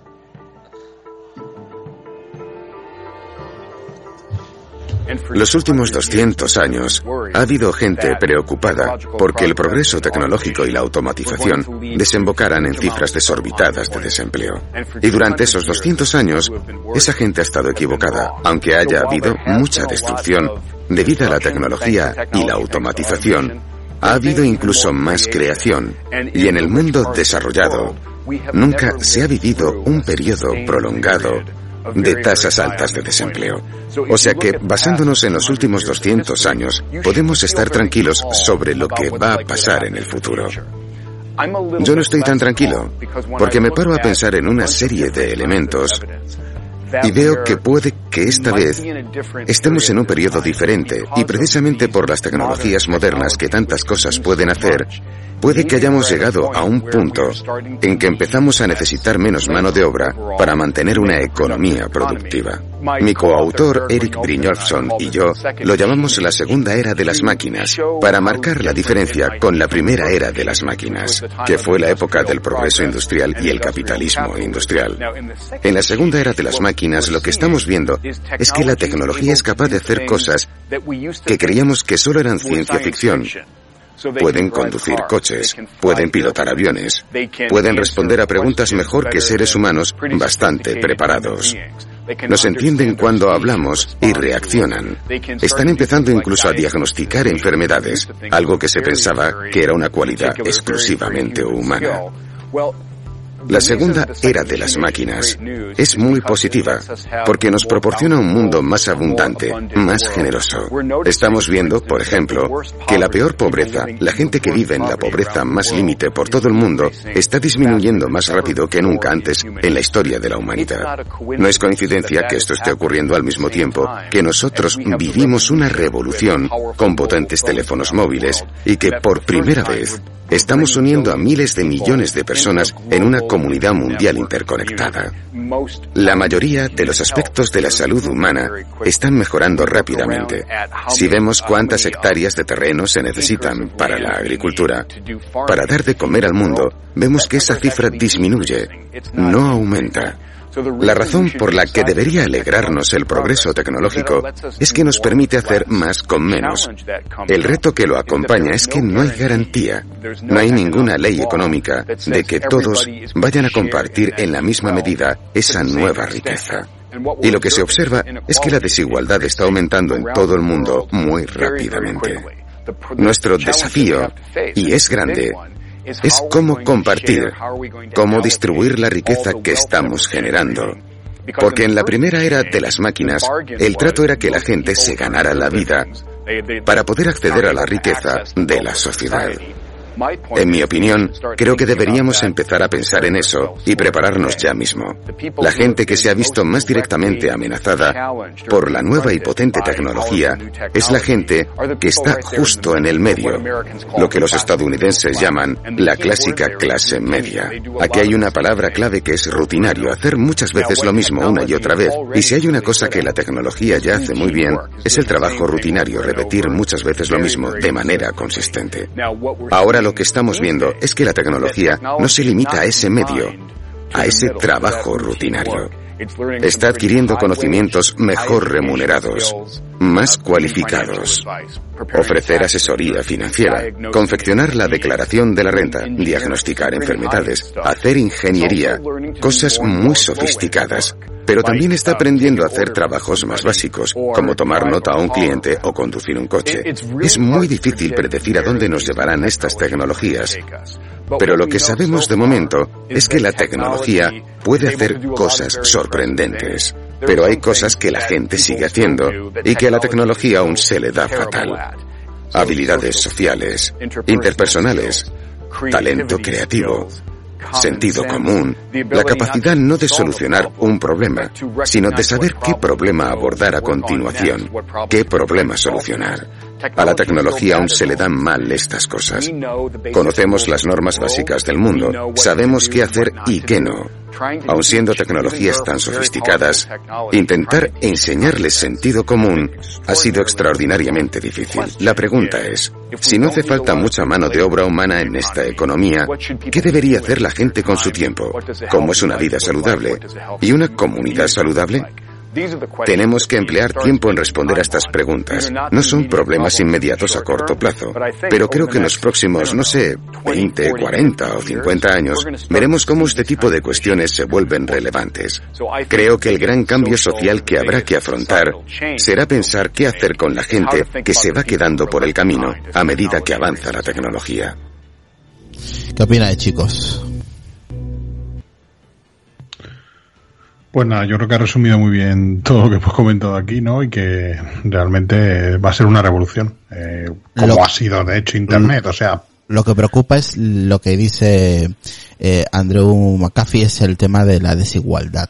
Los últimos doscientos años ha habido gente preocupada porque el progreso tecnológico y la automatización desembocaran en cifras desorbitadas de desempleo. Y durante esos doscientos años, esa gente ha estado equivocada, aunque haya habido mucha destrucción debido a la tecnología y la automatización. Ha habido incluso más creación, y en el mundo desarrollado nunca se ha vivido un periodo prolongado de tasas altas de desempleo. O sea que, basándonos en los últimos doscientos años, podemos estar tranquilos sobre lo que va a pasar en el futuro. Yo no estoy tan tranquilo, porque me paro a pensar en una serie de elementos y veo que puede que esta vez estemos en un periodo diferente, y precisamente por las tecnologías modernas que tantas cosas pueden hacer, puede que hayamos llegado a un punto en que empezamos a necesitar menos mano de obra para mantener una economía productiva. Mi coautor Eric Brynjolfsson y yo lo llamamos la segunda era de las máquinas, para marcar la diferencia con la primera era de las máquinas, que fue la época del progreso industrial y el capitalismo industrial. En la segunda era de las máquinas, lo que estamos viendo es que la tecnología es capaz de hacer cosas que creíamos que solo eran ciencia ficción. Pueden conducir coches, pueden pilotar aviones, pueden responder a preguntas mejor que seres humanos bastante preparados. Nos entienden cuando hablamos y reaccionan. Están empezando incluso a diagnosticar enfermedades, algo que se pensaba que era una cualidad exclusivamente humana. La segunda era de las máquinas es muy positiva porque nos proporciona un mundo más abundante, más generoso. Estamos viendo, por ejemplo, que la peor pobreza, la gente que vive en la pobreza más límite por todo el mundo, está disminuyendo más rápido que nunca antes en la historia de la humanidad. No es coincidencia que esto esté ocurriendo al mismo tiempo que nosotros vivimos una revolución con potentes teléfonos móviles y que por primera vez estamos uniendo a miles de millones de personas en una comunidad mundial interconectada. La mayoría de los aspectos de la salud humana están mejorando rápidamente. Si vemos cuántas hectáreas de terreno se necesitan para la agricultura, para dar de comer al mundo, vemos que esa cifra disminuye, no aumenta. La razón por la que debería alegrarnos el progreso tecnológico es que nos permite hacer más con menos. El reto que lo acompaña es que no hay garantía, no hay ninguna ley económica de que todos vayan a compartir en la misma medida esa nueva riqueza. Y lo que se observa es que la desigualdad está aumentando en todo el mundo muy rápidamente. Nuestro desafío, y es grande, es cómo compartir, cómo distribuir la riqueza que estamos generando. Porque en la primera era de las máquinas, el trato era que la gente se ganara la vida para poder acceder a la riqueza de la sociedad. En mi opinión, creo que deberíamos empezar a pensar en eso y prepararnos ya mismo. La gente que se ha visto más directamente amenazada por la nueva y potente tecnología es la gente que está justo en el medio, lo que los estadounidenses llaman la clásica clase media. Aquí hay una palabra clave que es rutinario, hacer muchas veces lo mismo una y otra vez. Y si hay una cosa que la tecnología ya hace muy bien, es el trabajo rutinario, repetir muchas veces lo mismo de manera consistente. Ahora lo que estamos viendo es que la tecnología no se limita a ese medio, a ese trabajo rutinario. Está adquiriendo conocimientos mejor remunerados, más cualificados, ofrecer asesoría financiera, confeccionar la declaración de la renta, diagnosticar enfermedades, hacer ingeniería, cosas muy sofisticadas. Pero también está aprendiendo a hacer trabajos más básicos, como tomar nota a un cliente o conducir un coche. Es muy difícil predecir a dónde nos llevarán estas tecnologías. Pero lo que sabemos de momento es que la tecnología puede hacer cosas sorprendentes. pero hay cosas que la gente sigue haciendo y que a la tecnología aún se le da fatal. Habilidades sociales, interpersonales, talento creativo, sentido común, la capacidad no de solucionar un problema, sino de saber qué problema abordar a continuación, qué problema solucionar. A la tecnología aún se le dan mal estas cosas. Conocemos las normas básicas del mundo, sabemos qué hacer y qué no. Aun siendo tecnologías tan sofisticadas, intentar enseñarles sentido común ha sido extraordinariamente difícil. La pregunta es, si no hace falta mucha mano de obra humana en esta economía, ¿qué debería hacer la gente con su tiempo? ¿Cómo es una vida saludable? ¿Y una comunidad saludable? Tenemos que emplear tiempo en responder a estas preguntas. No son problemas inmediatos a corto plazo, pero creo que en los próximos, no sé, veinte, cuarenta o cincuenta años, veremos cómo este tipo de cuestiones se vuelven relevantes. Creo que el gran cambio social que habrá que afrontar será pensar qué hacer con la gente que se va quedando por el camino a medida que avanza la tecnología. ¿Qué opináis, chicos? Pues nada, yo creo que ha resumido muy bien todo lo que hemos comentado aquí, ¿no? Y que realmente va a ser una revolución, eh, como lo, ha sido de hecho Internet, o sea... Lo que preocupa es lo que dice eh, Andrew McAfee, es el tema de la desigualdad.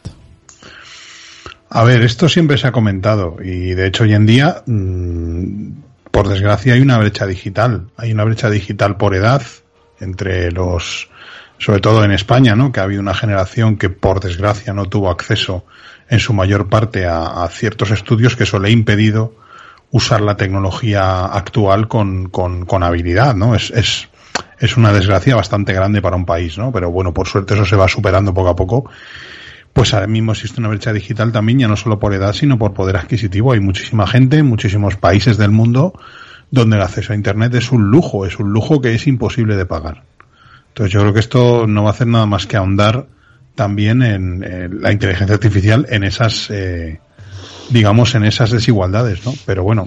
A ver, esto siempre se ha comentado y de hecho hoy en día, mmm, por desgracia, hay una brecha digital. Hay una brecha digital por edad entre los... sobre todo en España, ¿no? Que ha habido una generación que por desgracia no tuvo acceso en su mayor parte a, a ciertos estudios, que eso le ha impedido usar la tecnología actual con, con, con habilidad, ¿no? Es, es, es una desgracia bastante grande para un país, ¿no? Pero bueno, por suerte eso se va superando poco a poco. Pues ahora mismo existe una brecha digital también, ya no solo por edad, sino por poder adquisitivo. Hay muchísima gente en muchísimos países del mundo donde el acceso a Internet es un lujo, es un lujo que es imposible de pagar. Entonces yo creo que esto no va a hacer nada más que ahondar también en, en la inteligencia artificial, en esas, eh, digamos, en esas desigualdades, ¿no? Pero bueno,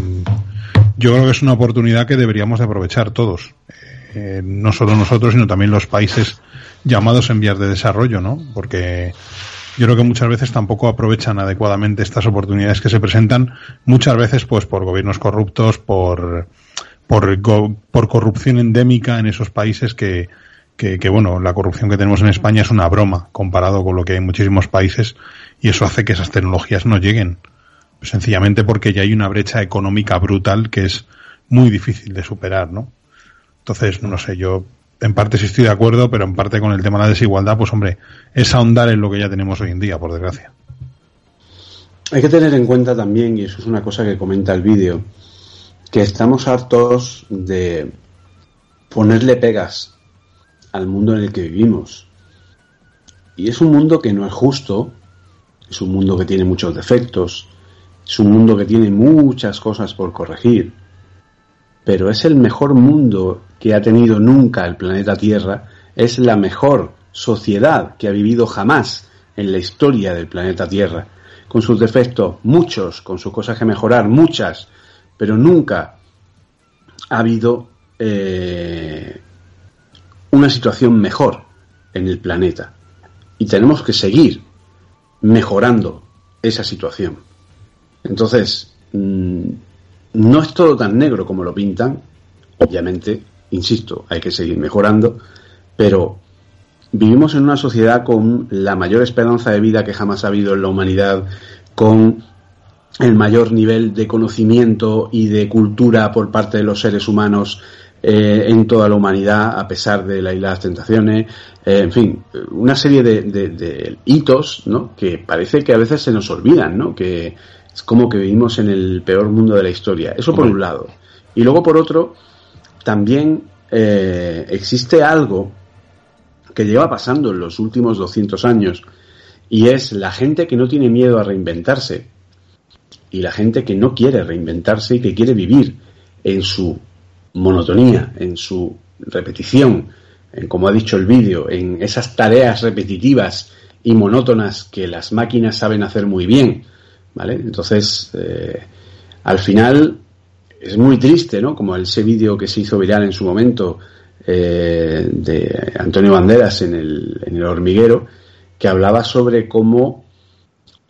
yo creo que es una oportunidad que deberíamos de aprovechar todos, eh, no solo nosotros, sino también los países llamados en vías de desarrollo, ¿no? Porque yo creo que muchas veces tampoco aprovechan adecuadamente estas oportunidades que se presentan, muchas veces pues por gobiernos corruptos, por por por corrupción endémica en esos países que, que, que bueno, la corrupción que tenemos en España es una broma comparado con lo que hay en muchísimos países, y eso hace que esas tecnologías no lleguen, pues sencillamente porque ya hay una brecha económica brutal que es muy difícil de superar, ¿no? Entonces, no sé, yo en parte sí estoy de acuerdo, pero en parte con el tema de la desigualdad, pues hombre, es ahondar en lo que ya tenemos hoy en día, por desgracia. Hay que tener en cuenta también, y eso es una cosa que comenta el vídeo, que estamos hartos de ponerle pegas al mundo en el que vivimos. Y es un mundo que no es justo, es un mundo que tiene muchos defectos, es un mundo que tiene muchas cosas por corregir, pero es el mejor mundo que ha tenido nunca el planeta Tierra, es la mejor sociedad que ha vivido jamás en la historia del planeta Tierra, con sus defectos, muchos, con sus cosas que mejorar, muchas, pero nunca ha habido eh, una situación mejor en el planeta. Y tenemos que seguir mejorando esa situación. Entonces, mmm, no es todo tan negro como lo pintan. Obviamente, insisto, hay que seguir mejorando, pero vivimos en una sociedad con la mayor esperanza de vida que jamás ha habido en la humanidad, con el mayor nivel de conocimiento y de cultura por parte de los seres humanos eh, en toda la humanidad, a pesar de la isla de las tentaciones, eh, en fin, una serie de, de, de hitos, ¿no?, que parece que a veces se nos olvidan, ¿no?, que es como que vivimos en el peor mundo de la historia. Eso por un lado. Y luego por otro, también eh, existe algo que lleva pasando en los últimos doscientos años, y es la gente que no tiene miedo a reinventarse. Y la gente que no quiere reinventarse y que quiere vivir en su monotonía, en su repetición, en, como ha dicho el vídeo, en esas tareas repetitivas y monótonas que las máquinas saben hacer muy bien, ¿vale? Entonces, eh, al final es muy triste, ¿no? Como ese vídeo que se hizo viral en su momento eh, de Antonio Banderas en el, en el hormiguero, que hablaba sobre cómo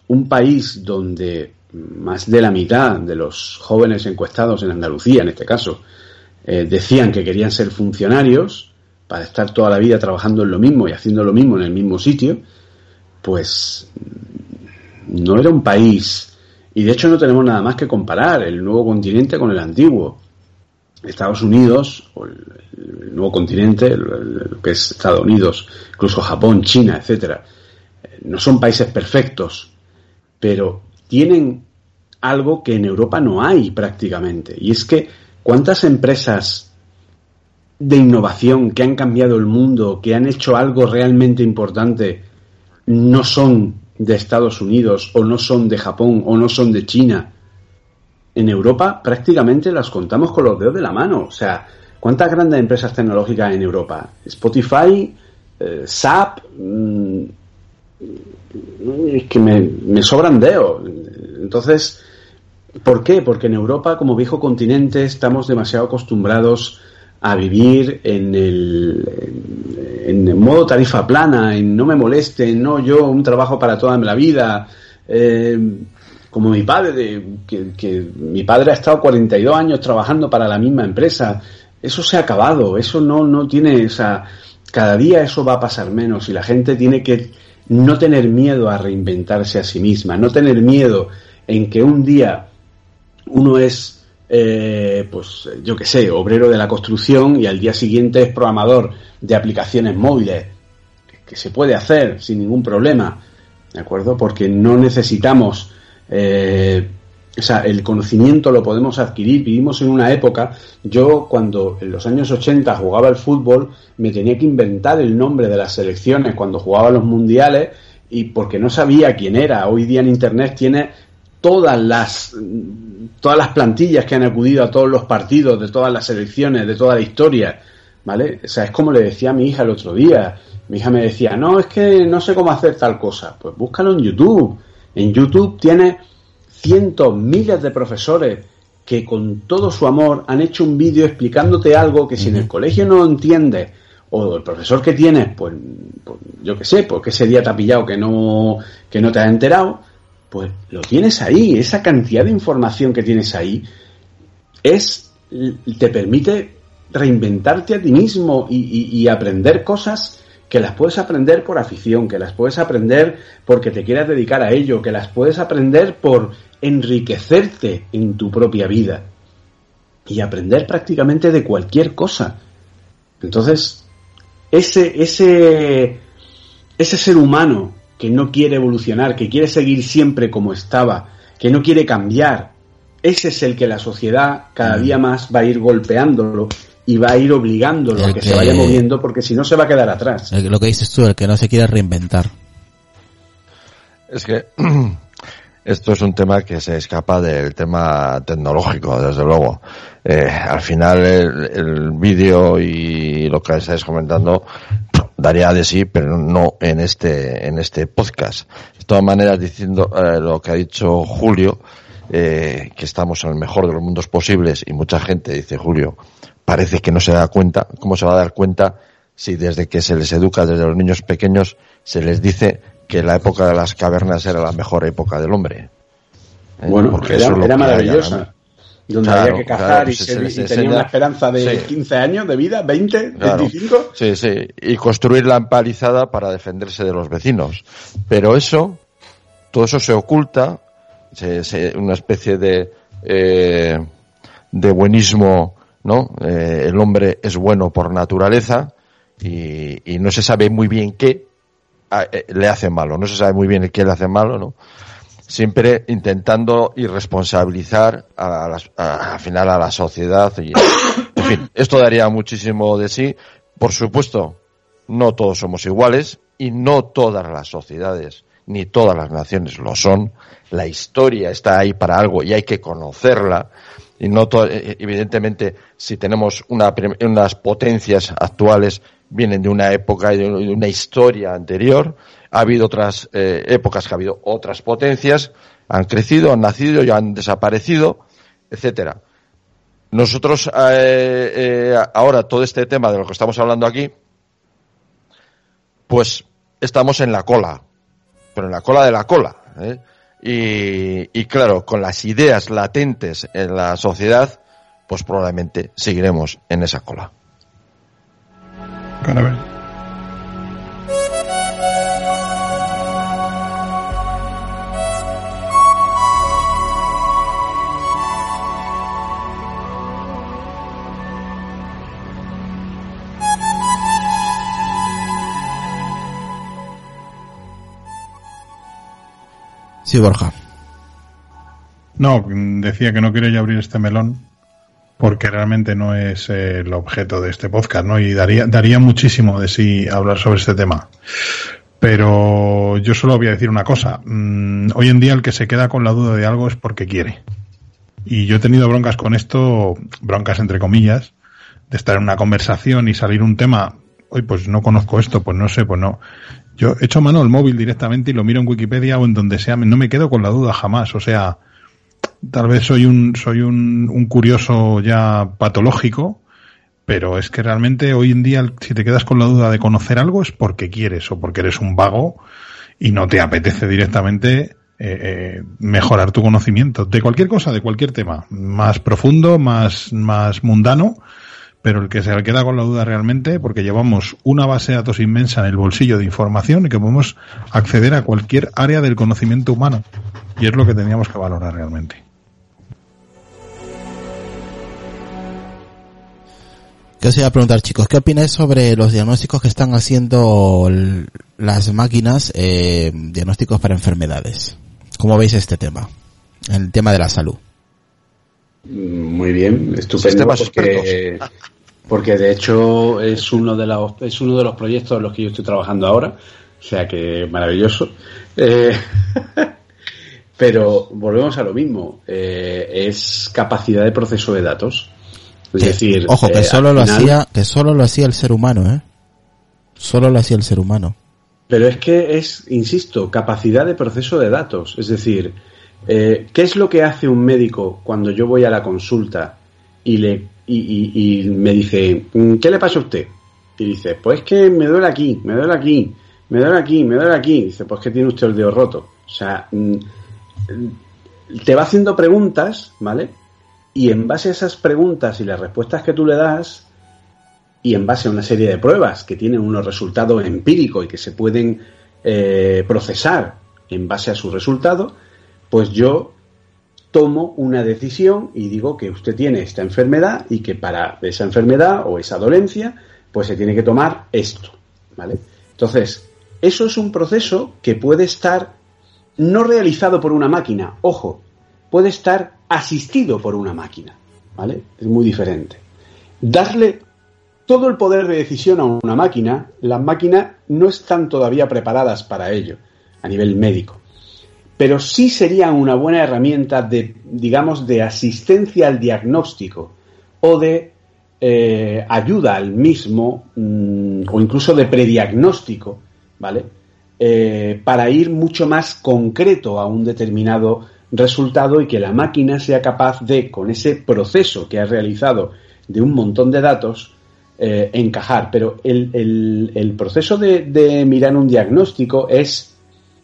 un país donde más de la mitad de los jóvenes encuestados en Andalucía, en este caso, eh, decían que querían ser funcionarios para estar toda la vida trabajando en lo mismo y haciendo lo mismo en el mismo sitio, pues no era un país. Y de hecho no tenemos nada más que comparar el nuevo continente con el antiguo. Estados Unidos, o el, el nuevo continente, lo que es Estados Unidos, incluso Japón, China, etcétera, no son países perfectos, pero tienen algo que en Europa no hay prácticamente. Y es que ¿cuántas empresas de innovación que han cambiado el mundo, que han hecho algo realmente importante, no son de Estados Unidos, o no son de Japón, o no son de China? En Europa prácticamente las contamos con los dedos de la mano. O sea, ¿cuántas grandes empresas tecnológicas en Europa? Spotify, eh, S A P, mmm, es que me, me sobran dedos. Entonces, ¿por qué? Porque en Europa, como viejo continente, estamos demasiado acostumbrados a vivir en el, en, en modo tarifa plana, en no me moleste, no yo, un trabajo para toda la vida, eh, como mi padre, de, que, que mi padre ha estado cuarenta y dos años trabajando para la misma empresa. Eso se ha acabado, eso no, no tiene, o sea, cada día eso va a pasar menos y la gente tiene que no tener miedo a reinventarse a sí misma, no tener miedo en que un día uno es, eh, pues yo qué sé, obrero de la construcción y al día siguiente es programador de aplicaciones móviles, que se puede hacer sin ningún problema, ¿de acuerdo? Porque no necesitamos, eh, o sea, el conocimiento lo podemos adquirir. Vivimos en una época, yo cuando en los años ochenta jugaba al fútbol, me tenía que inventar el nombre de las selecciones cuando jugaba los mundiales, y porque no sabía quién era. Hoy día en internet tiene todas las todas las plantillas que han acudido a todos los partidos de todas las selecciones, de toda la historia, ¿vale? O sea, es como le decía a mi hija el otro día. Mi hija me decía, no, es que no sé cómo hacer tal cosa. Pues búscalo en YouTube. En YouTube tiene cientos, miles de profesores que con todo su amor han hecho un vídeo explicándote algo que si en el colegio no lo entiendes, o el profesor que tienes, pues, pues yo qué sé, porque ese día te ha pillado que no, que no te has enterado, pues lo tienes ahí. Esa cantidad de información que tienes ahí es, te permite reinventarte a ti mismo y, y, y aprender cosas que las puedes aprender por afición, que las puedes aprender porque te quieras dedicar a ello, que las puedes aprender por enriquecerte en tu propia vida y aprender prácticamente de cualquier cosa. Entonces, ese, ese, ese ser humano que no quiere evolucionar, que quiere seguir siempre como estaba, que no quiere cambiar, ese es el que la sociedad cada día más va a ir golpeándolo y va a ir obligándolo el a que, que se vaya moviendo, porque si no se va a quedar atrás. El, lo que dices tú, el que no se quiere reinventar. Es que esto es un tema que se escapa del tema tecnológico, desde luego. Eh, al final el, el vídeo y lo que estáis comentando daría de sí, pero no en este en este podcast. De todas maneras, diciendo eh, lo que ha dicho Julio, eh, que estamos en el mejor de los mundos posibles, y mucha gente dice, Julio, parece que no se da cuenta. ¿Cómo se va a dar cuenta si desde que se les educa, desde los niños pequeños, se les dice que la época de las cavernas era la mejor época del hombre? ¿Eh? Bueno, porque era, era maravillosa. Donde claro, había que cazar, claro, pues y, se, se y tenía enseña, una esperanza de sí. quince años de vida, veinte, claro, veinticinco. Sí, sí, y construir la empalizada para defenderse de los vecinos. Pero eso, todo eso se oculta, se, se, una especie de, eh, de buenismo, ¿no? Eh, el hombre es bueno por naturaleza y, y no se sabe muy bien qué a, eh, le hace malo, no se sabe muy bien qué le hace malo, ¿no? Siempre intentando irresponsabilizar a la, a, al final a la sociedad y, en fin, esto daría muchísimo de sí. Por supuesto, no todos somos iguales y no todas las sociedades ni todas las naciones lo son. La historia está ahí para algo y hay que conocerla. Y no to- evidentemente, si tenemos una, unas potencias actuales, vienen de una época y de una historia anterior. Ha habido otras eh, épocas que ha habido otras potencias, han crecido, han nacido y han desaparecido, etcétera. Nosotros eh, eh, ahora todo este tema de lo que estamos hablando aquí, pues estamos en la cola, pero en la cola de la cola, ¿eh? y, y claro, con las ideas latentes en la sociedad, pues probablemente seguiremos en esa cola. Bueno, a ver. Sí, Borja. No, decía que no quiero ya abrir este melón porque realmente no es eh, el objeto de este podcast, ¿no? Y daría daría muchísimo de sí hablar sobre este tema. Pero yo solo voy a decir una cosa. Mm, hoy en día el que se queda con la duda de algo es porque quiere. Y yo he tenido broncas con esto, broncas entre comillas, de estar en una conversación y salir un tema, hoy pues no conozco esto, pues no sé, pues no. Yo echo mano al móvil directamente y lo miro en Wikipedia o en donde sea, no me quedo con la duda jamás, o sea, tal vez soy un soy un, un curioso ya patológico, pero es que realmente hoy en día si te quedas con la duda de conocer algo es porque quieres o porque eres un vago y no te apetece directamente eh, eh, mejorar tu conocimiento de cualquier cosa, de cualquier tema, más profundo, más más mundano. Pero el que se queda con la duda realmente, porque llevamos una base de datos inmensa en el bolsillo de información y que podemos acceder a cualquier área del conocimiento humano. Y es lo que teníamos que valorar realmente. ¿Qué os iba a preguntar, chicos? ¿Qué opináis sobre los diagnósticos que están haciendo l- las máquinas, eh, diagnósticos para enfermedades? ¿Cómo veis este tema? El tema de la salud. Muy bien, estupendo, porque, porque de hecho es uno de los es uno de los proyectos en los que yo estoy trabajando ahora, o sea que maravilloso. Eh, pero volvemos a lo mismo, eh, es capacidad de proceso de datos, es Sí, decir, ojo, que eh, solo al lo final- hacía, que solo lo hacía el ser humano, ¿eh? Solo lo hacía el ser humano. Pero es que es, insisto, capacidad de proceso de datos. Es decir, eh, ¿qué es lo que hace un médico cuando yo voy a la consulta y le y, y, y me dice, ¿qué le pasa a usted? Y dice, pues que me duele aquí, me duele aquí, me duele aquí, me duele aquí. Y dice, pues que tiene usted el dedo roto. O sea, mm, te va haciendo preguntas, ¿vale? Y en base a esas preguntas y las respuestas que tú le das, y en base a una serie de pruebas que tienen unos resultados empíricos y que se pueden eh, procesar en base a su resultado, pues yo tomo una decisión y digo que usted tiene esta enfermedad y que para esa enfermedad o esa dolencia pues se tiene que tomar esto, ¿vale? Entonces, eso es un proceso que puede estar no realizado por una máquina, ojo, puede estar asistido por una máquina, ¿vale? Es muy diferente. Darle todo el poder de decisión a una máquina, las máquinas no están todavía preparadas para ello a nivel médico, pero sí serían una buena herramienta de, digamos, de asistencia al diagnóstico o de eh, ayuda al mismo mmm, o incluso de prediagnóstico, ¿vale? Eh, para ir mucho más concreto a un determinado resultado y que la máquina sea capaz de, con ese proceso que ha realizado de un montón de datos, Eh, encajar, pero el, el, el proceso de, de mirar un diagnóstico es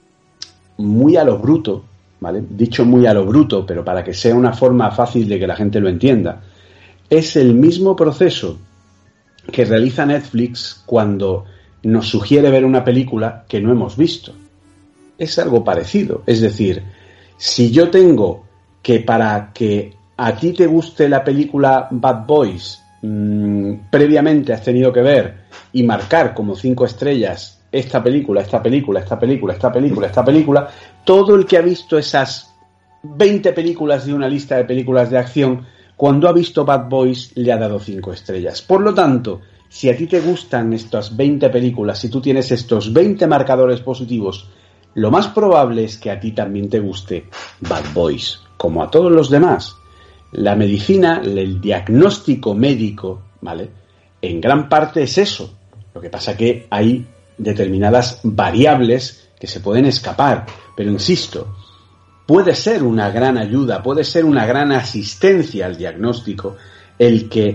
muy a lo bruto, ¿vale? Dicho muy a lo bruto, pero para que sea una forma fácil de que la gente lo entienda, es el mismo proceso que realiza Netflix cuando nos sugiere ver una película que no hemos visto. Es algo parecido, es decir, si yo tengo que para que a ti te guste la película Bad Boys, Mm, previamente has tenido que ver y marcar como cinco estrellas esta película, esta película, esta película, esta película, esta película, todo el que ha visto esas veinte películas de una lista de películas de acción, cuando ha visto Bad Boys le ha dado cinco estrellas. Por lo tanto, si a ti te gustan estas veinte películas, si tú tienes estos veinte marcadores positivos, lo más probable es que a ti también te guste Bad Boys, como a todos los demás. La medicina, el diagnóstico médico, ¿vale? En gran parte es eso. Lo que pasa que hay determinadas variables que se pueden escapar. Pero insisto, puede ser una gran ayuda, puede ser una gran asistencia al diagnóstico el que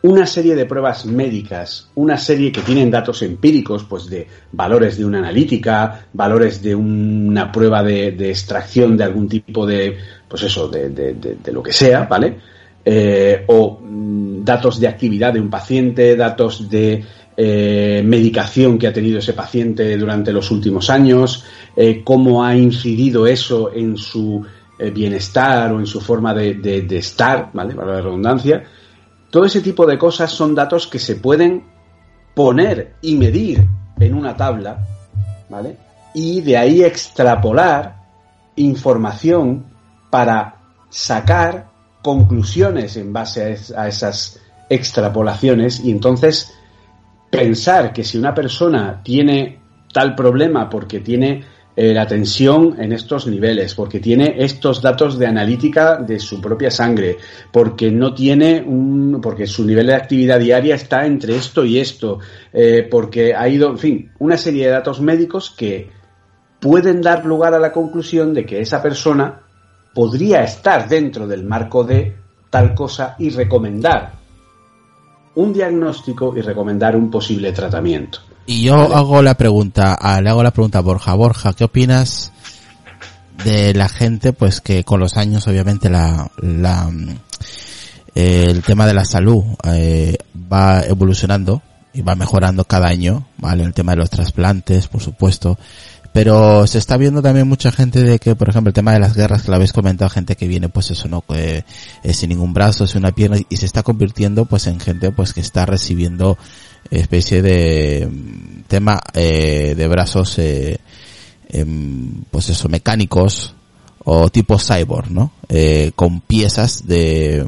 una serie de pruebas médicas, una serie que tienen datos empíricos, pues de valores de una analítica, valores de una prueba de, de extracción de algún tipo de, pues eso, de, de, de, de lo que sea, ¿vale? Eh, o mm, datos de actividad de un paciente, datos de eh, medicación que ha tenido ese paciente durante los últimos años, eh, cómo ha incidido eso en su eh, bienestar o en su forma de, de, de estar, ¿vale? Para la redundancia. Todo ese tipo de cosas son datos que se pueden poner y medir en una tabla, ¿vale? Y de ahí extrapolar información para sacar conclusiones en base a, es, a esas extrapolaciones, y entonces pensar que si una persona tiene tal problema porque tiene eh, la tensión en estos niveles, porque tiene estos datos de analítica de su propia sangre, porque no tiene un, porque su nivel de actividad diaria está entre esto y esto, eh, porque ha ido, en fin, una serie de datos médicos que pueden dar lugar a la conclusión de que esa persona podría estar dentro del marco de tal cosa y recomendar un diagnóstico y recomendar un posible tratamiento. Y yo ¿vale? hago la pregunta, le hago la pregunta a Borja. Borja, ¿qué opinas de la gente, pues que con los años, obviamente, la, la eh, el tema de la salud eh, va evolucionando y va mejorando cada año, ¿vale? El tema de los trasplantes, por supuesto. Pero se está viendo también mucha gente de que, por ejemplo, el tema de las guerras, que lo habéis comentado, gente que viene, pues eso, no, eh, eh, sin ningún brazo, sin una pierna, y se está convirtiendo, pues, en gente, pues, que está recibiendo especie de tema, eh, de brazos, eh, eh, pues eso, mecánicos, o tipo cyborg, ¿no? Eh, con piezas de,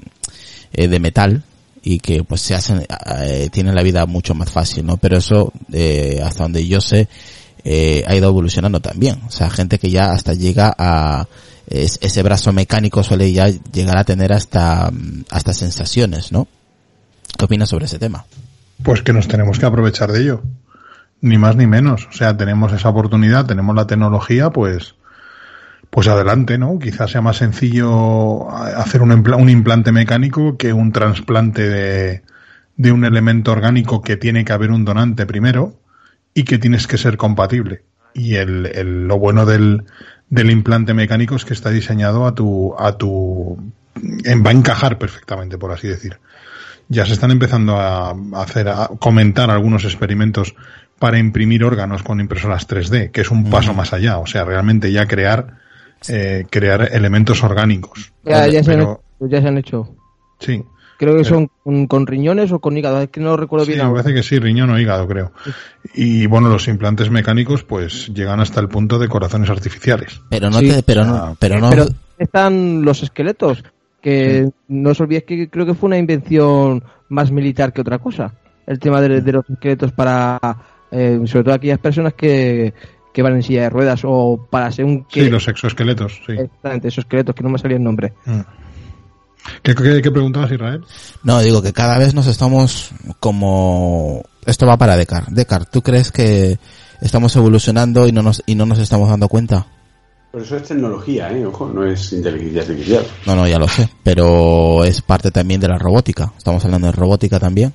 eh, de metal, y que, pues, se hacen, eh, tienen la vida mucho más fácil, ¿no? Pero eso, eh, hasta donde yo sé, Eh, ha ido evolucionando también. O sea, gente que ya hasta llega a es, ese brazo mecánico suele ya llegar a tener hasta hasta sensaciones, ¿no? ¿Qué opinas sobre ese tema? Pues que nos tenemos que aprovechar de ello, ni más ni menos. O sea, tenemos esa oportunidad, tenemos la tecnología, pues pues adelante, ¿no? Quizás sea más sencillo hacer un, impl- un implante mecánico que un trasplante de, de un elemento orgánico, que tiene que haber un donante primero y que tienes que ser compatible. Y el, el lo bueno del, del implante mecánico es que está diseñado a tu, a tu, en, va a encajar perfectamente, por así decir. Ya se están empezando a, a hacer, a comentar algunos experimentos para imprimir órganos con impresoras tres D, que es un paso mm. más allá. O sea, realmente ya crear, eh, crear elementos orgánicos. Ya, ya, se, Pero, han, ya se han hecho. Sí. Creo que son con, con riñones o con hígado, es que no recuerdo sí, bien. Me parece que sí, riñón o hígado, creo. Y bueno, los implantes mecánicos pues llegan hasta el punto de corazones artificiales. Pero no sí. te, pero no, pero no. Pero están los esqueletos, que sí. No os olvidéis que creo que fue una invención más militar que otra cosa. El tema de, de los esqueletos para, eh, sobre todo aquellas personas que que van en silla de ruedas, o para según que... Sí, los exoesqueletos, sí. Exactamente, esos esqueletos, que no me salía el nombre. Mm. ¿Qué, qué, ¿Qué preguntabas, Israel? No, digo que cada vez nos estamos como... Esto va para Descartes. Descartes, ¿tú crees que estamos evolucionando y no nos y no nos estamos dando cuenta? Pero eso es tecnología, ¿eh? Ojo, no es inteligencia artificial. No, no, ya lo sé. Pero es parte también de la robótica. Estamos hablando de robótica también.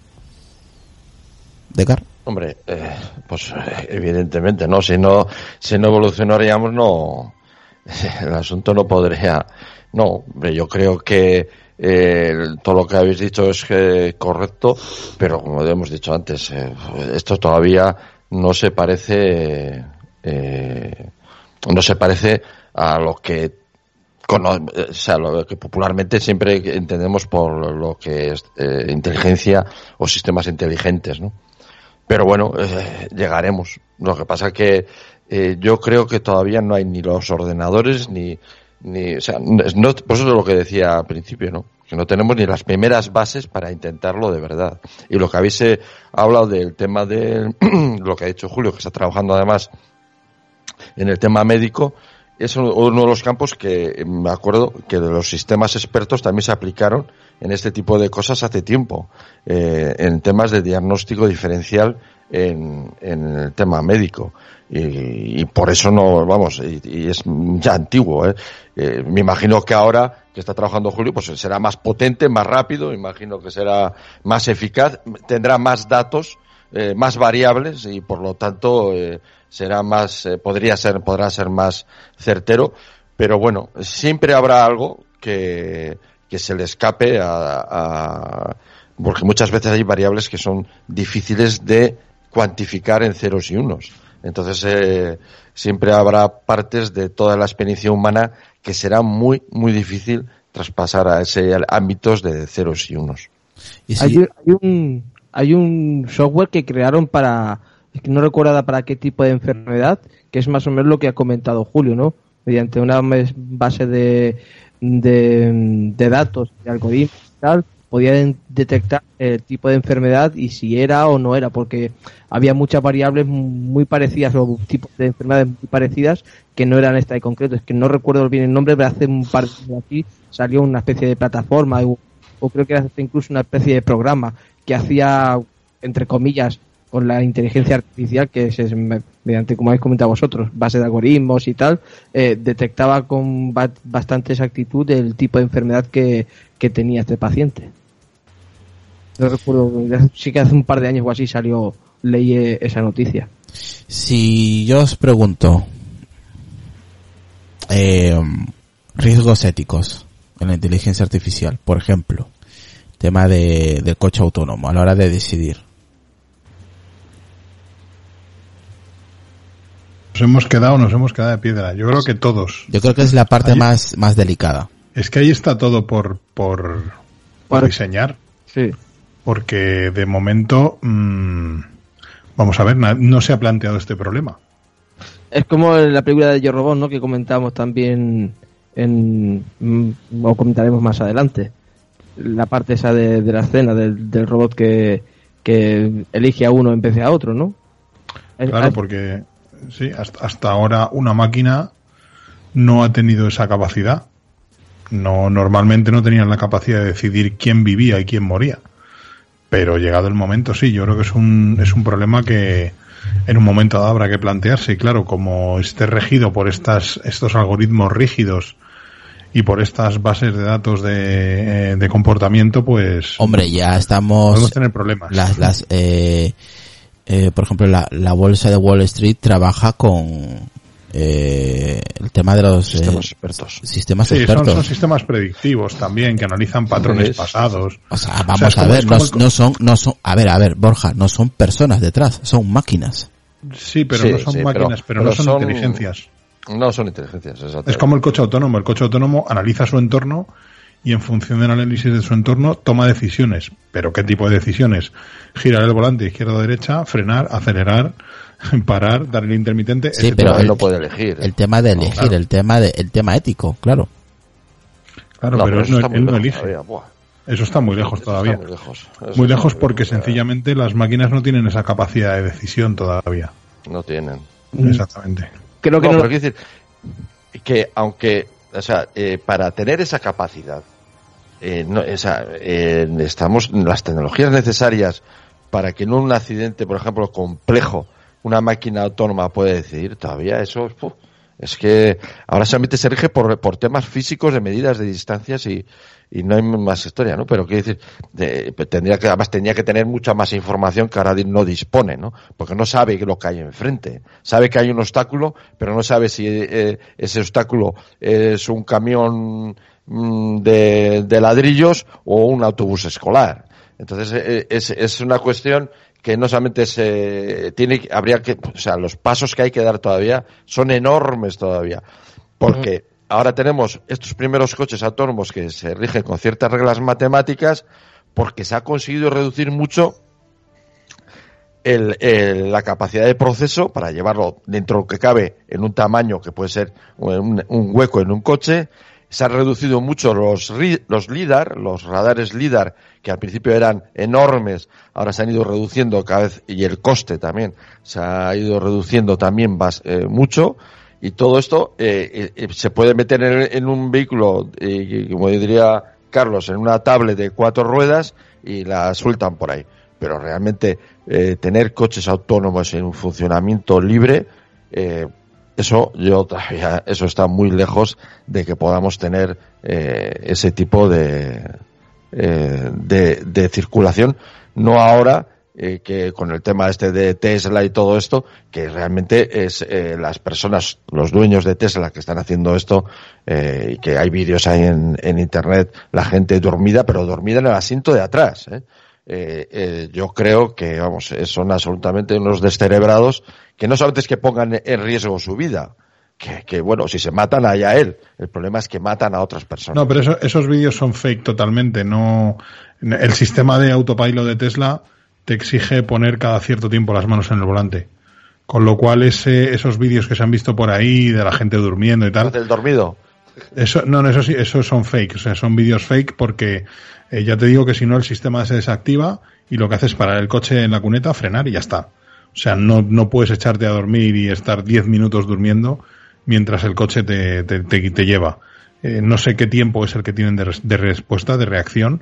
¿Descartes? Hombre, eh, pues evidentemente, ¿no? Si no, si no evolucionaríamos, no... El asunto no podría... No, yo creo que eh, todo lo que habéis dicho es que correcto, pero como hemos dicho antes, eh, esto todavía no se parece, eh, no se parece a lo que, cono- o sea, lo que popularmente siempre entendemos por lo que es eh, inteligencia o sistemas inteligentes, ¿no? Pero bueno, eh, llegaremos. Lo que pasa que eh, yo creo que todavía no hay ni los ordenadores ni ni, o sea, no, por eso es lo que decía al principio, ¿no? Que no tenemos ni las primeras bases para intentarlo de verdad. Y lo que habéis eh, hablado del tema de lo que ha dicho Julio, que está trabajando además en el tema médico, es uno de los campos que me acuerdo que de los sistemas expertos también se aplicaron en este tipo de cosas hace tiempo, eh, en temas de diagnóstico diferencial en, en el tema médico. Y, y por eso no, vamos, y, y es ya antiguo, ¿eh? Eh, me imagino que ahora que está trabajando Julio, pues será más potente, más rápido, imagino que será más eficaz, tendrá más datos, eh, más variables y por lo tanto eh, será más, eh, podría ser, podrá ser más certero, pero bueno, siempre habrá algo que, que se le escape a, a, porque muchas veces hay variables que son difíciles de cuantificar en ceros y unos. Entonces, eh, siempre habrá partes de toda la experiencia humana que será muy, muy difícil traspasar a ese ámbitos de ceros y unos. ¿Y si... hay, hay un hay un software que crearon para, no recuerdo para qué tipo de enfermedad, que es más o menos lo que ha comentado Julio, ¿no? Mediante una base de de, de datos, de algoritmos y tal, podían detectar el tipo de enfermedad y si era o no era, porque había muchas variables muy parecidas o tipos de enfermedades muy parecidas que no eran esta en concreto. Es que no recuerdo bien el nombre, pero hace un par de años aquí salió una especie de plataforma o, o creo que era incluso una especie de programa que hacía, entre comillas, con la inteligencia artificial, que es mediante, como habéis comentado vosotros, base de algoritmos y tal, eh, detectaba con ba- bastante exactitud el tipo de enfermedad que, que tenía este paciente. No recuerdo, sí que hace un par de años o así salió, leí esa noticia. Si yo os pregunto eh, riesgos éticos en la inteligencia artificial, por ejemplo, tema de, del coche autónomo a la hora de decidir. Nos hemos quedado, nos hemos quedado de piedra. Yo creo que todos. Yo creo que es la parte ahí, más, más delicada. Es que ahí está todo por, por, por diseñar. Sí. Porque de momento, mmm, vamos a ver, no se ha planteado este problema. Es como la película de Yo Robot, ¿no? Que comentamos también en, o comentaremos más adelante. La parte esa de, de la escena del, del robot que, que elige a uno en vez de a otro, ¿no? Claro, porque sí, hasta, hasta ahora una máquina no ha tenido esa capacidad. No, normalmente no tenían la capacidad de decidir quién vivía y quién moría. Pero llegado el momento, sí, yo creo que es un, es un problema que en un momento dado habrá que plantearse. Y claro, como esté regido por estas, estos algoritmos rígidos y por estas bases de datos de, de comportamiento, pues... Hombre, ya estamos... Podemos tener problemas. Las, las, eh, eh, por ejemplo, la, la bolsa de Wall Street trabaja con... Eh, el tema de los sistemas eh, expertos. Sistemas sí, expertos. Son, son sistemas predictivos también que analizan patrones ¿Ves? pasados. O sea, vamos o sea, a ver, no, el... no son, no son, a ver, a ver, Borja, no son personas detrás, son máquinas. Sí, pero sí, no son sí, máquinas, pero, pero, pero no son, son inteligencias. No son inteligencias, exacto. Es como el coche autónomo. El coche autónomo analiza su entorno y en función del análisis de su entorno toma decisiones. ¿Pero qué tipo de decisiones? Girar el volante izquierda o derecha, frenar, acelerar, parar, dar el intermitente. Sí, pero él no puede elegir. El tema de elegir, no, claro. el tema de el tema ético, claro. Claro, no, pero, pero él, no, él no elige. Eso está muy lejos todavía. Está muy lejos, muy lejos porque sencillamente las máquinas no tienen esa capacidad de decisión todavía. No tienen. Exactamente. Creo que no, no... pero quiero decir que aunque, o sea, eh, para tener esa capacidad, eh, no, esa, eh, estamos las tecnologías necesarias para que en un accidente, por ejemplo, complejo, una máquina autónoma puede decidir, todavía eso uf, es que ahora solamente se rige por, por temas físicos de medidas de distancias y, y no hay más historia, ¿no? Pero quiero decir, de, tendría que, además tendría que tener mucha más información que ahora no dispone, ¿no? Porque no sabe lo que hay enfrente. Sabe que hay un obstáculo, pero no sabe si eh, ese obstáculo es un camión mm, de, de ladrillos o un autobús escolar. Entonces eh, es, es una cuestión que no solamente se tiene, habría que, o sea, los pasos que hay que dar todavía son enormes todavía, porque uh-huh. ahora tenemos estos primeros coches autónomos que se rigen con ciertas reglas matemáticas, porque se ha conseguido reducir mucho el, el, la capacidad de proceso para llevarlo dentro de lo que cabe en un tamaño que puede ser un, un hueco en un coche. Se han reducido mucho los, los LIDAR, los radares LIDAR, que al principio eran enormes, ahora se han ido reduciendo cada vez, y el coste también se ha ido reduciendo también bas, eh, mucho, Y todo esto eh, eh, se puede meter en, en un vehículo, eh, como diría Carlos, en una tablet de cuatro ruedas y la sueltan por ahí. Pero realmente eh, tener coches autónomos en un funcionamiento libre, eh, eso yo todavía, eso está muy lejos de que podamos tener eh, ese tipo de, eh, de de circulación. No ahora, eh, que con el tema este de Tesla y todo esto, que realmente es eh, las personas, los dueños de Tesla que están haciendo esto, eh, y que hay vídeos ahí en, en internet, la gente dormida, pero dormida en el asiento de atrás, ¿eh? Eh, eh, yo creo que, vamos, son absolutamente unos descerebrados que no solamente es que pongan en riesgo su vida, que, que bueno, si se matan allá él, el problema es que matan a otras personas. No, pero eso, esos vídeos son fake totalmente, no, el sistema de autopilot de Tesla te exige poner cada cierto tiempo las manos en el volante, con lo cual ese, esos vídeos que se han visto por ahí de la gente durmiendo y tal. ¿Del dormido? Eso, no, no, eso sí, esos son fake, o sea, son vídeos fake porque eh, ya te digo que si no el sistema se desactiva y lo que hace es parar el coche en la cuneta, frenar y ya está. O sea, no, no puedes echarte a dormir y estar diez minutos durmiendo mientras el coche te, te, te, te lleva. Eh, no sé qué tiempo es el que tienen de, res, de respuesta, de reacción,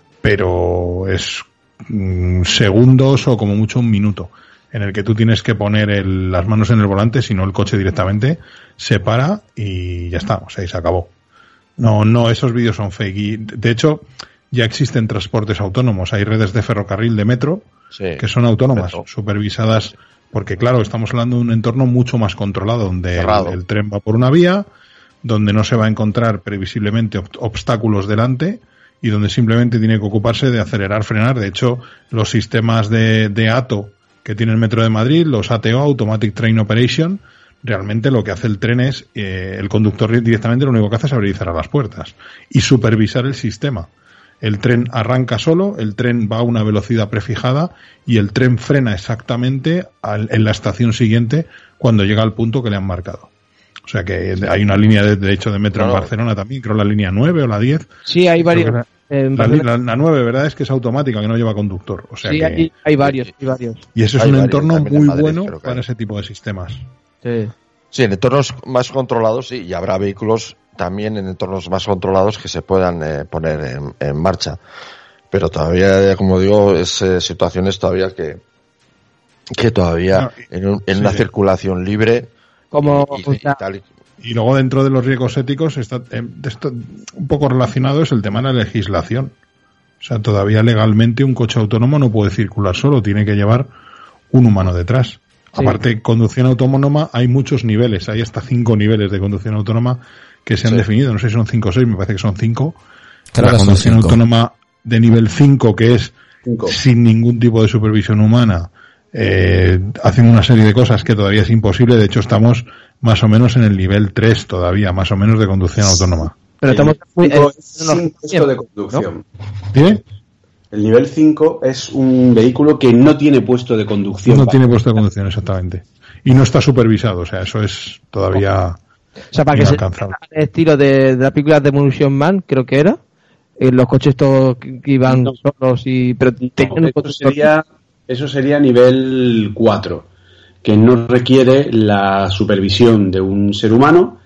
pero es mm, segundos o como mucho un minuto en el que tú tienes que poner el, las manos en el volante, si no el coche directamente se para y ya está, o sea, y se acabó. No, no, esos vídeos son fake. Y de hecho, ya existen transportes autónomos. Hay redes de ferrocarril, de metro, sí, que son autónomas, metro, supervisadas, porque claro, estamos hablando de un entorno mucho más controlado, donde el, el tren va por una vía, donde no se va a encontrar previsiblemente ob- obstáculos delante y donde simplemente tiene que ocuparse de acelerar, frenar. De hecho, los sistemas de, de A T O que tiene el Metro de Madrid, los A T O, Automatic Train Operation, realmente lo que hace el tren es, eh, el conductor directamente lo único que hace es abrir y cerrar las puertas y supervisar el sistema. El tren arranca solo, el tren va a una velocidad prefijada y el tren frena exactamente al, en la estación siguiente cuando llega al punto que le han marcado. O sea que hay una línea de, de hecho de metro claro. en Barcelona también, creo la línea nueve o la diez. Sí, hay varios. Eh, la, la, la nueve, ¿verdad? Es que es automática, que no lleva conductor. O sea sí, que, hay, hay varios, hay varios. Y eso es hay un varios, entorno muy Madrid, bueno para ese tipo de sistemas. Sí. Sí, en entornos más controlados, sí, y habrá vehículos también en entornos más controlados que se puedan eh, poner en, en marcha. Pero todavía, como digo, es eh, situaciones todavía que que todavía no, y, en, un, en sí, una sí. circulación libre como y, y, y tal. Y luego dentro de los riesgos éticos está eh, esto, un poco relacionado es el tema de la legislación. O sea, todavía legalmente un coche autónomo no puede circular solo, tiene que llevar un humano detrás. Sí. Aparte, conducción autónoma hay muchos niveles, hay hasta cinco niveles de conducción autónoma que se han sí. definido, no sé si son cinco o seis, me parece que son cinco. Claro, la conducción autónoma de nivel cinco, que es cinco. Sin ningún tipo de supervisión humana, eh, hacen una serie de cosas que todavía es imposible, de hecho estamos más o menos en el nivel tres todavía, más o menos de conducción autónoma. Pero estamos muy eh, sin puesto de conducción. ¿No? ¿Tiene? El nivel cinco es un vehículo que no tiene puesto de conducción. No tiene puesto de conducción, exactamente. Y no está supervisado, o sea, eso es todavía o sea, para que se el estilo de, de la película de Demolition Man, creo que era, eh, los coches todos que iban no. solos y... pero no, eso, sería, eso sería nivel cuatro, que no requiere la supervisión de un ser humano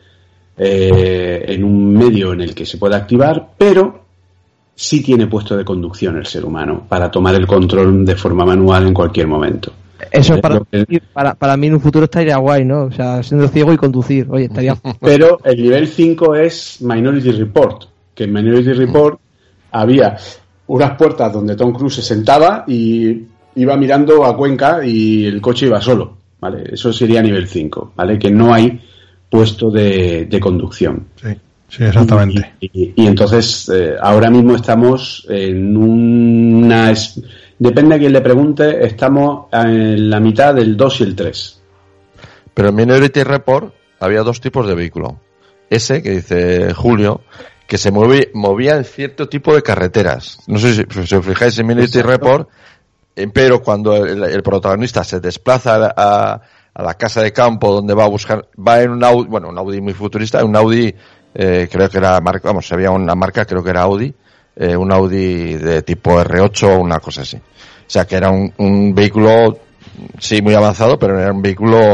eh, en un medio en el que se pueda activar, pero sí tiene puesto de conducción el ser humano para tomar el control de forma manual en cualquier momento. Eso para, para, para mí en un futuro estaría guay, ¿no? O sea, siendo ciego y conducir, oye, estaría... Pero el nivel cinco es Minority Report, que en Minority Report había unas puertas donde Tom Cruise se sentaba y iba mirando a Cuenca y el coche iba solo, ¿vale? Eso sería nivel cinco, ¿vale? Que no hay puesto de, de conducción. Sí. Sí, exactamente. Y, y, y entonces, eh, ahora mismo estamos en una... Es, depende a quien le pregunte, estamos en la mitad del dos y el tres. Pero en Minority Report había dos tipos de vehículo. Ese, que dice Julio, que se mueve, movía en cierto tipo de carreteras. No sé si, si os fijáis en Minority Exacto. Report, eh, pero cuando el, el protagonista se desplaza a, a, a la casa de campo donde va a buscar, va en un Audi, bueno, un Audi muy futurista, un Audi... Eh, creo que era marca, vamos, había una marca, creo que era Audi, eh, un Audi de tipo erre ocho o una cosa así. O sea que era un, un vehículo, sí, muy avanzado, pero era un vehículo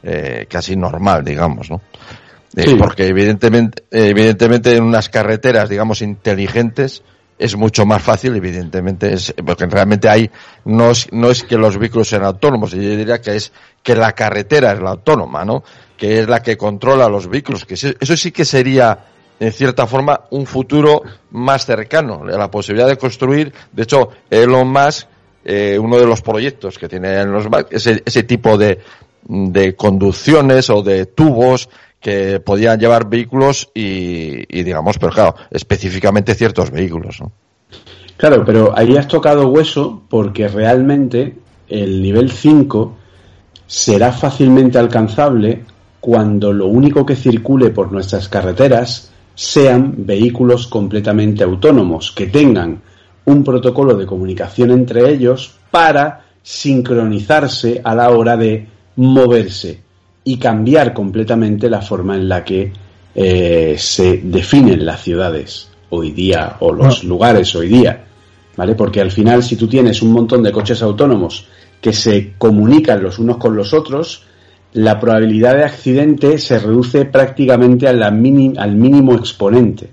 eh, casi normal, digamos, ¿no? Eh, sí. Porque evidentemente, evidentemente en unas carreteras, digamos, inteligentes, es mucho más fácil, evidentemente, es, porque realmente hay, no es, no es que los vehículos sean autónomos, yo diría que es que la carretera es la autónoma, ¿no? Que es la que controla los vehículos, que eso sí que sería, en cierta forma, un futuro más cercano, la posibilidad de construir, de hecho, Elon Musk, eh, uno de los proyectos que tiene en los ese, ese tipo de, de conducciones o de tubos que podían llevar vehículos y, y digamos, pero claro, específicamente ciertos vehículos, ¿no? Claro, pero ahí has tocado hueso porque realmente el nivel cinco será fácilmente alcanzable cuando lo único que circule por nuestras carreteras sean vehículos completamente autónomos, que tengan un protocolo de comunicación entre ellos para sincronizarse a la hora de moverse y cambiar completamente la forma en la que eh, se definen las ciudades hoy día o los lugares hoy día, ¿vale? Porque al final, si tú tienes un montón de coches autónomos que se comunican los unos con los otros, la probabilidad de accidente se reduce prácticamente a la mini, al mínimo exponente.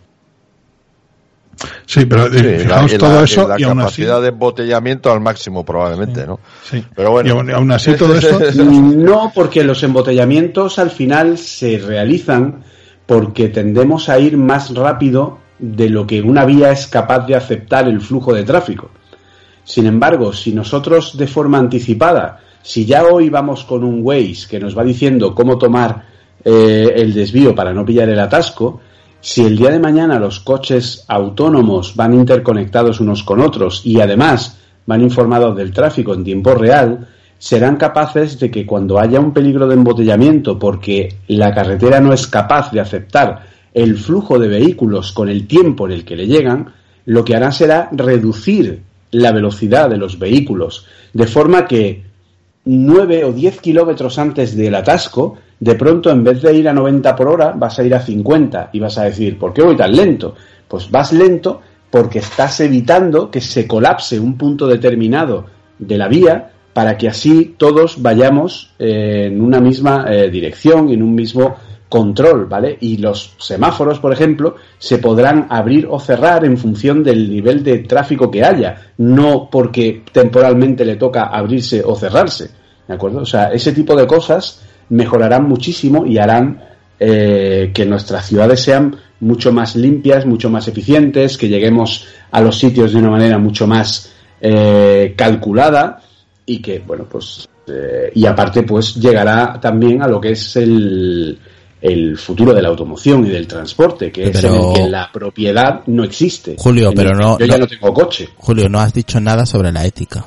Sí, pero sí, fijaos la, todo la, eso la y aún así capacidad de embotellamiento al máximo probablemente, sí, ¿no? Sí. Pero bueno, y aún, aún así todo eso no, porque los embotellamientos al final se realizan porque tendemos a ir más rápido de lo que una vía es capaz de aceptar el flujo de tráfico. Sin embargo, si nosotros de forma anticipada, si ya hoy vamos con un Waze que nos va diciendo cómo tomar eh, el desvío para no pillar el atasco, si el día de mañana los coches autónomos van interconectados unos con otros y además van informados del tráfico en tiempo real, serán capaces de que cuando haya un peligro de embotellamiento porque la carretera no es capaz de aceptar el flujo de vehículos con el tiempo en el que le llegan, lo que harán será reducir la velocidad de los vehículos, de forma que nueve o diez kilómetros antes del atasco, de pronto en vez de ir a noventa por hora vas a ir a cincuenta y vas a decir, ¿por qué voy tan lento? Pues vas lento porque estás evitando que se colapse un punto determinado de la vía para que así todos vayamos eh, en una misma eh, dirección y en un mismo control, ¿vale? Y los semáforos, por ejemplo, se podrán abrir o cerrar en función del nivel de tráfico que haya, no porque temporalmente le toca abrirse o cerrarse, ¿de acuerdo? O sea, ese tipo de cosas mejorarán muchísimo y harán eh, que nuestras ciudades sean mucho más limpias, mucho más eficientes, que lleguemos a los sitios de una manera mucho más eh, calculada y que, bueno, pues, eh, y aparte, pues, llegará también a lo que es el, el futuro de la automoción y del transporte, que pero, es en el que la propiedad no existe. Julio, pero no... Yo no, ya no tengo coche. Julio, no has dicho nada sobre la ética.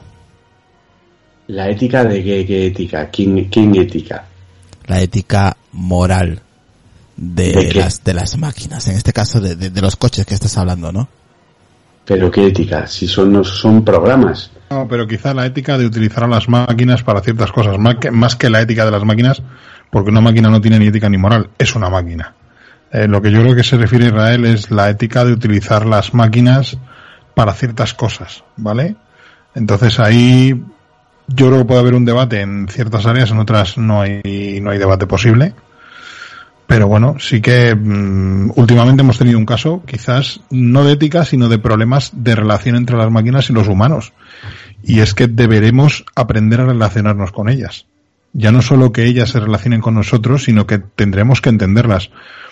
¿La ética de qué, qué ética? ¿Quién, quién ética? La ética moral de, ¿De las de las máquinas, en este caso de, de, de los coches que estás hablando, ¿no? Pero qué ética, si son no son programas. No, pero quizá la ética de utilizar a las máquinas para ciertas cosas, más que, más que la ética de las máquinas, porque una máquina no tiene ni ética ni moral, es una máquina. Eh, lo que yo creo que se refiere a Israel es la ética de utilizar las máquinas para ciertas cosas, ¿vale? Entonces ahí yo creo que puede haber un debate en ciertas áreas, en otras no hay no hay debate posible. Pero bueno, sí que um, últimamente hemos tenido un caso, quizás no de ética, sino de problemas de relación entre las máquinas y los humanos. Y es que deberemos aprender a relacionarnos con ellas. Ya no solo que ellas se relacionen con nosotros, sino que tendremos que entenderlas.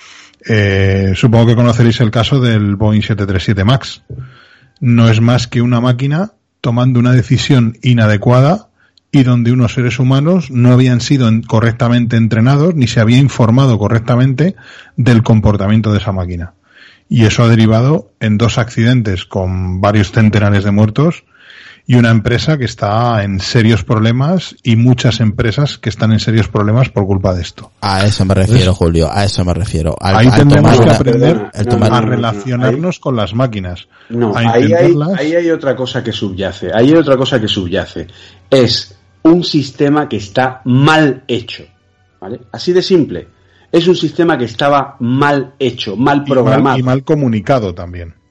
Eh, supongo que conoceréis el caso del Boeing siete treinta y siete MAX. No es más que una máquina tomando una decisión inadecuada y donde unos seres humanos no habían sido correctamente entrenados ni se había informado correctamente del comportamiento de esa máquina. Y eso ha derivado en dos accidentes con varios centenares de muertos y una empresa que está en serios problemas y muchas empresas que están en serios problemas por culpa de esto. A eso me refiero, Entonces, Julio, a eso me refiero. Al, ahí al tendremos tomar que una, aprender el tomar, a relacionarnos ahí, con las máquinas. No, a ahí hay, ahí hay otra cosa que subyace. Ahí hay otra cosa que subyace. Es un sistema que está mal hecho, ¿vale? Así de simple. Es un sistema que estaba mal hecho, mal programado. Y mal, y mal comunicado también.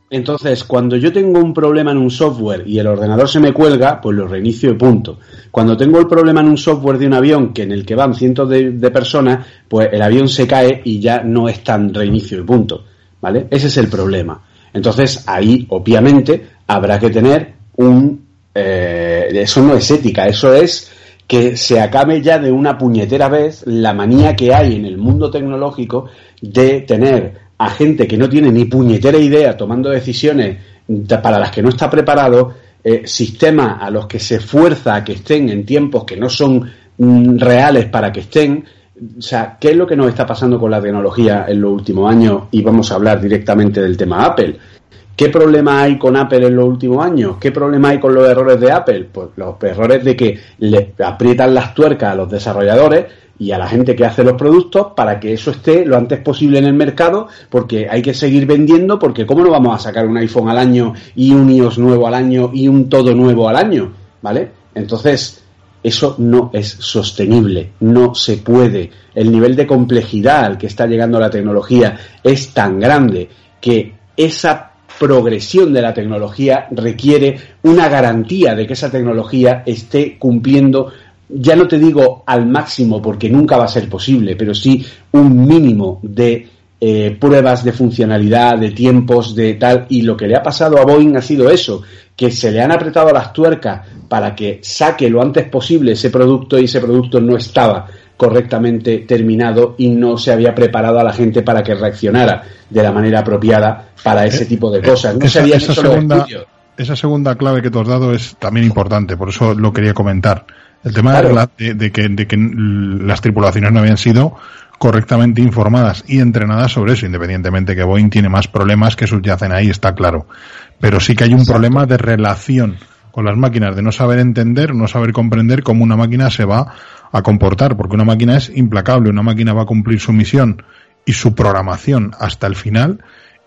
Entonces, cuando yo tengo un problema en un software y el ordenador se me cuelga, pues lo reinicio y punto. Cuando tengo el problema en un software de un avión que en el que van cientos de, de personas, pues el avión se cae y ya no es tan reinicio y punto, ¿vale? Ese es el problema. Entonces, ahí, obviamente, habrá que tener un... Eh, eso no es ética, eso es que se acabe ya de una puñetera vez la manía que hay en el mundo tecnológico de tener a gente que no tiene ni puñetera idea tomando decisiones para las que no está preparado, eh, sistemas a los que se fuerza a que estén en tiempos que no son mm, reales para que estén. O sea, ¿qué es lo que nos está pasando con la tecnología en los últimos años? Y vamos a hablar directamente del tema Apple. ¿Qué problema hay con Apple en los últimos años? ¿Qué problema hay con los errores de Apple? Pues los errores de que le aprietan las tuercas a los desarrolladores y a la gente que hace los productos para que eso esté lo antes posible en el mercado, porque hay que seguir vendiendo, porque ¿cómo no vamos a sacar un iPhone al año y un iOS nuevo al año y un todo nuevo al año? ¿Vale? Entonces, eso no es sostenible, no se puede. El nivel de complejidad al que está llegando la tecnología es tan grande que esa progresión de la tecnología requiere una garantía de que esa tecnología esté cumpliendo, ya no te digo al máximo porque nunca va a ser posible, pero sí un mínimo de eh, pruebas de funcionalidad, de tiempos, de tal. Y lo que le ha pasado a Boeing ha sido eso, que se le han apretado las tuercas para que saque lo antes posible ese producto y ese producto no estaba correctamente terminado y no se había preparado a la gente para que reaccionara de la manera apropiada para ese tipo de cosas. No esa, se habían esa hecho segunda, los estudios. Esa segunda clave que tú has dado es también importante, por eso lo quería comentar. El tema claro. de, de, que, de que las tripulaciones no habían sido correctamente informadas y entrenadas sobre eso, independientemente que Boeing tiene más problemas que subyacen ahí, está claro. Pero sí que hay un Exacto. problema de relación con las máquinas, de no saber entender, no saber comprender cómo una máquina se va a comportar, porque una máquina es implacable, una máquina va a cumplir su misión y su programación hasta el final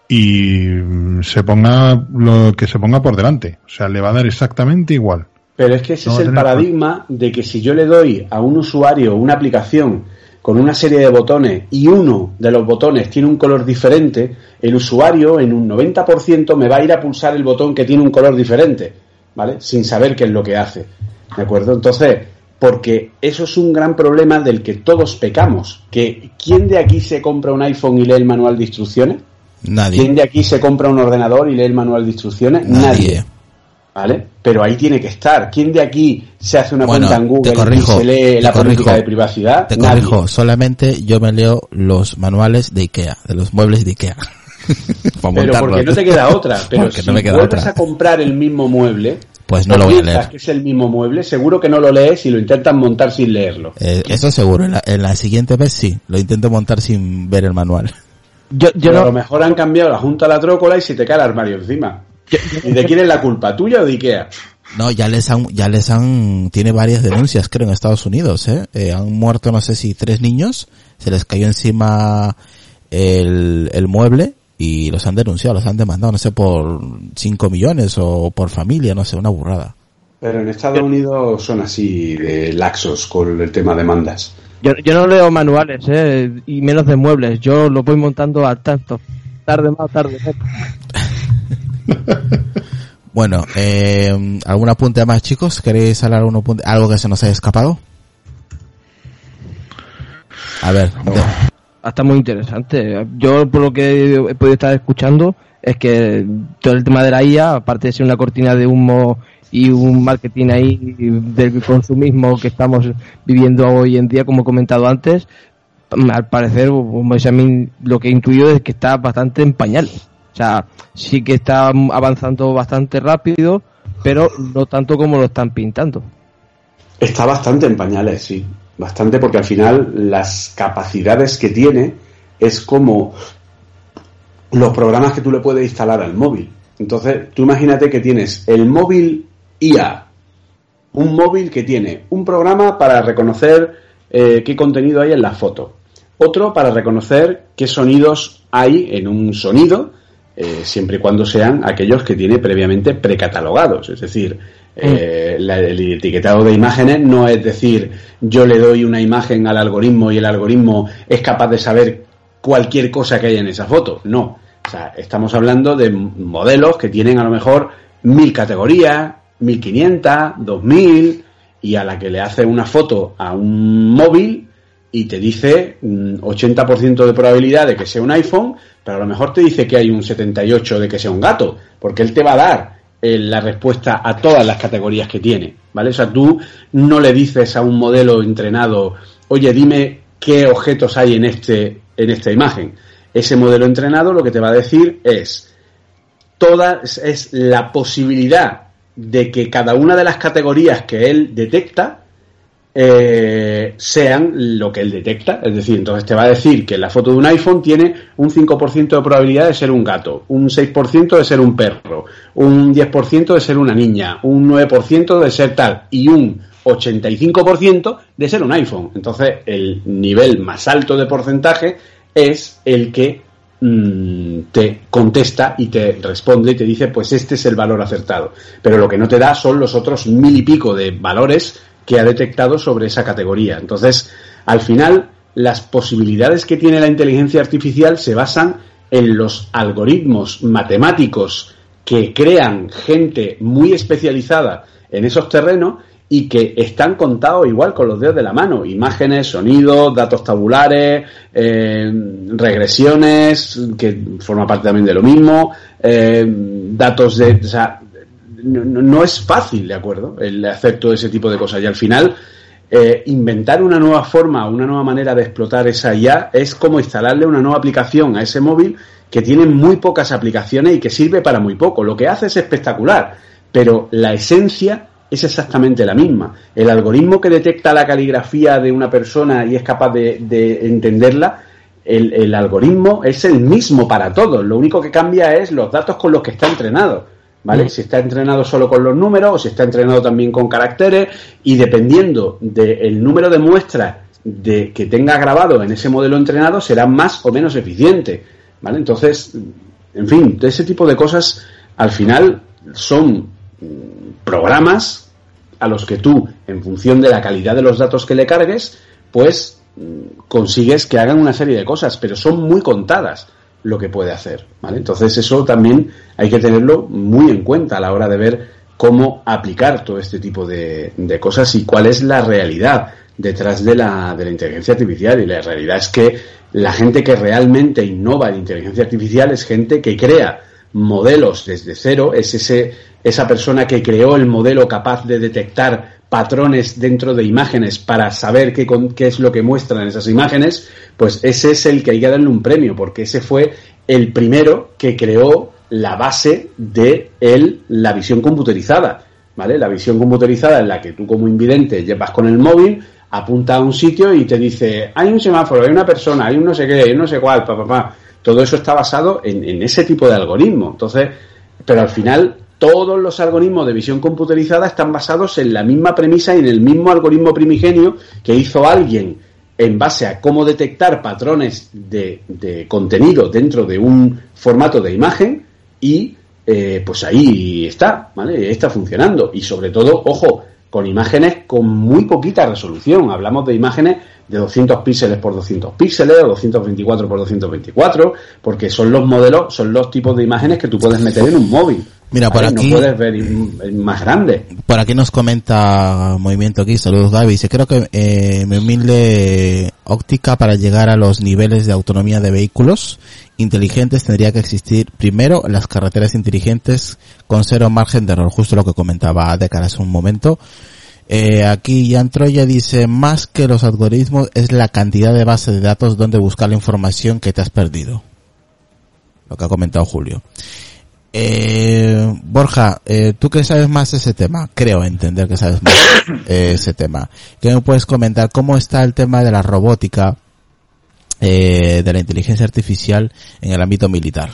y se ponga lo que se ponga por delante, o sea, le va a dar exactamente igual. Pero es que ese no es el paradigma de que si yo le doy a un usuario una aplicación con una serie de botones y uno de los botones tiene un color diferente, el usuario en un noventa por ciento me va a ir a pulsar el botón que tiene un color diferente, ¿vale? Sin saber qué es lo que hace, ¿de acuerdo? Entonces, porque eso es un gran problema del que todos pecamos, que ¿quién de aquí se compra un iPhone y lee el manual de instrucciones? Nadie. ¿Quién de aquí se compra un ordenador y lee el manual de instrucciones? Nadie. Nadie. ¿Vale? Pero ahí tiene que estar. ¿Quién de aquí se hace una bueno, cuenta en Google corrijo, y se lee la corrijo, política de privacidad? Te Nadie. corrijo, solamente yo me leo los manuales de IKEA, de los muebles de IKEA. Pero porque no te queda otra. Pero si no me queda vuelves otra. a comprar el mismo mueble, pues no lo voy a leer. Que es el mismo mueble, seguro que no lo lees y lo intentas montar sin leerlo. Eh, eso seguro. En la, en la siguiente vez sí, lo intento montar sin ver el manual. Yo, yo no... A lo mejor han cambiado la junta a la trócola y se te cae el armario encima. ¿Y de quién es la culpa? ¿Tuya o de IKEA? No, ya les han, ya les han, tiene varias denuncias, creo, en Estados Unidos, ¿eh? eh han muerto, no sé si tres niños, se les cayó encima el, el mueble y los han denunciado, los han demandado, no sé, por cinco millones o por familia, no sé, una burrada. Pero en Estados Unidos son así de laxos con el tema de demandas. Yo, yo no leo manuales, ¿eh? Y menos de muebles, yo lo voy montando al tanto, tarde más, tarde menos. Bueno, eh, ¿algún apunte más, chicos? ¿Queréis hablar algún apunte? ¿Algo que se nos haya escapado? A ver. De... Está muy interesante. Yo, por lo que he podido estar escuchando, es que todo el tema de la I A, aparte de ser una cortina de humo y un marketing ahí del consumismo que estamos viviendo hoy en día, como he comentado antes, al parecer, como a mí, lo que he intuido es que está bastante en pañales. O sea, sí que está avanzando bastante rápido, pero no tanto como lo están pintando. Está bastante en pañales, sí. Bastante, porque al final las capacidades que tiene es como los programas que tú le puedes instalar al móvil. Entonces, tú imagínate que tienes el móvil I A, un móvil que tiene un programa para reconocer eh, qué contenido hay en la foto, otro para reconocer qué sonidos hay en un sonido, Eh, siempre y cuando sean aquellos que tiene previamente precatalogados, es decir, eh, la, el etiquetado de imágenes no es decir, yo le doy una imagen al algoritmo y el algoritmo es capaz de saber cualquier cosa que haya en esa foto, no, sea, estamos hablando de modelos que tienen a lo mejor mil categorías, mil quinientas, dos mil, y a la que le hace una foto a un móvil y te dice ochenta por ciento de probabilidad de que sea un iPhone, pero a lo mejor te dice que hay un setenta y ocho por ciento de que sea un gato, porque él te va a dar eh, la respuesta a todas las categorías que tiene, ¿vale? O sea, tú no le dices a un modelo entrenado, oye, dime qué objetos hay en este en esta imagen. Ese modelo entrenado lo que te va a decir es toda es la posibilidad de que cada una de las categorías que él detecta eh, sean lo que él detecta. Es decir, entonces te va a decir que la foto de un iPhone tiene un cinco por ciento de probabilidad de ser un gato, un seis por ciento de ser un perro, un diez por ciento de ser una niña, un nueve por ciento de ser tal y un ochenta y cinco por ciento de ser un iPhone. Entonces el nivel más alto de porcentaje es el que mmm, te contesta y te responde y te dice, pues este es el valor acertado. Pero lo que no te da son los otros mil y pico de valores que ha detectado sobre esa categoría. Entonces, al final, las posibilidades que tiene la inteligencia artificial se basan en los algoritmos matemáticos que crean gente muy especializada en esos terrenos y que están contados igual con los dedos de la mano. Imágenes, sonidos, datos tabulares, eh, regresiones, que forma parte también de lo mismo, eh, datos de... O sea, no, no es fácil, ¿de acuerdo?, el hacer todo ese tipo de cosas. Y al final, eh, inventar una nueva forma, una nueva manera de explotar esa I A es como instalarle una nueva aplicación a ese móvil que tiene muy pocas aplicaciones y que sirve para muy poco. Lo que hace es espectacular, pero la esencia es exactamente la misma. El algoritmo que detecta la caligrafía de una persona y es capaz de, de entenderla, el, el algoritmo es el mismo para todos. Lo único que cambia es los datos con los que está entrenado, ¿vale? Mm. Si está entrenado solo con los números o si está entrenado también con caracteres, y dependiendo del número de muestras de que tenga grabado en ese modelo entrenado, será más o menos eficiente, ¿vale? Entonces, en fin, ese tipo de cosas al final son programas a los que tú, en función de la calidad de los datos que le cargues, pues consigues que hagan una serie de cosas, pero son muy contadas lo que puede hacer, ¿vale? Entonces eso también hay que tenerlo muy en cuenta a la hora de ver cómo aplicar todo este tipo de, de cosas y cuál es la realidad detrás de la, de la inteligencia artificial. Y la realidad es que la gente que realmente innova en inteligencia artificial es gente que crea modelos desde cero, es ese esa persona que creó el modelo capaz de detectar patrones dentro de imágenes para saber qué, qué es lo que muestran esas imágenes, pues ese es el que hay que darle un premio, porque ese fue el primero que creó la base de el, la visión computerizada, ¿vale? La visión computerizada en la que tú como invidente llevas con el móvil, apunta a un sitio y te dice, hay un semáforo, hay una persona, hay un no sé qué, hay un no sé cuál, pa, pa, pa. Todo eso está basado en, en ese tipo de algoritmo. Entonces, pero al final todos los algoritmos de visión computerizada están basados en la misma premisa y en el mismo algoritmo primigenio que hizo alguien en base a cómo detectar patrones de, de contenido dentro de un formato de imagen y eh, pues ahí está, ¿vale? Está funcionando. Y sobre todo, ojo, con imágenes con muy poquita resolución. Hablamos de imágenes de doscientos píxeles por doscientos píxeles o doscientos veinticuatro por doscientos veinticuatro, porque son los modelos, son los tipos de imágenes que tú puedes meter en un móvil. Mira, por aquí no puedes ver más grande. Por aquí nos comenta Movimiento aquí, saludos Gaby, dice, creo que eh, mi humilde óptica, para llegar a los niveles de autonomía de vehículos inteligentes tendría que existir primero las carreteras inteligentes con cero margen de error, justo lo que comentaba Decar hace un momento. Eh, aquí Jan Troya dice, más que los algoritmos es la cantidad de bases de datos donde buscar la información que te has perdido. Lo que ha comentado Julio. Eh, Borja, eh, tú que sabes más ese tema, creo entender que sabes más eh, ese tema. ¿Qué me puedes comentar? ¿Cómo está el tema de la robótica, eh, de la inteligencia artificial en el ámbito militar?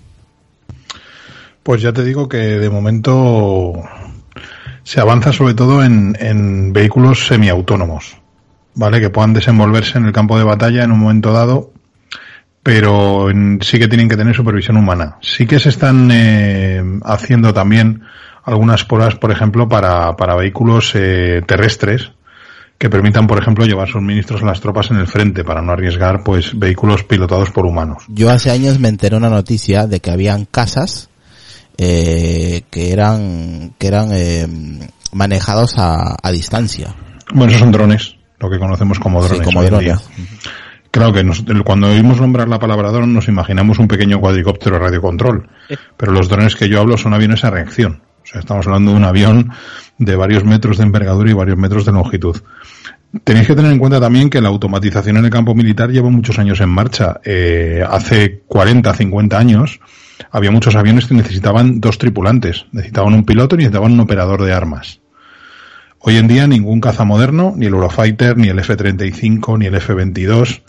Pues ya te digo que de momento se avanza sobre todo en, en vehículos semiautónomos, ¿vale? Que puedan desenvolverse en el campo de batalla en un momento dado, pero en, sí que tienen que tener supervisión humana. Sí que se están eh, haciendo también algunas pruebas, por ejemplo, para, para vehículos eh, terrestres que permitan, por ejemplo, llevar suministros a las tropas en el frente para no arriesgar, pues, vehículos pilotados por humanos. Yo hace años me enteré una noticia de que habían casas eh, que eran que eran eh, manejados a, a distancia. Bueno, esos son drones, lo que conocemos como drones. Sí, como drones. Claro que nos, cuando oímos nombrar la palabra dron nos imaginamos un pequeño cuadricóptero radiocontrol, pero los drones que yo hablo son aviones a reacción. O sea, estamos hablando de un avión de varios metros de envergadura y varios metros de longitud. Tenéis que tener en cuenta también que la automatización en el campo militar lleva muchos años en marcha. Eh, hace cuarenta, cincuenta años había muchos aviones que necesitaban dos tripulantes. Necesitaban un piloto y necesitaban un operador de armas. Hoy en día ningún caza moderno, ni el Eurofighter, ni el F treinta y cinco, ni el F veintidós,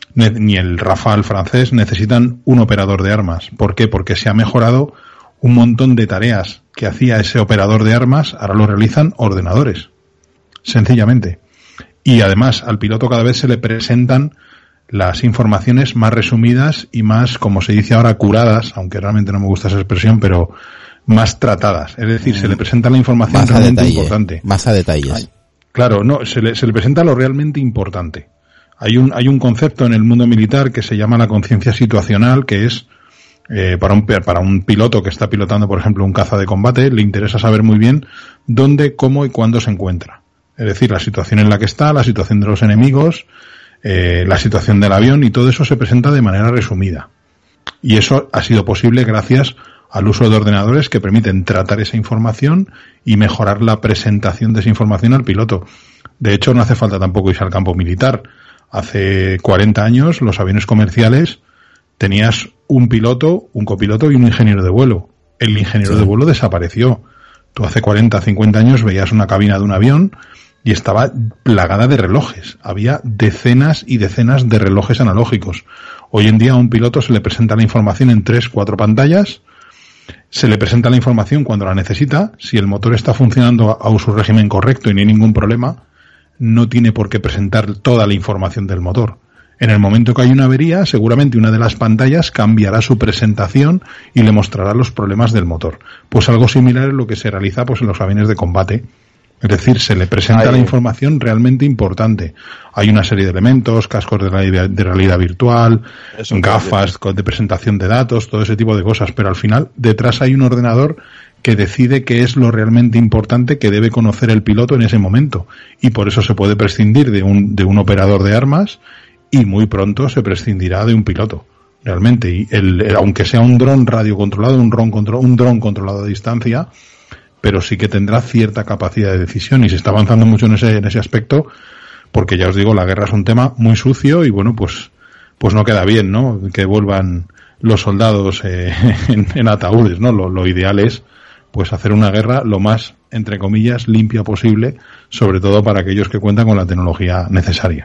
ni el Rafale francés necesitan un operador de armas. ¿Por qué? Porque se ha mejorado un montón de tareas que hacía ese operador de armas, ahora lo realizan ordenadores. Sencillamente. Y además al piloto cada vez se le presentan las informaciones más resumidas y más, como se dice ahora, curadas, aunque realmente no me gusta esa expresión, pero más tratadas. Es decir, mm. se le presenta la información más realmente detalle, importante. Más a detalles. Ay, claro, no, se le, se le presenta lo realmente importante. Hay un, hay un concepto en el mundo militar que se llama la conciencia situacional, que es eh, para un, para un piloto que está pilotando, por ejemplo, un caza de combate, le interesa saber muy bien dónde, cómo y cuándo se encuentra. Es decir, la situación en la que está, la situación de los enemigos, eh, la situación del avión, y todo eso se presenta de manera resumida. Y eso ha sido posible gracias al uso de ordenadores que permiten tratar esa información y mejorar la presentación de esa información al piloto. De hecho, no hace falta tampoco irse al campo militar. Hace cuarenta años, los aviones comerciales tenías un piloto, un copiloto y un ingeniero de vuelo. El ingeniero sí. de vuelo desapareció. Tú hace cuarenta, cincuenta años veías una cabina de un avión y estaba plagada de relojes. Había decenas y decenas de relojes analógicos. Hoy en día a un piloto se le presenta la información en tres, cuatro pantallas. Se le presenta la información cuando la necesita. Si el motor está funcionando a su régimen correcto y no hay ningún problema, no tiene por qué presentar toda la información del motor. En el momento que hay una avería, seguramente una de las pantallas cambiará su presentación y le mostrará los problemas del motor. Pues algo similar es lo que se realiza pues en los aviones de combate. Es decir, se le presenta Ay. la información realmente importante. Hay una serie de elementos, cascos de realidad, de realidad virtual, Eso gafas de presentación de datos, todo ese tipo de cosas. Pero al final, detrás hay un ordenador que decide qué es lo realmente importante que debe conocer el piloto en ese momento. Y por eso se puede prescindir de un, de un operador de armas y muy pronto se prescindirá de un piloto. Realmente. Y el, el, aunque sea un dron radiocontrolado, un dron, contro, un dron controlado a distancia, pero sí que tendrá cierta capacidad de decisión y se está avanzando mucho en ese, en ese aspecto, porque ya os digo, la guerra es un tema muy sucio y bueno, pues, pues no queda bien, ¿no? Que vuelvan los soldados eh, en, en ataúdes, ¿no? Lo, lo ideal es pues hacer una guerra lo más, entre comillas, limpia posible, sobre todo para aquellos que cuentan con la tecnología necesaria.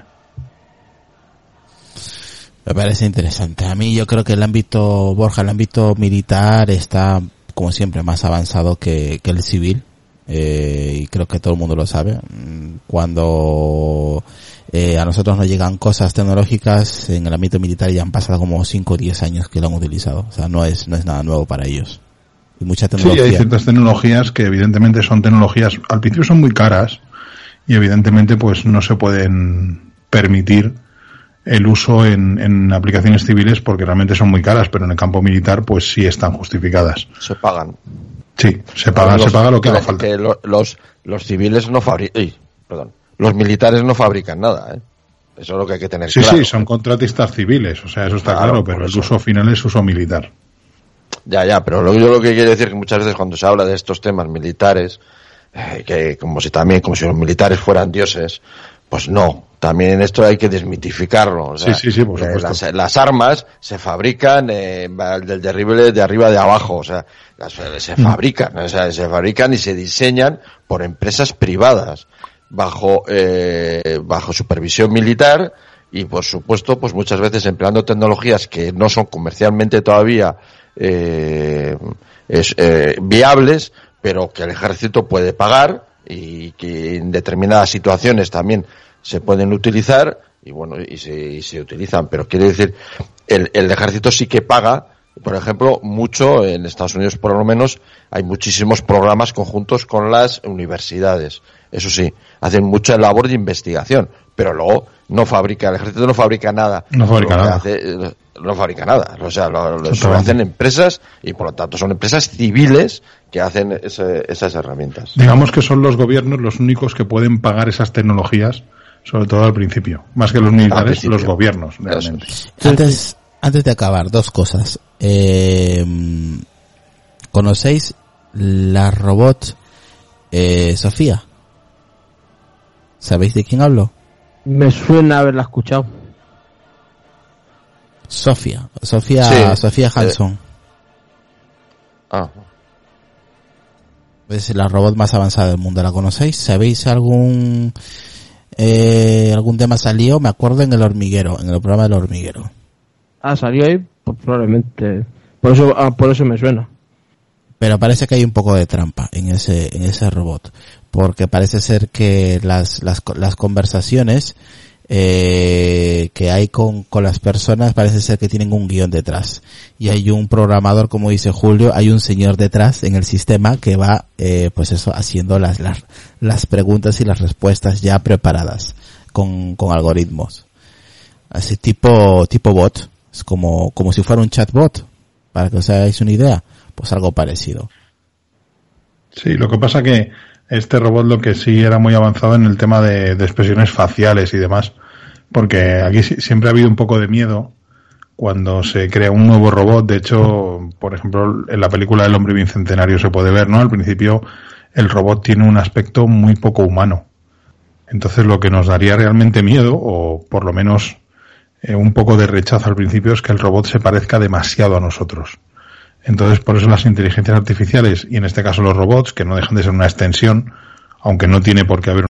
Me parece interesante. A mí yo creo que el ámbito, Borja, el ámbito militar está, como siempre, más avanzado que, que el civil. Eh, y creo que todo el mundo lo sabe. Cuando eh, a nosotros nos llegan cosas tecnológicas en el ámbito militar, ya han pasado como cinco o diez años que lo han utilizado. O sea, no es, no es nada nuevo para ellos. Y mucha tecnología. Sí, hay ciertas tecnologías que evidentemente son tecnologías, al principio son muy caras y evidentemente pues no se pueden permitir el uso en, en aplicaciones civiles porque realmente son muy caras, pero en el campo militar pues sí están justificadas. Se pagan. Sí, se paga, se paga lo que haga falta. Que los, los civiles no fabrican, perdón, los militares no fabrican nada, ¿eh? Eso es lo que hay que tener sí, claro. Sí, sí, son contratistas civiles, o sea, eso está claro, claro, pero el uso final es uso militar. Ya, ya, pero lo, yo lo que quiero decir es que muchas veces cuando se habla de estos temas militares, eh, que como si también, como si los militares fueran dioses, pues no, también esto hay que desmitificarlo. O sea, sí, sí, sí, por supuesto. Las, las armas se fabrican eh, del derrible de arriba de abajo, o sea, las, se fabrican, o sea, se fabrican y se diseñan por empresas privadas bajo eh, bajo supervisión militar y por supuesto, pues muchas veces empleando tecnologías que no son comercialmente todavía eh, es, eh, viables, pero que el ejército puede pagar y que en determinadas situaciones también se pueden utilizar y bueno, y se, y se utilizan, pero quiere decir, el, el ejército sí que paga, por ejemplo, mucho en Estados Unidos por lo menos, hay muchísimos programas conjuntos con las universidades. Eso sí, hacen mucha labor de investigación, pero luego no fabrica, el ejército no fabrica nada. No fabrica lo que nada. Hace, no fabrica nada. O sea, lo, lo, lo hacen empresas y por lo tanto son empresas civiles que hacen ese, esas herramientas. Digamos que son los gobiernos los únicos que pueden pagar esas tecnologías, sobre todo al principio. Más que los militares, los gobiernos, realmente. Antes, antes de acabar, dos cosas. Eh, ¿Conocéis la robot eh, Sofía? ¿Sabéis de quién hablo? Me suena haberla escuchado. Sofía, Sofía, Sí, Sofía Hanson. Eh. Ah. Es la robot más avanzada del mundo. ¿La conocéis? ¿Sabéis algún eh, algún tema salió? Me acuerdo en El Hormiguero, en el programa del Hormiguero. Ah, salió ahí, pues probablemente. Por eso, ah, por eso me suena. Pero parece que hay un poco de trampa en ese en ese robot, porque parece ser que las las las conversaciones eh, que hay con con las personas parece ser que tienen un guión detrás, y hay un programador, como dice Julio, hay un señor detrás en el sistema que va eh, pues eso, haciendo las las las preguntas y las respuestas ya preparadas con con algoritmos, así tipo tipo bot, es como como si fuera un chatbot, para que os hagáis una idea. Pues algo parecido. Sí, lo que pasa que este robot lo que sí era muy avanzado en el tema de, de expresiones faciales y demás, porque aquí sí, siempre ha habido un poco de miedo cuando se crea un nuevo robot. De hecho, por ejemplo, en la película El hombre bicentenario se puede ver, ¿no? Al principio el robot tiene un aspecto muy poco humano. Entonces lo que nos daría realmente miedo, o por lo menos eh, un poco de rechazo al principio, es que el robot se parezca demasiado a nosotros. Entonces, por eso las inteligencias artificiales, y en este caso los robots, que no dejan de ser una extensión, aunque no tiene por qué haber